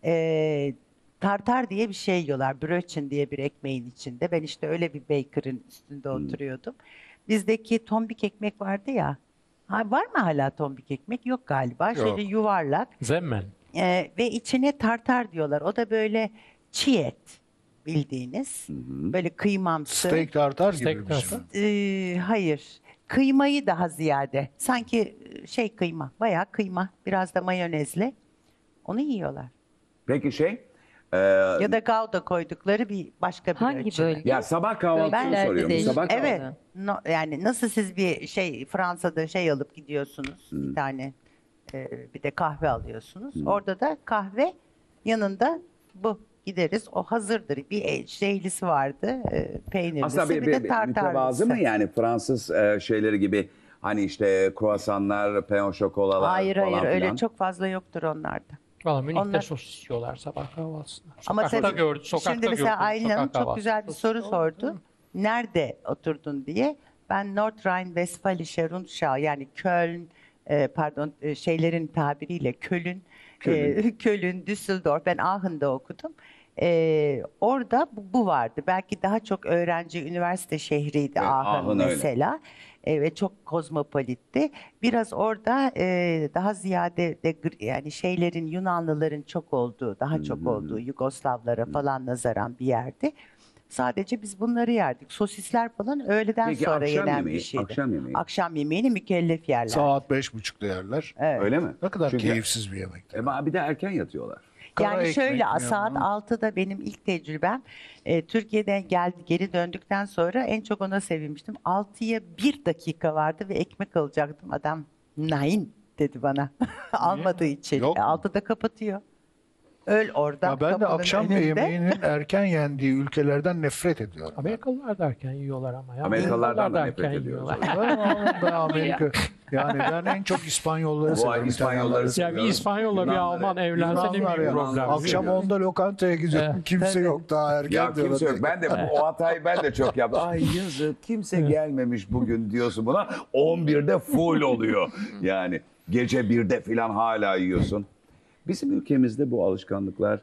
Tartar diye bir şey yiyorlar. Brötchen diye bir ekmeğin içinde. Ben işte öyle bir baker'ın üstünde oturuyordum. Bizdeki tombik ekmek vardı ya. Var mı hala tombik ekmek? Yok galiba. Şöyle yuvarlak. Zemmen. Ve içine tartar diyorlar. O da böyle çiğ et bildiğiniz. Böyle kıymamsı. Steak tartar gibi Steak bir şey. tartar. Hayır. Kıymayı daha ziyade. Sanki kıyma. Bayağı kıyma. Biraz da mayonezle. Onu yiyorlar. Peki Ya da gouda koydukları bir başka bir Hangi ölçü. bölge? ya sabah kahvaltısını Bölgelerde soruyorum. değişik. Sabah kahvaltı. Evet. Yani nasıl siz bir Fransa'da alıp gidiyorsunuz. Bir tane bir de kahve alıyorsunuz. Orada da kahve yanında bu gideriz. O hazırdır. Bir şeylisi vardı. Peynirlisi. Aslında bir de bir tartarlısı. mütevazı mı yani Fransız şeyleri gibi hani işte kruvasanlar, peyon şokolalar Hayır falan öyle filan. çok fazla yoktur onlarda. Valla Münih'te Onlar- sosis yiyorlar sabah kahvaltısında. Ama Sokakta tabii gördüm, sokakta şimdi mesela gördüm, Aylin sokak Hanım çok kahvaltısı. güzel bir soru sordu. Nerede oturdun diye. Ben Nordrhein-Westfälische Rundschau yani Köln, şeylerin tabiriyle Köln, Köln, Düsseldorf, ben Aachen'da okudum. Orada bu vardı. Belki daha çok öğrenci, üniversite şehriydi Evet, Aachen Aachen öyle. mesela. Ve çok kozmopolitti. Biraz orada daha ziyade de yani şeylerin Yunanlıların çok olduğu, daha çok olduğu Yugoslavlara falan nazaran bir yerdi. Sadece biz bunları yerdik. Sosisler falan öğleden Peki sonra akşam yenen yemeği, bir şeydi. akşam yemeği. Akşam yemeğini mükellef yerler. Saat 5.30'da yerler. Evet. Öyle mi? Ne kadar Çünkü- keyifsiz bir yemek. Bir de erken yatıyorlar. Kara Yani ekmek şöyle mi saat ya? 6'da benim ilk tecrübem Türkiye'den geri döndükten sonra en çok ona sevinmiştim. 6'ya 1 dakika vardı ve ekmek alacaktım. Adam nein dedi bana almadığı için. Yok mu? 6'da kapatıyor. Öl orada. Ya ben de kapının akşam önünde. yemeğinin erken yendiği ülkelerden nefret ediyorum. Amerikalılar da erken yiyorlar ama. Ya. Amerikalılardan da Amerikalılar nefret erken ediyoruz. yiyorlar. Ben Amerika yani ben en çok İspanyolları Bu seviyorum. İspanyolları Ya bir İspanyolla bir Yunanları- Alman evlense ne Yunanlar büyük ya. problem. Akşam 10'da lokantaya gidiyorum. Kimse yok daha erken Ya kimse diyorlar. yok. Ben de o hatayı ben de çok yaptım. Ay yazık kimse gelmemiş bugün diyorsun buna. 11'de full oluyor. Yani gece 1'de filan hala yiyorsun. Bizim ülkemizde bu alışkanlıklar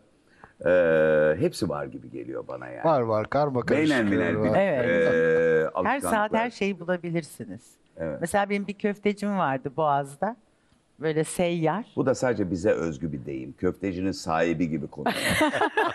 hepsi var gibi geliyor bana yani. Var karma Beynen karışık. biner bir Evet. Her alışkanlıklar. saat her şeyi bulabilirsiniz. Evet. Mesela benim bir köftecim vardı Boğaz'da. Böyle seyyar. Bu da sadece bize özgü bir deyim. Köftecinin sahibi gibi konuşuyor.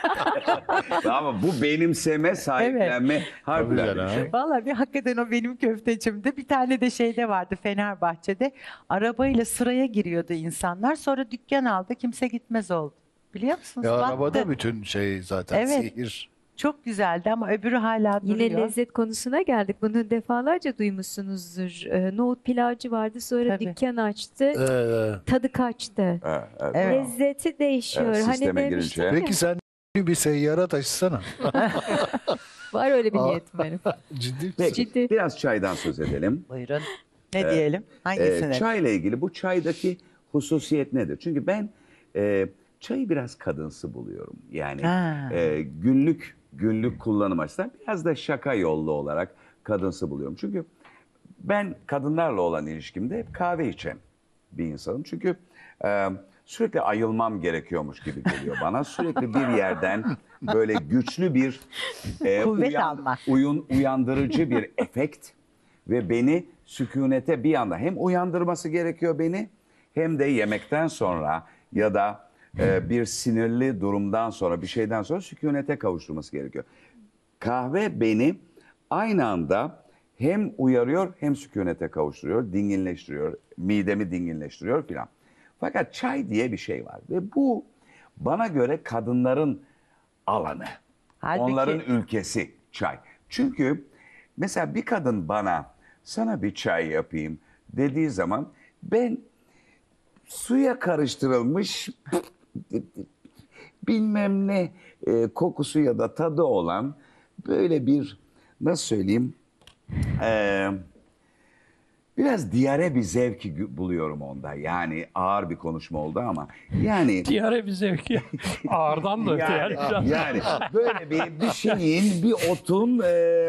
Ama bu benimseme, sahiplenme harbiden Tabii bir canım. şey. Vallahi bir hakikaten o benim köftecimdi. Bir tane de şeyde vardı Fenerbahçe'de. Arabayla sıraya giriyordu insanlar. Sonra dükkan aldı. Kimse gitmez oldu. Biliyor musunuz? Ya Battı. arabada bütün şey zaten Evet. sihir. Çok güzeldi ama öbürü hala duruyor. Yine lezzet konusuna geldik. Bunu defalarca duymuşsunuzdur. Nohut pilavcı vardı, sonra Tabii. dükkan açtı. Ee, Tadı kaçtı. Evet, evet. Evet. Lezzeti değişiyor. Evet, Hani sisteme demiştim girince. ya, peki sen bir seyyara taşısana. var öyle bir niyetim benim. Ciddi misin? Peki Ciddi. biraz çaydan söz edelim. Buyurun. Ne diyelim? Hangisini? Çayla ilgili bu çaydaki hususiyet nedir? Çünkü ben çayı biraz kadınsı buluyorum. Yani Ha. günlük kullanım açısından biraz da şaka yollu olarak kadınsı buluyorum. Çünkü ben kadınlarla olan ilişkimde hep kahve içen bir insanım. Çünkü sürekli ayılmam gerekiyormuş gibi geliyor bana. Sürekli bir yerden böyle güçlü bir Kuvvet almak. uyandırıcı bir efekt ve beni sükunete bir anda hem uyandırması gerekiyor beni hem de yemekten sonra ya da bir sinirli durumdan sonra bir şeyden sonra sükunete kavuşturması gerekiyor. Kahve beni aynı anda hem uyarıyor hem sükunete kavuşturuyor, dinginleştiriyor, midemi dinginleştiriyor filan. Fakat çay diye bir şey var ve bu bana göre kadınların alanı. Halbuki- Onların ülkesi çay. Çünkü mesela bir kadın bana sana bir çay yapayım dediği zaman ben suya karıştırılmış bilmem ne kokusu ya da tadı olan böyle bir nasıl söyleyeyim biraz diyare bir zevki buluyorum onda. Yani ağır bir konuşma oldu ama yani Diyare bir zevki. Ağırdan da öte yani. yani böyle bir şeyin, bir otun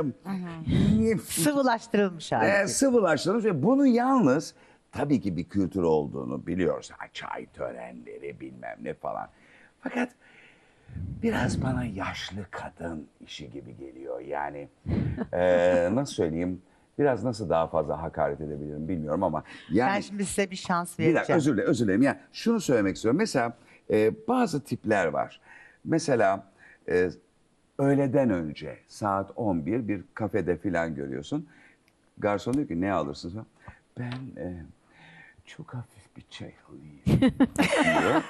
Sıvılaştırılmış hali. sıvılaştırılmış ve bunu yalnız tabii ki bir kültür olduğunu biliyoruz. Ha, çay törenleri bilmem ne falan. Fakat biraz bana yaşlı kadın işi gibi geliyor. Yani nasıl söyleyeyim? Biraz nasıl daha fazla hakaret edebilirim bilmiyorum ama yani Ben şimdi size bir şans bir dakika vereceğim. özür dilerim. Yani şunu söylemek istiyorum. Mesela bazı tipler var. Mesela öğleden önce saat 11 bir kafede filan görüyorsun. Garson diyor ki ne alırsın? Ben çok hafif bir çay alayım diyor.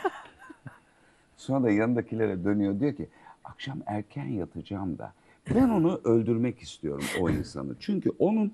Sonra da yanındakilere dönüyor diyor ki akşam erken yatacağım da ben onu öldürmek istiyorum o insanı. Çünkü onun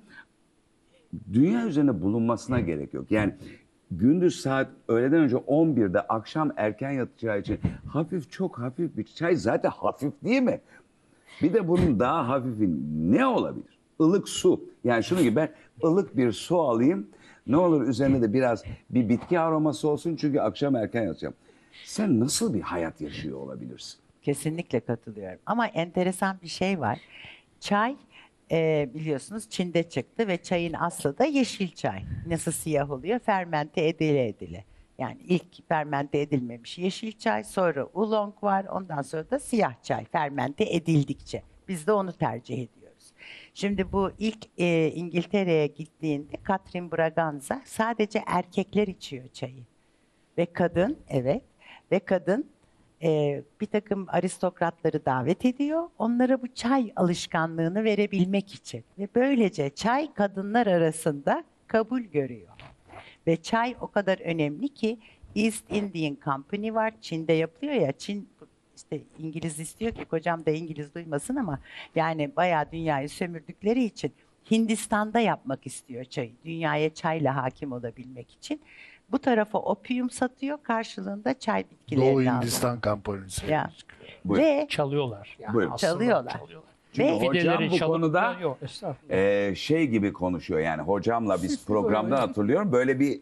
dünya üzerinde bulunmasına gerek yok. Yani gündüz saat öğleden önce 11'de akşam erken yatacağı için çok hafif bir çay zaten hafif değil mi? Bir de bunun daha hafifi ne olabilir? Ilık su. Yani şunu gibi ben ılık bir su alayım. Ne olur üzerine de biraz bir bitki aroması olsun çünkü akşam erken yatacağım. Sen nasıl bir hayat yaşıyor olabilirsin? Kesinlikle katılıyorum. Ama enteresan bir şey var. Çay biliyorsunuz Çin'de çıktı ve çayın aslı da yeşil çay. Nasıl siyah oluyor? Fermente edile edile. Yani ilk fermente edilmemiş yeşil çay, sonra oolong var, ondan sonra da siyah çay fermente edildikçe. Biz de onu tercih ediyoruz. Şimdi bu ilk İngiltere'ye gittiğinde Catherine Braganza sadece erkekler içiyor çayı. Ve kadın, evet, ve kadın bir takım aristokratları davet ediyor. Onlara bu çay alışkanlığını verebilmek için. Ve böylece çay kadınlar arasında kabul görüyor. Ve çay o kadar önemli ki East Indian Company var. Çin'de yapılıyor ya. Çin işte İngiliz istiyor ki kocam da İngiliz duymasın ama yani bayağı dünyayı sömürdükleri için Hindistan'da yapmak istiyor çayı. Dünyaya çayla hakim olabilmek için. Bu tarafa opium satıyor, karşılığında çay bitkilerini Doğu alıyor. Hindistan kampanyası. Ya. Buyurun. Ve Çalıyorlar. Yani Buyurun. aslında Çalıyorlar. Çünkü Ve- hocam Fideleri bu çalıp konuda da- yok, estağfurullah. şey gibi konuşuyor yani hocamla biz programdan hatırlıyorum böyle bir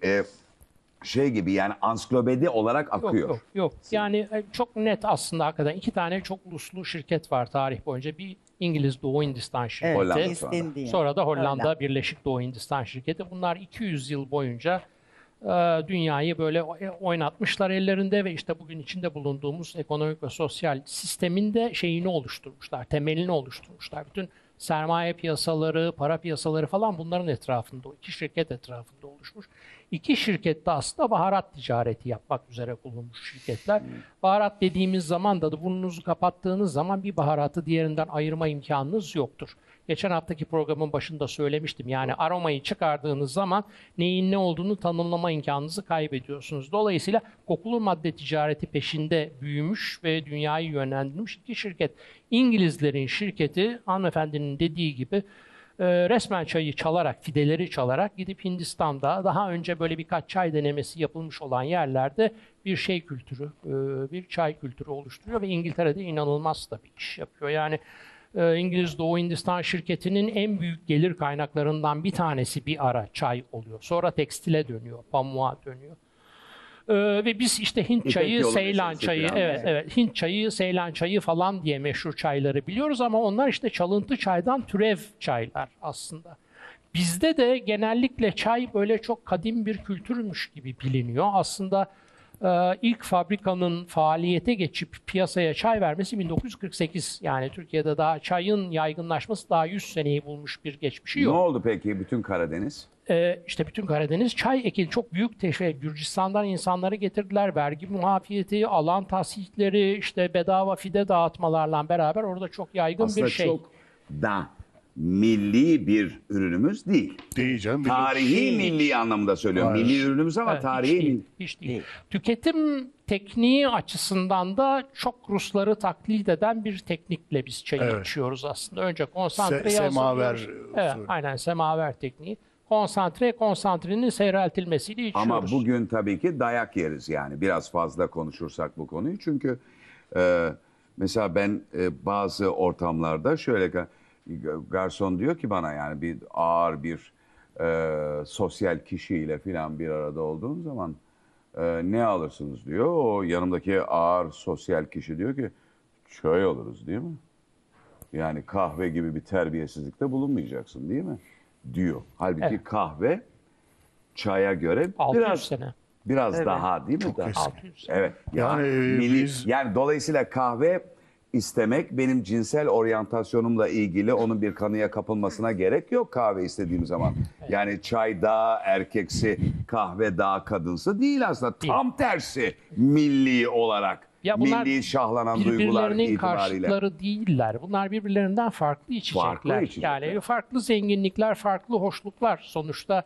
şey gibi yani ansiklopedi olarak akıyor. Yok. Yani çok net aslında hakikaten. İki tane çok uluslu şirket var tarih boyunca. Bir İngiliz Doğu Hindistan şirketi. Hollanda East sonra. Indian. Sonra da Hollanda Hollanda. Birleşik Doğu Hindistan şirketi. Bunlar 200 yıl boyunca dünyayı böyle oynatmışlar ellerinde ve işte bugün içinde bulunduğumuz ekonomik ve sosyal sistemin de şeyini oluşturmuşlar, temelini oluşturmuşlar. Bütün sermaye piyasaları, para piyasaları falan bunların etrafında, o iki şirket etrafında oluşmuş. İki şirket de aslında baharat ticareti yapmak üzere kurulmuş şirketler. Baharat dediğimiz zaman da burnunuzu kapattığınız zaman bir baharatı diğerinden ayırma imkanınız yoktur. Geçen haftaki programın başında söylemiştim. Yani aromayı çıkardığınız zaman neyin ne olduğunu tanımlama imkanınızı kaybediyorsunuz. Dolayısıyla kokulu madde ticareti peşinde büyümüş ve dünyayı yönlendirmiş iki şirket. İngilizlerin şirketi hanımefendinin dediği gibi resmen çayı çalarak, fideleri çalarak gidip Hindistan'da daha önce böyle birkaç çay denemesi yapılmış olan yerlerde bir şey kültürü, bir çay kültürü oluşturuyor ve İngiltere'de inanılmaz da bir iş yapıyor. Yani İngiliz Doğu Hindistan şirketinin en büyük gelir kaynaklarından bir tanesi bir ara çay oluyor. Sonra tekstile dönüyor, pamuğa dönüyor. Ve biz işte Hint İpek çayı, yolu Seylan meselesi çayı, falan. evet Hint çayı, Seylan çayı falan diye meşhur çayları biliyoruz ama onlar işte çalıntı çaydan türev çaylar aslında. Bizde de genellikle çay böyle çok kadim bir kültürmüş gibi biliniyor. Aslında ilk fabrikanın faaliyete geçip piyasaya çay vermesi 1948. Yani Türkiye'de daha çayın yaygınlaşması daha 100 seneyi bulmuş bir geçmişi Ne yok. oldu peki bütün Karadeniz? İşte bütün Karadeniz çay ekili çok büyük Gürcistan'dan insanları getirdiler. Vergi muafiyeti, alan tahsisleri, işte bedava fide dağıtmalarla beraber orada çok yaygın Aslında bir şey. çok da milli bir ürünümüz değil. Değil canım. Tarihi milli anlamda söylüyorum. Hayır. Milli ürünümüz ama Evet, tarihi hiç değil, milli. hiç değil. Tüketim tekniği açısından da çok Rusları taklit eden bir teknikle biz çayı Evet. içiyoruz aslında. Önce konsantreyi Semaver hazırlıyoruz. Evet, usulü. aynen semaver tekniği. Konsantrenin seyreltilmesiyle içiyoruz. Ama bugün tabii ki dayak yeriz yani biraz fazla konuşursak bu konuyu. Çünkü mesela ben bazı ortamlarda şöyle garson diyor ki bana yani bir ağır bir sosyal kişiyle falan bir arada olduğum zaman ne alırsınız diyor. O yanımdaki ağır sosyal kişi diyor ki çay alırız değil mi? Yani kahve gibi bir terbiyesizlikte bulunmayacaksın değil mi? Diyor. Halbuki Evet. kahve çaya göre 600 sene. biraz daha değil mi? Çok Daha. eski. 600 sene. Evet. Yani, biz- yani dolayısıyla kahve istemek benim cinsel oryantasyonumla ilgili onun bir kanıya kapılmasına gerek yok kahve istediğim zaman. Yani çay daha erkeksi, kahve daha kadınsı değil aslında. Değil. Tam tersi milli olarak. Ya bunlar milli şahlanan duygular birbirlerinin itibariyle. karşıtları değiller. Bunlar birbirlerinden farklı içecekler. Farklı içecekler. Yani farklı zenginlikler, farklı hoşluklar. Sonuçta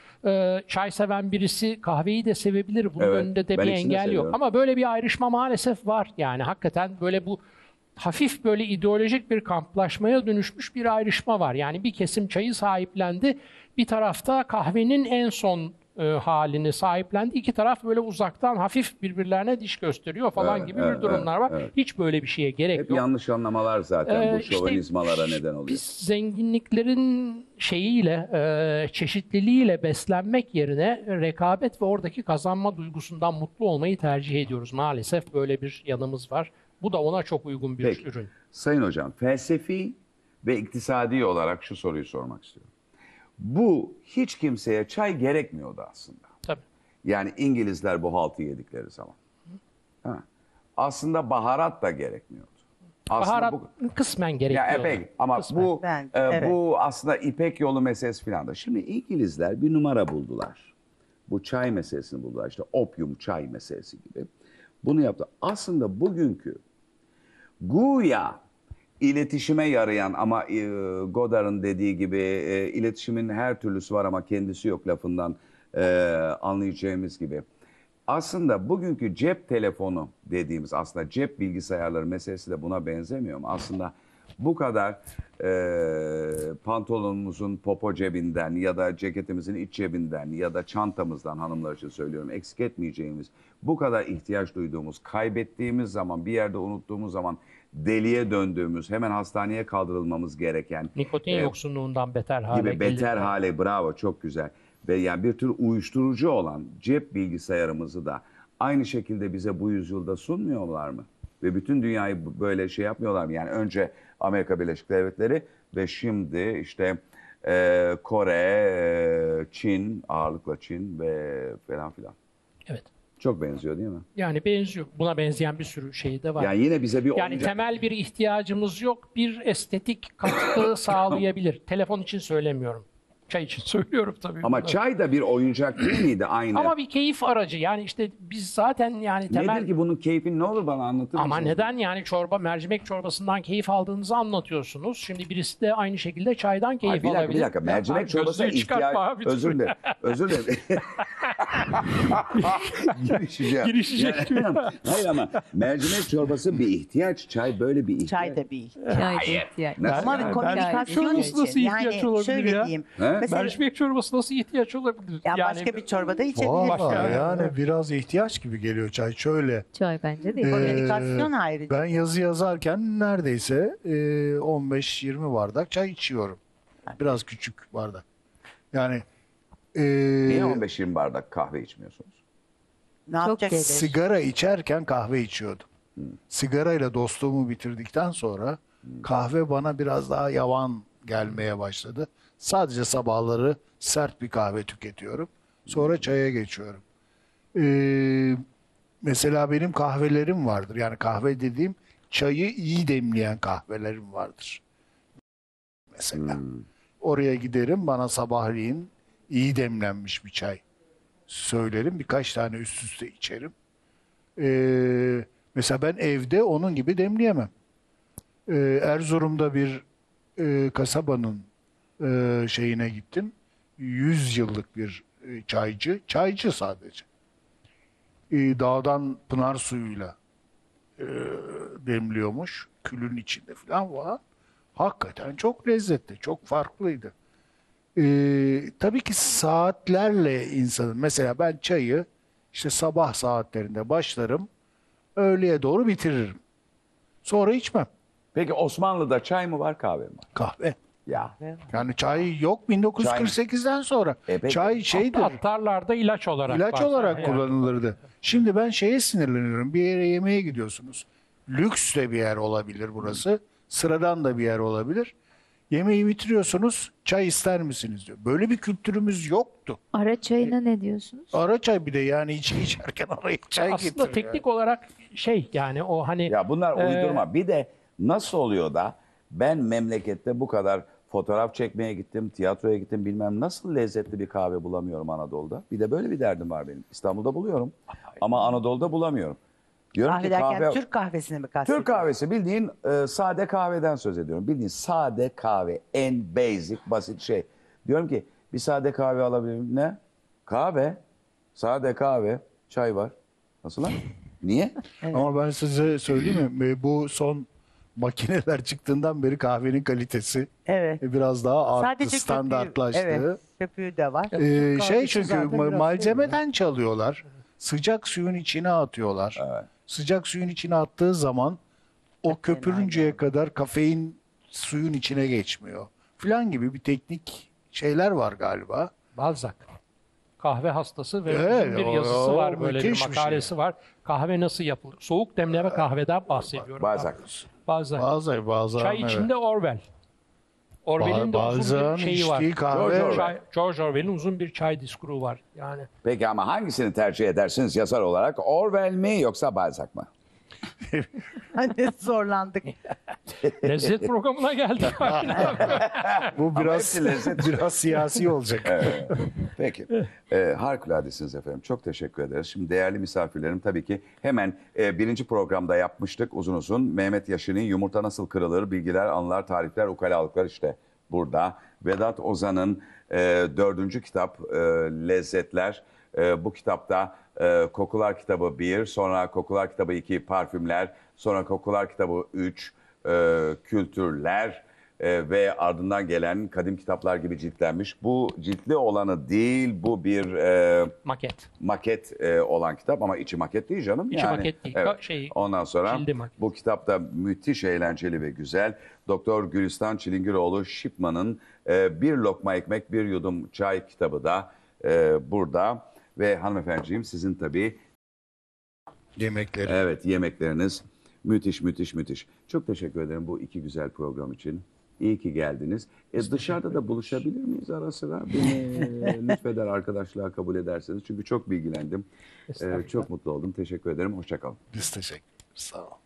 çay seven birisi kahveyi de sevebilir. Bunun Evet, önünde de ben bir ikisini de engel yok. seviyorum. Ama böyle bir ayrışma maalesef var. Yani hakikaten böyle bu hafif böyle ideolojik bir kamplaşmaya dönüşmüş bir ayrışma var. Yani bir kesim çayı sahiplendi. Bir tarafta kahvenin en son halini sahiplendi. İki taraf böyle uzaktan hafif birbirlerine diş gösteriyor falan Evet, gibi evet, bir durumlar evet, var. evet. Hiç böyle bir şeye gerek Hep yok. yanlış anlamalar zaten bu İşte şovenizmalara neden oluyor. Biz zenginliklerin şeyiyle, çeşitliliğiyle beslenmek yerine rekabet ve oradaki kazanma duygusundan mutlu olmayı tercih ediyoruz. Maalesef böyle bir yanımız var. Bu da ona çok uygun bir Peki. ürün. Sayın Hocam, felsefi ve iktisadi olarak şu soruyu sormak istiyorum. Bu hiç kimseye çay gerekmiyordu aslında. Tabii. Yani İngilizler bu haltı yedikleri zaman. Ha. Aslında baharat da gerekmiyordu. Aslında Baharat bu, kısmen ya gerekiyor. epey ama Kısmen. bu Bence, evet. bu aslında İpek yolu meselesi falan da. Şimdi İngilizler bir numara buldular. Bu çay meselesini buldular. İşte opium çay meselesi gibi. Bunu yaptı. Aslında bugünkü güya iletişime yarayan ama Godard'ın dediği gibi iletişimin her türlüsü var ama kendisi yok lafından anlayacağımız gibi. Aslında bugünkü cep telefonu dediğimiz aslında cep bilgisayarları meselesi de buna benzemiyor mu? Aslında bu kadar pantolonumuzun popo cebinden ya da ceketimizin iç cebinden ya da çantamızdan hanımlar için söylüyorum eksik etmeyeceğimiz bu kadar ihtiyaç duyduğumuz, kaybettiğimiz zaman bir yerde unuttuğumuz zaman deliye döndüğümüz, hemen hastaneye kaldırılmamız gereken Nikotin yoksunluğundan beter hale gibi beter gelir. hale bravo çok güzel. Ve yani bir tür uyuşturucu olan cep bilgisayarımızı da aynı şekilde bize bu yüzyılda sunmuyorlar mı? Ve bütün dünyayı böyle şey yapmıyorlar mı? Yani önce Amerika Birleşik Devletleri ve şimdi işte Kore, Çin, ağırlıkla Çin ve falan filan. Evet. Çok benziyor değil mi? Yani benziyor. Buna benzeyen bir sürü şey de var. Yani yine bize bir Yani oyuncak. temel bir ihtiyacımız yok. Bir estetik katkı sağlayabilir. Telefon için söylemiyorum. Çay için söylüyorum tabii. Ama bunu. çay da bir oyuncak değil miydi aynı? Ama bir keyif aracı. Yani işte biz zaten yani temel... Nedir ki bunun keyfini ne olur bana anlatır Ama mısınız? neden yani mercimek çorbasından keyif aldığınızı anlatıyorsunuz. Şimdi birisi de aynı şekilde çaydan keyif Hayır, alabilir. bir dakika. Mercimek Ya, çorbasına gözlüğü çıkartma ihtiyaç... abi, Özür lütfen. dilerim. Özür dilerim. Girişeceğim. Girişecek. Hayır ama mercimek çorbası bir ihtiyaç. Çay böyle bir ihtiyaç. Çay da bir ihtiyaç. Çay da ihtiyaç. Nasıl Ama yani? bir komünikasyon Çorbası nasıl için. ihtiyaç Yani olabilir şöyle ya? diyeyim. He? Mesela Mercimek çorbası nasıl ihtiyaç olabilir? ya başka bir çorbada içebilirsin. Valla yani. yani biraz ihtiyaç gibi geliyor çay. Şöyle Çay bence de. Komünikasyon ayrıca. ben yazı yazarken neredeyse 15-20 bardak çay içiyorum. Biraz küçük bardak. Yani Niye 15-20 bardak kahve içmiyorsunuz? Ne Çok yapacaksın? gelir. sigara içerken kahve içiyordum. Sigarayla dostluğumu bitirdikten sonra kahve bana biraz daha yavan gelmeye başladı. Sadece sabahları sert bir kahve tüketiyorum. Sonra çaya geçiyorum. Mesela benim kahvelerim vardır. Yani kahve dediğim çayı iyi demleyen kahvelerim vardır. Mesela. Oraya giderim, bana sabahleyin iyi demlenmiş bir çay söylerim. Birkaç tane üst üste içerim. Mesela ben evde onun gibi demleyemem. Erzurum'da bir kasabanın şeyine gittim. 100 yıllık bir çaycı. Çaycı sadece. Dağdan pınar suyuyla demliyormuş. Külün içinde falan var. Hakikaten çok lezzetli, çok farklıydı. Tabii ki saatlerle insanın, mesela ben çayı işte sabah saatlerinde başlarım, öğleye doğru bitiririm. Sonra içmem. Peki Osmanlı'da çay mı var kahve mi var? Kahve. Ya. Yani çay yok 1948'den sonra. peki. Çay şeydir. Attarlarda ilaç olarak İlaç var. olarak Yani. kullanılırdı. Şimdi ben şeye sinirleniyorum. Bir yere yemeğe gidiyorsunuz. Lüks de bir yer olabilir burası. Sıradan da bir yer olabilir. Yemeği bitiriyorsunuz. Çay ister misiniz diyor. Böyle bir kültürümüz yoktu. Ara çayına ne diyorsunuz? Ara çay bir de, yani içerken araya çay Aslında getir. teknik olarak yani o hani Ya bunlar uydurma. Bir de nasıl oluyor da ben memlekette bu kadar fotoğraf çekmeye gittim, tiyatroya gittim, bilmem nasıl lezzetli bir kahve bulamıyorum Anadolu'da. Bir de böyle bir derdim var benim. İstanbul'da buluyorum ama Anadolu'da bulamıyorum. Diyorum Kahve ki derken Türk kahvesini mi kastediyorsun? Türk kahvesi, bildiğin sade kahveden söz ediyorum. Bildiğin sade kahve, en basic, basit şey. Diyorum ki bir sade kahve alabilir miyim? Ne? Kahve, sade kahve, çay var. Nasıl lan? Niye? Ama ben size söyleyeyim mi? Bu son makineler çıktığından beri kahvenin kalitesi Evet. biraz daha arttı, Sadece standartlaştı. köpüğü, evet, köpüğü de var. Şey, çünkü malzemeden çalıyorlar. Sıcak suyun içine atıyorlar. Sıcak suyun içine attığı zaman o köpürünceye kadar kafein suyun içine geçmiyor. Falan gibi bir teknik şeyler var galiba. Balzac. Kahve hastası ve Evet, uzun bir o- yazısı o var, böyle bir müthiş bir şey. makalesi var. Kahve nasıl yapılır? Soğuk demleme kahveden bahsediyorum. Balzac. Balzac. Bazı Çay içinde Orwell. Orwell'in de uzun Balzac'ın bir şeyi var. içtiği kahve George Orwell'in uzun bir çay diskuru var. Yani Peki ama hangisini tercih edersiniz yazar olarak? Orwell mi yoksa Balzac mı? Hani zorlandık. lezzet programına geldik. bu biraz hepsi lezzet. biraz siyasi olacak. Peki. Harikuladesiniz efendim. Çok teşekkür ederiz. Şimdi değerli misafirlerim, tabii ki hemen birinci programda yapmıştık uzun uzun. Mehmet Yaşin'in Yumurta Nasıl Kırılır? Bilgiler, Anılar, Tarifler, Ukalalıklar işte burada. Vedat Ozan'ın 4. kitap Lezzetler. Bu kitapta Kokular kitabı 1, sonra Kokular kitabı 2, Parfümler, sonra Kokular kitabı 3, Kültürler ve ardından gelen kadim kitaplar gibi ciltlenmiş. Bu ciltli olanı değil, bu bir Maket. maket olan kitap ama içi maket değil canım. İçi maket değil. Ondan sonra cildi maket. bu kitap da müthiş eğlenceli ve güzel. Doktor Gülistan Çilingiroğlu Şipman'ın Bir Lokma Ekmek Bir Yudum Çay kitabı da burada. Ve hanımefendiciğim, sizin tabii Yemekleri. evet yemekleriniz müthiş müthiş müthiş. Çok teşekkür ederim bu iki güzel program için. İyi ki geldiniz. Dışarıda da buluşabilir miyiz ara sıra? Beni lütfeder arkadaşlığa kabul ederseniz. Çünkü çok bilgilendim. Çok mutlu oldum. Teşekkür ederim. Hoşça kalın. Biz teşekkür ederiz. Sağ olun.